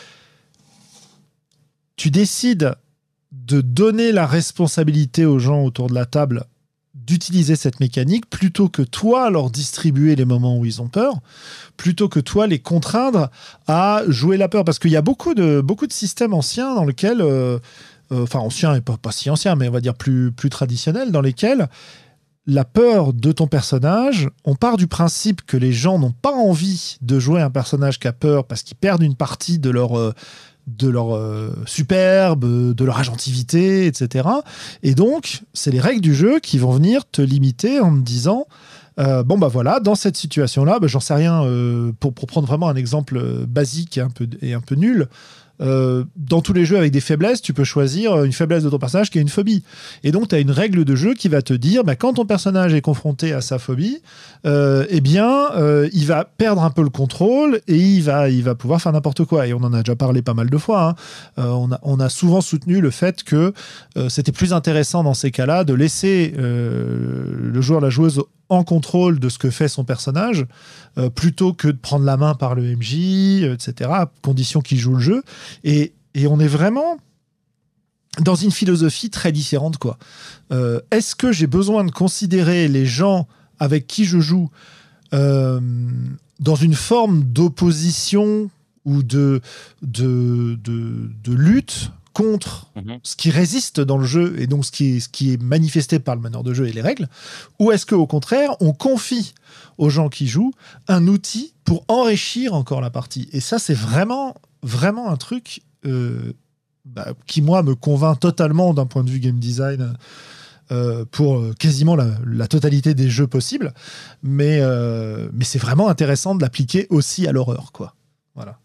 tu décides de donner la responsabilité aux gens autour de la table d'utiliser cette mécanique plutôt que toi leur distribuer les moments où ils ont peur, plutôt que toi les contraindre à jouer la peur. Parce qu'il y a beaucoup de, beaucoup de systèmes anciens dans lesquels, euh, euh, enfin anciens et pas, pas si anciens, mais on va dire plus, plus traditionnels, dans lesquels la peur de ton personnage, on part du principe que les gens n'ont pas envie de jouer un personnage qui a peur parce qu'ils perdent une partie de leur... Euh, de leur euh, superbe, de leur agentivité, et cetera. Et donc, c'est les règles du jeu qui vont venir te limiter en te disant euh, bon, bah voilà, dans cette situation-là, bah, j'en sais rien, euh, pour, pour prendre vraiment un exemple basique et un peu, et un peu nul. Euh, dans tous les jeux avec des faiblesses, tu peux choisir une faiblesse de ton personnage qui est une phobie. Et donc, tu as une règle de jeu qui va te dire, bah, quand ton personnage est confronté à sa phobie, euh, eh bien, euh, il va perdre un peu le contrôle et il va, il va pouvoir faire n'importe quoi. Et on en a déjà parlé pas mal de fois. Hein. Euh, on, a, on a souvent soutenu le fait que euh, c'était plus intéressant dans ces cas-là de laisser euh, le joueur, la joueuse en contrôle de ce que fait son personnage, euh, plutôt que de prendre la main par le M J, et cetera, à condition qu'il joue le jeu. Et, et on est vraiment dans une philosophie très différente, quoi. Euh, est-ce que j'ai besoin de considérer les gens avec qui je joue euh, dans une forme d'opposition ou de, de, de, de lutte contre mmh. ce qui résiste dans le jeu et donc ce qui, est, ce qui est manifesté par le meneur de jeu et les règles, ou est-ce qu'au contraire, on confie aux gens qui jouent un outil pour enrichir encore la partie? Et ça, c'est vraiment, vraiment un truc euh, bah, qui, moi, me convainc totalement d'un point de vue game design euh, pour quasiment la, la totalité des jeux possibles. Mais, euh, mais c'est vraiment intéressant de l'appliquer aussi à l'horreur, quoi. Voilà.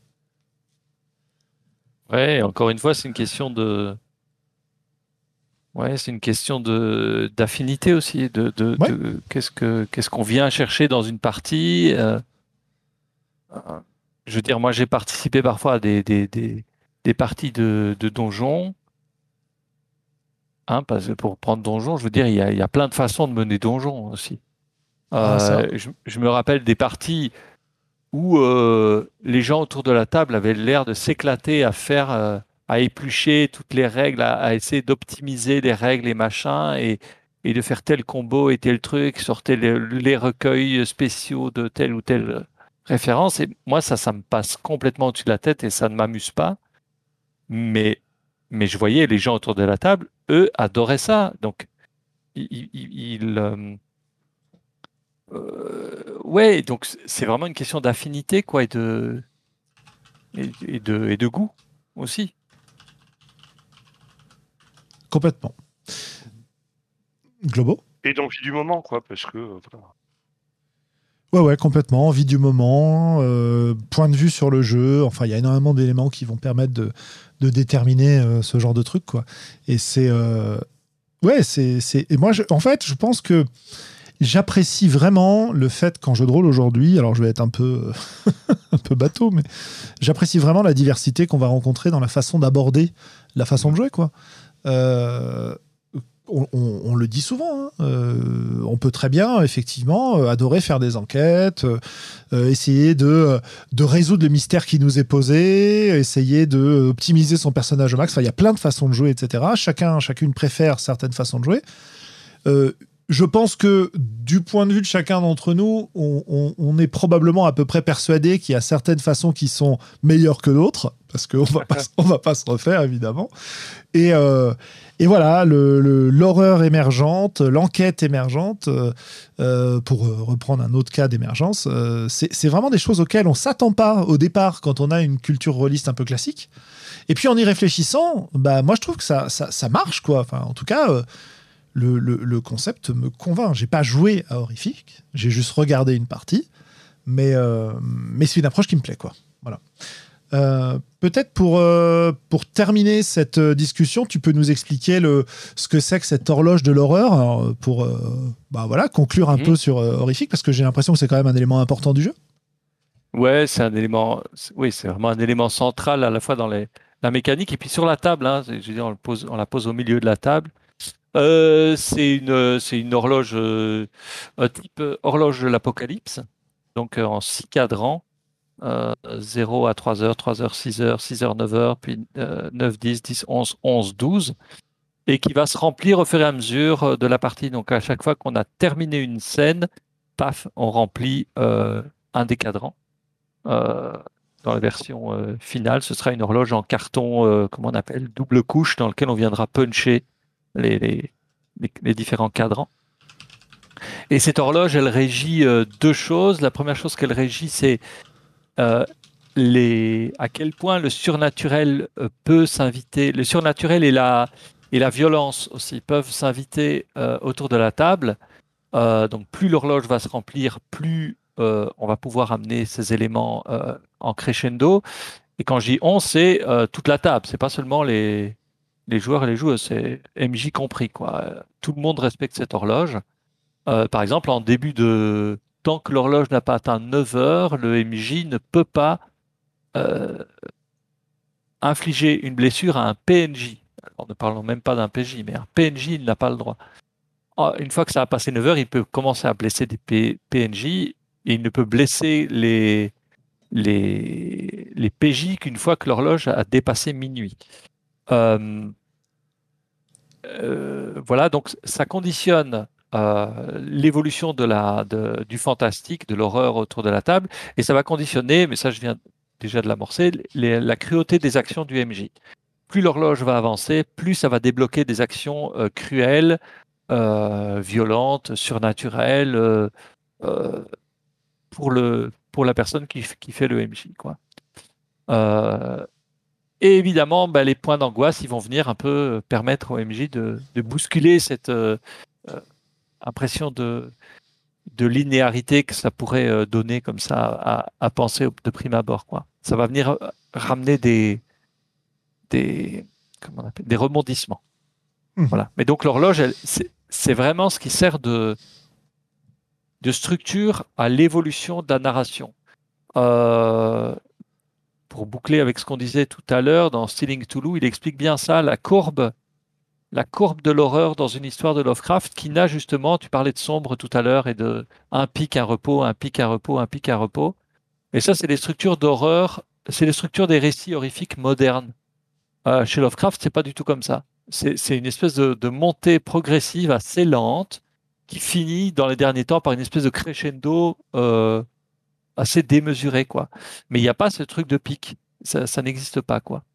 Ouais, encore une fois, c'est une question de... Ouais, c'est une question de d'affinité aussi, de, de, ouais. de qu'est-ce que qu'est-ce qu'on vient chercher dans une partie. Euh, je veux dire, moi, j'ai participé parfois à des des, des, des parties de, de donjons. Hein, parce que pour prendre donjon, je veux dire, il y a, il y a plein de façons de mener donjon aussi. Euh, ah, je, je me rappelle des parties où euh, les gens autour de la table avaient l'air de s'éclater à faire, euh, à éplucher toutes les règles, à, à essayer d'optimiser les règles et machins, et, et de faire tel combo et tel truc, sortir les, les recueils spéciaux de telle ou telle référence. Et moi, ça, ça me passe complètement au-dessus de la tête et ça ne m'amuse pas. Mais, mais je voyais les gens autour de la table, eux, adoraient ça. Donc, ils... ils, ils euh, Euh, ouais, donc c'est vraiment une question d'affinité, quoi, et de et, et de et de goût aussi. Complètement. Globo. Et d'envie du moment, quoi, parce que voilà. Ouais, ouais, complètement. Envie du moment, euh, point de vue sur le jeu. Enfin, il y a énormément d'éléments qui vont permettre de, de déterminer euh, ce genre de truc, quoi. Et c'est euh... ouais, c'est c'est. Et moi, je... en fait, je pense que j'apprécie vraiment le fait qu'en jeu de rôle aujourd'hui, alors je vais être un peu, un peu bateau, mais j'apprécie vraiment la diversité qu'on va rencontrer dans la façon d'aborder la façon de jouer, quoi. Euh, on, on, on le dit souvent, hein, euh, on peut très bien, effectivement, euh, adorer faire des enquêtes, euh, essayer de, de résoudre le mystère qui nous est posé, essayer d'optimiser son personnage au max. Enfin, il y a plein de façons de jouer, et cetera. Chacun, chacune préfère certaines façons de jouer. Euh, je pense que du point de vue de chacun d'entre nous, on, on, on est probablement à peu près persuadé qu'il y a certaines façons qui sont meilleures que d'autres, parce qu'on va pas, on va pas se refaire, évidemment. Et, euh, et voilà, le, le, l'horreur émergente, l'enquête émergente, euh, pour reprendre un autre cas d'émergence, euh, c'est, c'est vraiment des choses auxquelles on ne s'attend pas au départ quand on a une culture rôliste un peu classique. Et puis en y réfléchissant, bah, moi je trouve que ça, ça, ça marche, quoi. Enfin, en tout cas... Euh, Le, le, le concept me convainc. J'ai pas joué à Horrifique, j'ai juste regardé une partie, mais, euh, mais c'est une approche qui me plaît, quoi. Voilà. Euh, peut-être pour, euh, pour terminer cette discussion, tu peux nous expliquer le, ce que c'est que cette horloge de l'horreur, alors, pour euh, bah voilà, conclure un mmh. peu sur euh, Horrifique, parce que j'ai l'impression que c'est quand même un élément important du jeu. Ouais, c'est un élément, oui, c'est vraiment un élément central à la fois dans les, la mécanique et puis sur la table. Hein, je veux dire, on, le pose, on la pose au milieu de la table. Euh, c'est une c'est une horloge euh, type horloge de l'apocalypse, donc euh, en six cadrans, euh, zéro à trois heures, trois heures, six heures, six heures, neuf heures, puis euh, neuf, dix, dix, onze, onze, douze, et qui va se remplir au fur et à mesure de la partie. Donc à chaque fois qu'on a terminé une scène, paf, on remplit euh, un des cadrans. Euh, dans la version euh, finale, ce sera une horloge en carton, euh, comment on appelle, double couche, dans lequel on viendra puncher Les, les, les différents cadrans. Et cette horloge, elle régit euh, deux choses. La première chose qu'elle régit, c'est euh, les, à quel point le surnaturel euh, peut s'inviter. Le surnaturel et la, et la violence aussi peuvent s'inviter euh, autour de la table. Euh, donc plus l'horloge va se remplir, plus euh, on va pouvoir amener ces éléments euh, en crescendo. Et quand je dis on, c'est euh, toute la table. C'est pas seulement les les joueurs et les joueuses, c'est M J compris, quoi. Tout le monde respecte cette horloge. Euh, par exemple, en début de... Tant que l'horloge n'a pas atteint neuf heures, le M J ne peut pas euh, infliger une blessure à un P N J. Alors, ne parlons même pas d'un P J, mais un P N J, il n'a pas le droit. Une fois que ça a passé neuf heures, il peut commencer à blesser des P- PNJ et il ne peut blesser les, les, les P J qu'une fois que l'horloge a dépassé minuit. Euh, euh, voilà, donc ça conditionne euh, l'évolution de la, de, du fantastique, de l'horreur autour de la table, et ça va conditionner, mais ça je viens déjà de l'amorcer, les, la cruauté des actions du M J. Plus l'horloge va avancer, plus ça va débloquer des actions euh, cruelles, euh, violentes, surnaturelles, euh, euh, pour, le, pour la personne qui, qui fait le M J, quoi. Euh, Et évidemment, bah, les points d'angoisse, ils vont venir un peu permettre au M J de, de bousculer cette euh, euh, impression de, de linéarité que ça pourrait euh, donner comme ça à, à penser de prime abord, quoi. Ça va venir ramener des, des, comment on appelle, des rebondissements. Mmh. Voilà. Mais donc l'horloge, elle, c'est, c'est vraiment ce qui sert de, de structure à l'évolution de la narration. Euh, Pour boucler avec ce qu'on disait tout à l'heure, dans Stealing Toulouse, il explique bien ça, la courbe, la courbe de l'horreur dans une histoire de Lovecraft qui n'a justement, tu parlais de sombre tout à l'heure et de un pic, un repos, un pic, un repos, un pic, un repos. Et ça, c'est les structures d'horreur, c'est les structures des récits horrifiques modernes. Euh, chez Lovecraft, c'est pas du tout comme ça. C'est, c'est une espèce de, de montée progressive assez lente qui finit dans les derniers temps par une espèce de crescendo euh, assez démesuré, quoi. Mais il n'y a pas ce truc de pic. Ça, ça n'existe pas, quoi.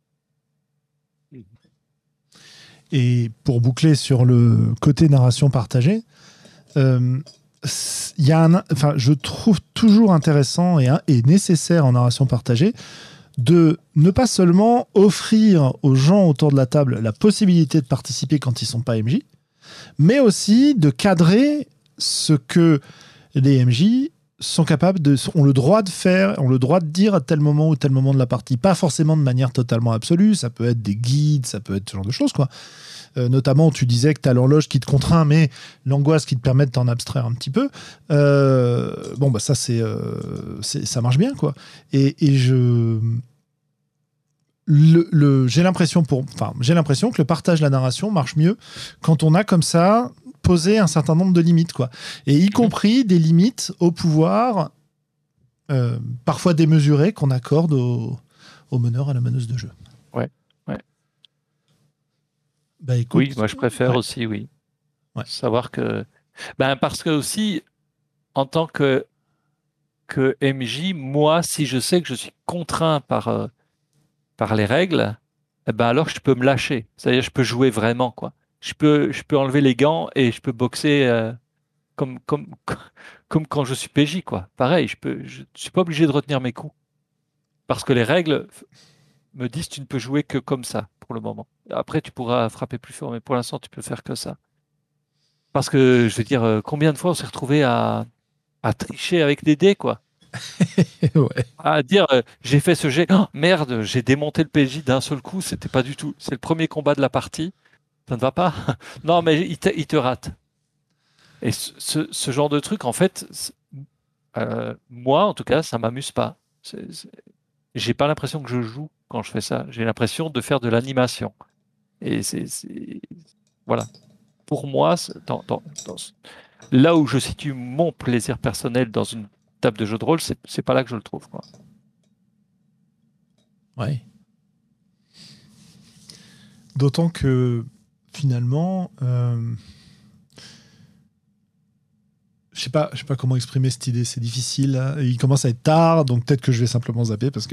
Et pour boucler sur le côté narration partagée, euh, y a un, enfin, je trouve toujours intéressant et, et nécessaire en narration partagée de ne pas seulement offrir aux gens autour de la table la possibilité de participer quand ils ne sont pas M J, mais aussi de cadrer ce que les M J sont capables de, ont le droit de faire, ont le droit de dire à tel moment ou tel moment de la partie, pas forcément de manière totalement absolue, ça peut être des guides, ça peut être ce genre de choses, quoi. Euh, notamment, tu disais que tu as l'horloge qui te contraint, mais l'angoisse qui te permet de t'en abstraire un petit peu. Euh, bon, bah ça, c'est, euh, c'est, ça marche bien, quoi. Et, et je... le, le- j'ai l'impression pour, enfin, j'ai l'impression que le partage de la narration marche mieux quand on a comme ça posé un certain nombre de limites, quoi. Et y compris des limites au pouvoir, euh, parfois démesurées, qu'on accorde au, au meneur, à la meneuse de jeu. Ouais, ouais. Bah écoute, Oui, moi je préfère ouais. aussi, oui. Ouais. Savoir que. Ben, parce que aussi, en tant que, que M J, moi, si je sais que je suis contraint par, euh, par les règles, eh ben alors je peux me lâcher. C'est-à-dire, je peux jouer vraiment, quoi. Je peux, je peux enlever les gants et je peux boxer euh, comme, comme, comme quand je suis P J, quoi. Pareil, je peux, je suis pas obligé de retenir mes coups. Parce que les règles f- me disent tu ne peux jouer que comme ça, pour le moment. Après, tu pourras frapper plus fort, mais pour l'instant, tu peux faire que ça. Parce que, je veux dire, euh, combien de fois on s'est retrouvé à, à tricher avec des dés, quoi. Ouais. À dire, euh, j'ai fait ce jet, oh, merde, j'ai démonté le P J d'un seul coup, c'était pas du tout. C'est le premier combat de la partie, ça ne va pas. Non, mais il te, il te rate. Et ce, ce- ce genre de truc, en fait, c'est- euh, moi, en tout cas, ça m'amuse pas. C'est- c'est- J'ai pas l'impression que je joue quand je fais ça. J'ai l'impression de faire de l'animation. Et c'est, c'est- voilà. Pour moi, c'est- dans, dans- dans ce- là où je situe mon plaisir personnel dans une table de jeu de rôle, c'est c'est pas là que je le trouve, quoi. Ouais. D'autant que finalement, euh, je sais pas, je sais pas comment exprimer cette idée, c'est difficile, hein. Il commence à être tard, donc peut-être que je vais simplement zapper parce que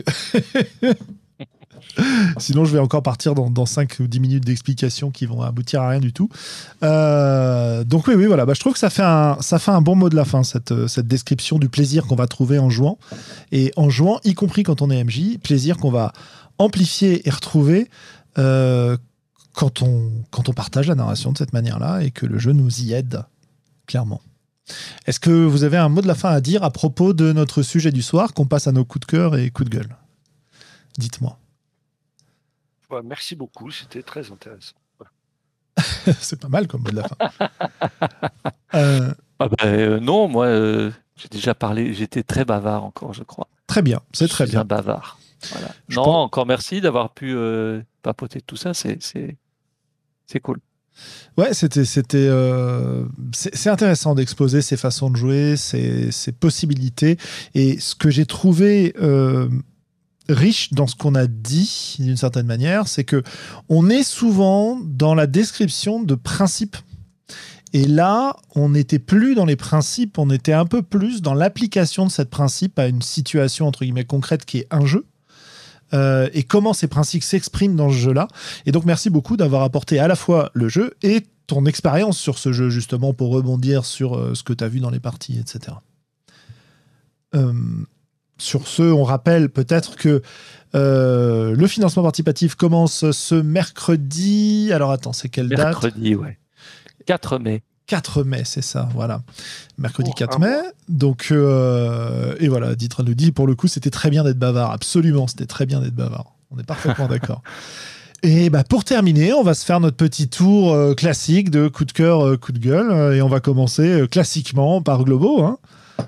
sinon je vais encore partir dans, dans cinq ou dix minutes d'explications qui vont aboutir à rien du tout. Euh, donc oui, oui, voilà, bah, je trouve que ça fait, un, ça fait un bon mot de la fin, cette, cette description du plaisir qu'on va trouver en jouant. Et en jouant, y compris quand on est M J, plaisir qu'on va amplifier et retrouver euh, quand, on, quand on partage la narration de cette manière-là et que le jeu nous y aide, clairement. Est-ce que vous avez un mot de la fin à dire à propos de notre sujet du soir, qu'on passe à nos coups de cœur et coups de gueule? Dites-moi. Ouais, merci beaucoup, c'était très intéressant. C'est pas mal comme mot de la fin. Euh, Ah ben, euh, non, moi, euh, j'ai déjà parlé, j'étais très bavard encore, je crois. très bien, c'est Je très suis un bien. bavard. Voilà. Je Non, pense... encore merci d'avoir pu euh, papoter de tout ça, c'est, c'est, c'est cool. Ouais, c'était, c'était, euh, c'est, c'est intéressant d'exposer ces façons de jouer, ces, ces possibilités. Et ce que j'ai trouvé euh, riche dans ce qu'on a dit, d'une certaine manière, c'est que on est souvent dans la description de principes. Et là, on n'était plus dans les principes, on était un peu plus dans l'application de cette principe à une situation entre guillemets concrète qui est un jeu. Euh, et comment ces principes s'expriment dans ce jeu-là. Et donc, merci beaucoup d'avoir apporté à la fois le jeu et ton expérience sur ce jeu, justement, pour rebondir sur euh, ce que tu as vu dans les parties, et cetera. Euh, sur ce, on rappelle peut-être que euh, le financement participatif commence ce mercredi. Alors, attends, c'est quelle date? Mercredi, ouais. quatre mai. quatre mai, c'est ça, voilà. Mercredi Oh, quatre un mai. mois. Donc, euh, et voilà, Ditra nous dit, pour le coup, c'était très bien d'être bavard. Absolument, c'était très bien d'être bavard. On est parfaitement d'accord. Et bah, pour terminer, on va se faire notre petit tour euh, classique de coup de cœur, euh, coup de gueule. euh, et on va commencer euh, classiquement par Globo. Hein.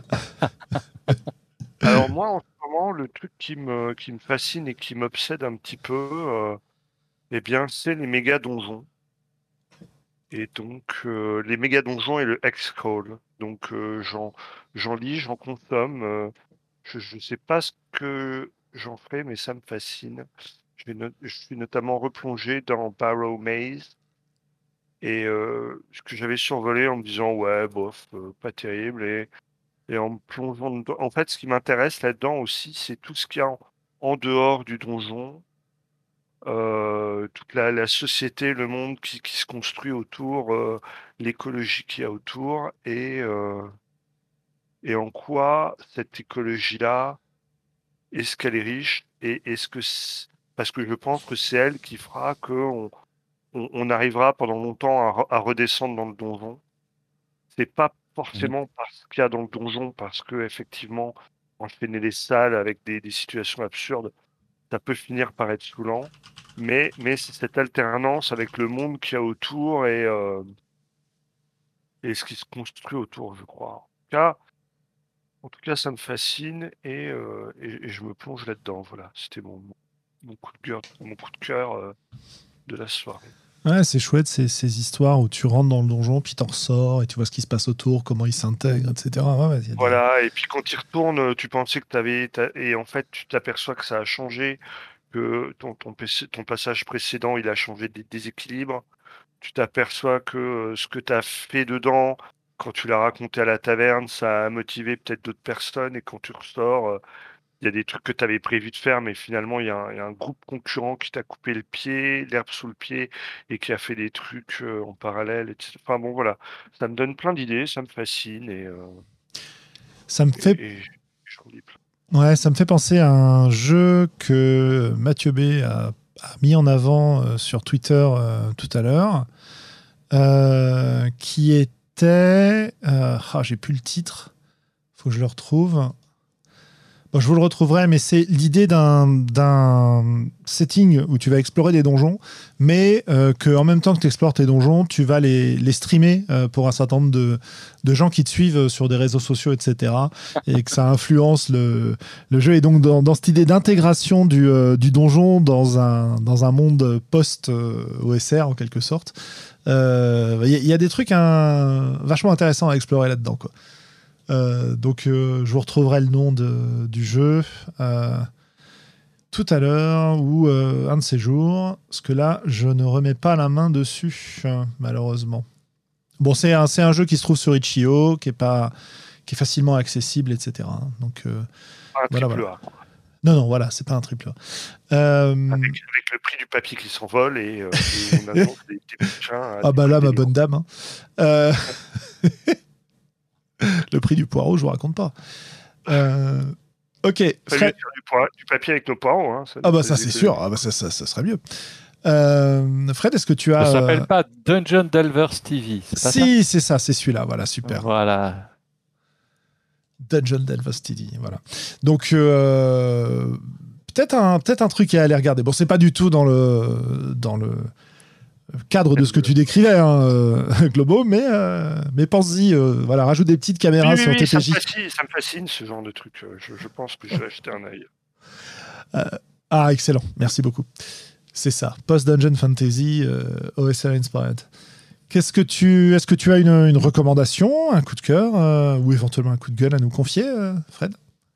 Alors moi, en ce moment, le truc qui me, qui me fascine et qui m'obsède un petit peu, euh, eh bien, c'est les méga donjons. Et donc, euh, les méga donjons et le Hexcrawl. Donc, euh, j'en, j'en lis, j'en consomme. euh, je ne sais pas ce que j'en ferai, mais ça me fascine. Je, vais no- je suis notamment replongé dans Barrow Maze. Et euh, ce que j'avais survolé en me disant, ouais, bof, euh, pas terrible. Et, et en me plongeant dedans. En fait, ce qui m'intéresse là-dedans aussi, c'est tout ce qu'il y a en, en dehors du donjon. euh, toute la, la société, le monde qui, qui se construit autour, euh, l'écologie qu'il y a autour, et, euh, et en quoi cette écologie-là, est-ce qu'elle est riche, et est-ce que c'est- parce que je pense que c'est elle qui fera qu'on on, on arrivera pendant longtemps à, re- à redescendre dans le donjon. C'est pas Mhm. forcément parce qu'il y a dans le donjon, parce que effectivement, enchaîner les salles avec des, des situations absurdes, ça peut finir par être saoulant, mais, mais c'est cette alternance avec le monde qu'il y a autour et, euh, et ce qui se construit autour, je crois. En tout cas, en tout cas ça me fascine et, euh, et, et je me plonge là-dedans. Voilà, c'était mon, mon coup de cœur, mon coup de cœur euh, de la soirée. Ouais, c'est chouette ces, ces histoires où tu rentres dans le donjon, puis t'en ressors et tu vois ce qui se passe autour, comment il s'intègre, et cetera. Ouais, ouais, y a des- Voilà, et puis quand tu y retournes, tu pensais que tu avais. Et en fait, tu t'aperçois que ça a changé, que ton, ton, P C ton passage précédent, il a changé des déséquilibres. Tu t'aperçois que euh, ce que tu as fait dedans, quand tu l'as raconté à la taverne, ça a motivé peut-être d'autres personnes, et quand tu ressors, euh, il y a des trucs que tu avais prévu de faire, mais finalement, il y, a un il y a un groupe concurrent qui t'a coupé le pied, l'herbe sous le pied, et qui a fait des trucs euh, en parallèle, et cetera. Enfin bon, voilà, ça me donne plein d'idées, ça me fascine, et, euh, Ça me fait, et, et j'en dis plein. ouais, ça me fait penser à un jeu que Mathieu B a, a mis en avant euh, sur Twitter euh, tout à l'heure, euh, qui était, euh, ah, j'ai plus le titre, faut que je le retrouve. Bon, je vous le retrouverai, mais c'est l'idée d'un, d'un setting où tu vas explorer des donjons, mais euh, qu'en même temps que tu explores tes donjons, tu vas les, les streamer euh, pour un certain nombre de, de gens qui te suivent sur des réseaux sociaux, et cetera. Et que ça influence le, le jeu. Et donc, dans, dans cette idée d'intégration du, euh, du donjon dans un, dans un monde post-O S R, en quelque sorte, il euh, y, y a des trucs hein, vachement intéressants à explorer là-dedans, quoi. Euh, donc euh, je vous retrouverai le nom de, du jeu euh, tout à l'heure ou euh, un de ces jours, parce que là je ne remets pas la main dessus euh, malheureusement. Bon, c'est un, c'est un jeu qui se trouve sur itch point i o, qui est pas qui est facilement accessible, et cetera. Donc euh, Un voilà, triple voilà. A. Non, non, voilà, c'est pas un triple A. Euh, Avec, avec le prix du papier qui s'envole, et, euh, et on annonce des, des bouquins à ah des bah prix là, ma délirants. bonne dame. Hein. Euh, le prix du poireau, je vous raconte pas. Euh, ok, Fallait Fred. faire du, poire- du papier avec nos poireaux. Hein, ça Ah nous bah fait ça des c'est économies. sûr, ah bah ça, ça, ça serait mieux. Euh, Fred, est-ce que tu Ça as... s'appelle euh, pas Dungeon Delvers T V, c'est pas ça? Si, c'est ça, c'est celui-là, voilà, super. Voilà. Dungeon Delvers T V, voilà. Donc, euh, peut-être un, peut-être un truc à aller regarder. Bon, c'est pas du tout dans le, dans le cadre de ce que tu décrivais, hein, euh, Globo, mais, euh, mais pense-y, euh, voilà, rajoute des petites Oui, caméras oui, sur oui, ça me, T P J. fascine, ça me fascine ce genre de truc. euh, Je, je pense que je vais acheter un œil. Euh, ah, excellent, merci beaucoup. C'est ça, Post-Dungeon Fantasy, euh, O S R Inspired. Qu'est-ce que tu, est-ce que tu as une, une recommandation, un coup de cœur, euh, ou éventuellement un coup de gueule à nous confier, euh, Fred?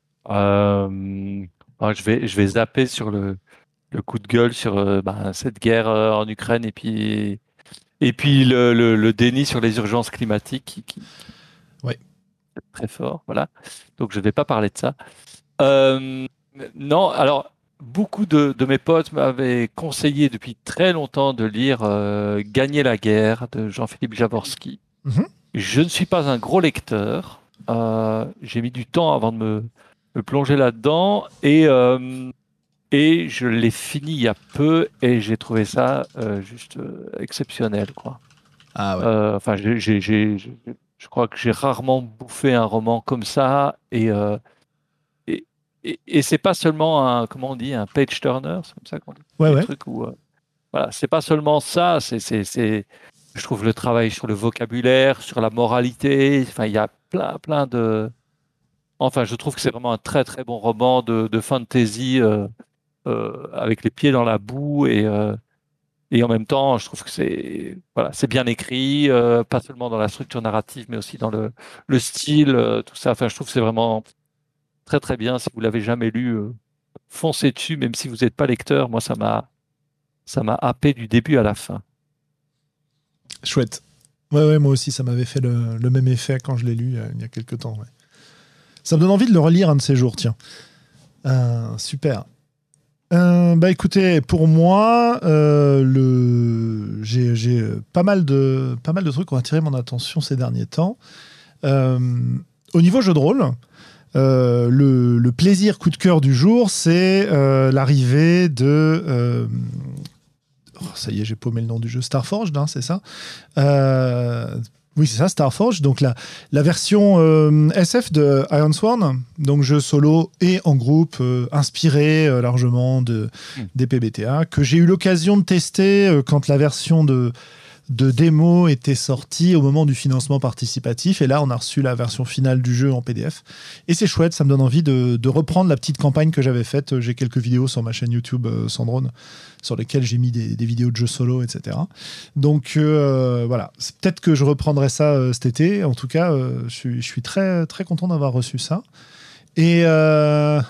Euh, ah, je vais, je vais zapper sur le, le coup de gueule sur euh, bah, cette guerre euh, en Ukraine et puis, et puis le, le, le déni sur les urgences climatiques qui, qui Ouais. est très fort. Voilà. Donc je ne vais pas parler de ça. Euh, non, alors beaucoup de, de mes potes m'avaient conseillé depuis très longtemps de lire euh, Gagner la guerre de Jean-Philippe Jaworski. Mhm. Je ne suis pas un gros lecteur. Euh, j'ai mis du temps avant de me, me plonger là-dedans et, euh, et je l'ai fini il y a peu et j'ai trouvé ça euh, juste euh, exceptionnel, quoi. Ah ouais. Euh, enfin, j'ai, j'ai, j'ai- j'ai- je crois que j'ai rarement bouffé un roman comme ça et, euh, et, et, et c'est pas seulement un, comment on dit, un page turner, c'est comme ça qu'on dit, Ouais, des ouais. trucs où, euh, voilà, c'est pas seulement ça, c'est, c'est, c'est, je trouve le travail sur le vocabulaire, sur la moralité, enfin, il y a plein, plein de, enfin, je trouve que c'est vraiment un très, très bon roman de, de fantasy euh, euh, avec les pieds dans la boue et, euh, et en même temps, je trouve que c'est, voilà, c'est bien écrit, euh, pas seulement dans la structure narrative, mais aussi dans le, le style, euh, tout ça. Enfin, je trouve que c'est vraiment très, très bien. Si vous l'avez jamais lu, euh, foncez dessus, même si vous n'êtes pas lecteur. Moi, ça m'a, ça m'a happé du début à la fin. Chouette. Ouais, ouais, moi aussi, ça m'avait fait le, le même effet quand je l'ai lu euh, il y a quelques temps. Ouais. Ça me donne envie de le relire un de ces jours, tiens. Euh, super. Euh, bah écoutez, pour moi, euh, le... j'ai, j'ai pas mal de pas mal de trucs qui ont attiré mon attention ces derniers temps. Euh, au niveau jeu de rôle, euh, le, le plaisir coup de cœur du jour, c'est euh, l'arrivée de euh, oh, ça y est, j'ai paumé le nom du jeu, Starforged, hein, c'est ça. Euh, oui, c'est ça, Starforged. Donc la, la version euh, S F de Ironsworn, donc jeu solo et en groupe, euh, inspiré euh, largement de, Mm. des P B T A, que j'ai eu l'occasion de tester euh, quand la version de, de démo était sorti au moment du financement participatif. Et là, on a reçu la version finale du jeu en P D F. Et c'est chouette, ça me donne envie de, de reprendre la petite campagne que j'avais faite. J'ai quelques vidéos sur ma chaîne YouTube euh, Sandrone, sur lesquelles j'ai mis des, des vidéos de jeux solo, et cetera. Donc euh, voilà, c'est peut-être que je reprendrai ça euh, cet été. En tout cas, euh, je, suis, je suis très, très content d'avoir reçu ça. Et... Euh...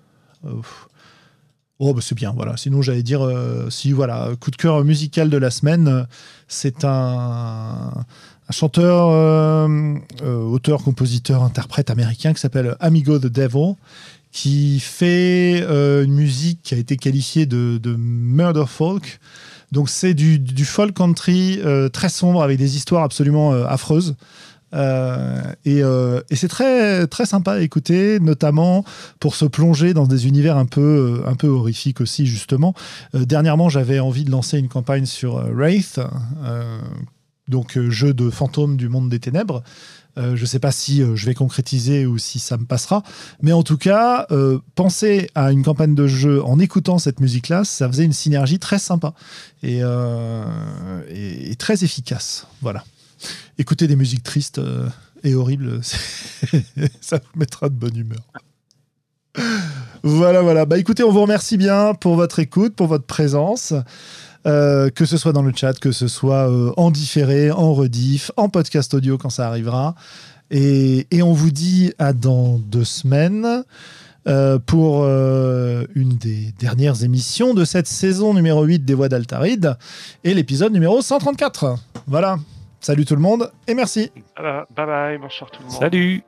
Oh, bah c'est bien, voilà. Sinon, j'allais dire, euh, si, voilà, coup de cœur musical de la semaine, euh, c'est un, un chanteur, euh, euh, auteur, compositeur, interprète américain qui s'appelle Amigo the Devil, qui fait euh, une musique qui a été qualifiée de, de murder folk. Donc, c'est du, du folk country euh, très sombre avec des histoires absolument euh, affreuses. Euh, et, euh, et c'est très, très sympa à écouter, notamment pour se plonger dans des univers un peu, un peu horrifiques aussi, justement. Euh, dernièrement, j'avais envie de lancer une campagne sur euh, Wraith, euh, donc euh, jeu de fantômes du monde des ténèbres. Euh, je ne sais pas si euh, je vais concrétiser ou si ça me passera, mais en tout cas, euh, penser à une campagne de jeu en écoutant cette musique-là, ça faisait une synergie très sympa et, euh, et, et très efficace. Voilà. Écouter des musiques tristes euh, et horribles, ça vous mettra de bonne humeur. Voilà, voilà. Bah écoutez, on vous remercie bien pour votre écoute, pour votre présence, euh, que ce soit dans le chat, que ce soit euh, en différé, en rediff, en podcast audio quand ça arrivera. Et, et on vous dit à dans deux semaines euh, pour euh, une des dernières émissions de cette saison numéro huit des Voix d'Altaride et l'épisode numéro cent trente-quatre. Voilà. Salut tout le monde et merci. Bye bye, bonsoir tout le monde. Salut.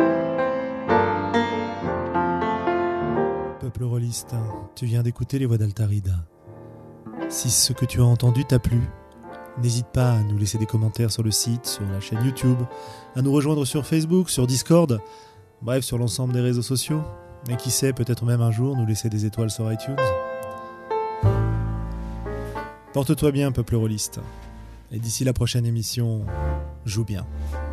Peuple rôliste, tu viens d'écouter les Voix d'Altaride. Si ce que tu as entendu t'a plu, n'hésite pas à nous laisser des commentaires sur le site, sur la chaîne YouTube, à nous rejoindre sur Facebook, sur Discord, bref sur l'ensemble des réseaux sociaux. Et qui sait, peut-être même un jour nous laisser des étoiles sur iTunes. Porte-toi bien, peuple rôliste. Et d'ici la prochaine émission, joue bien.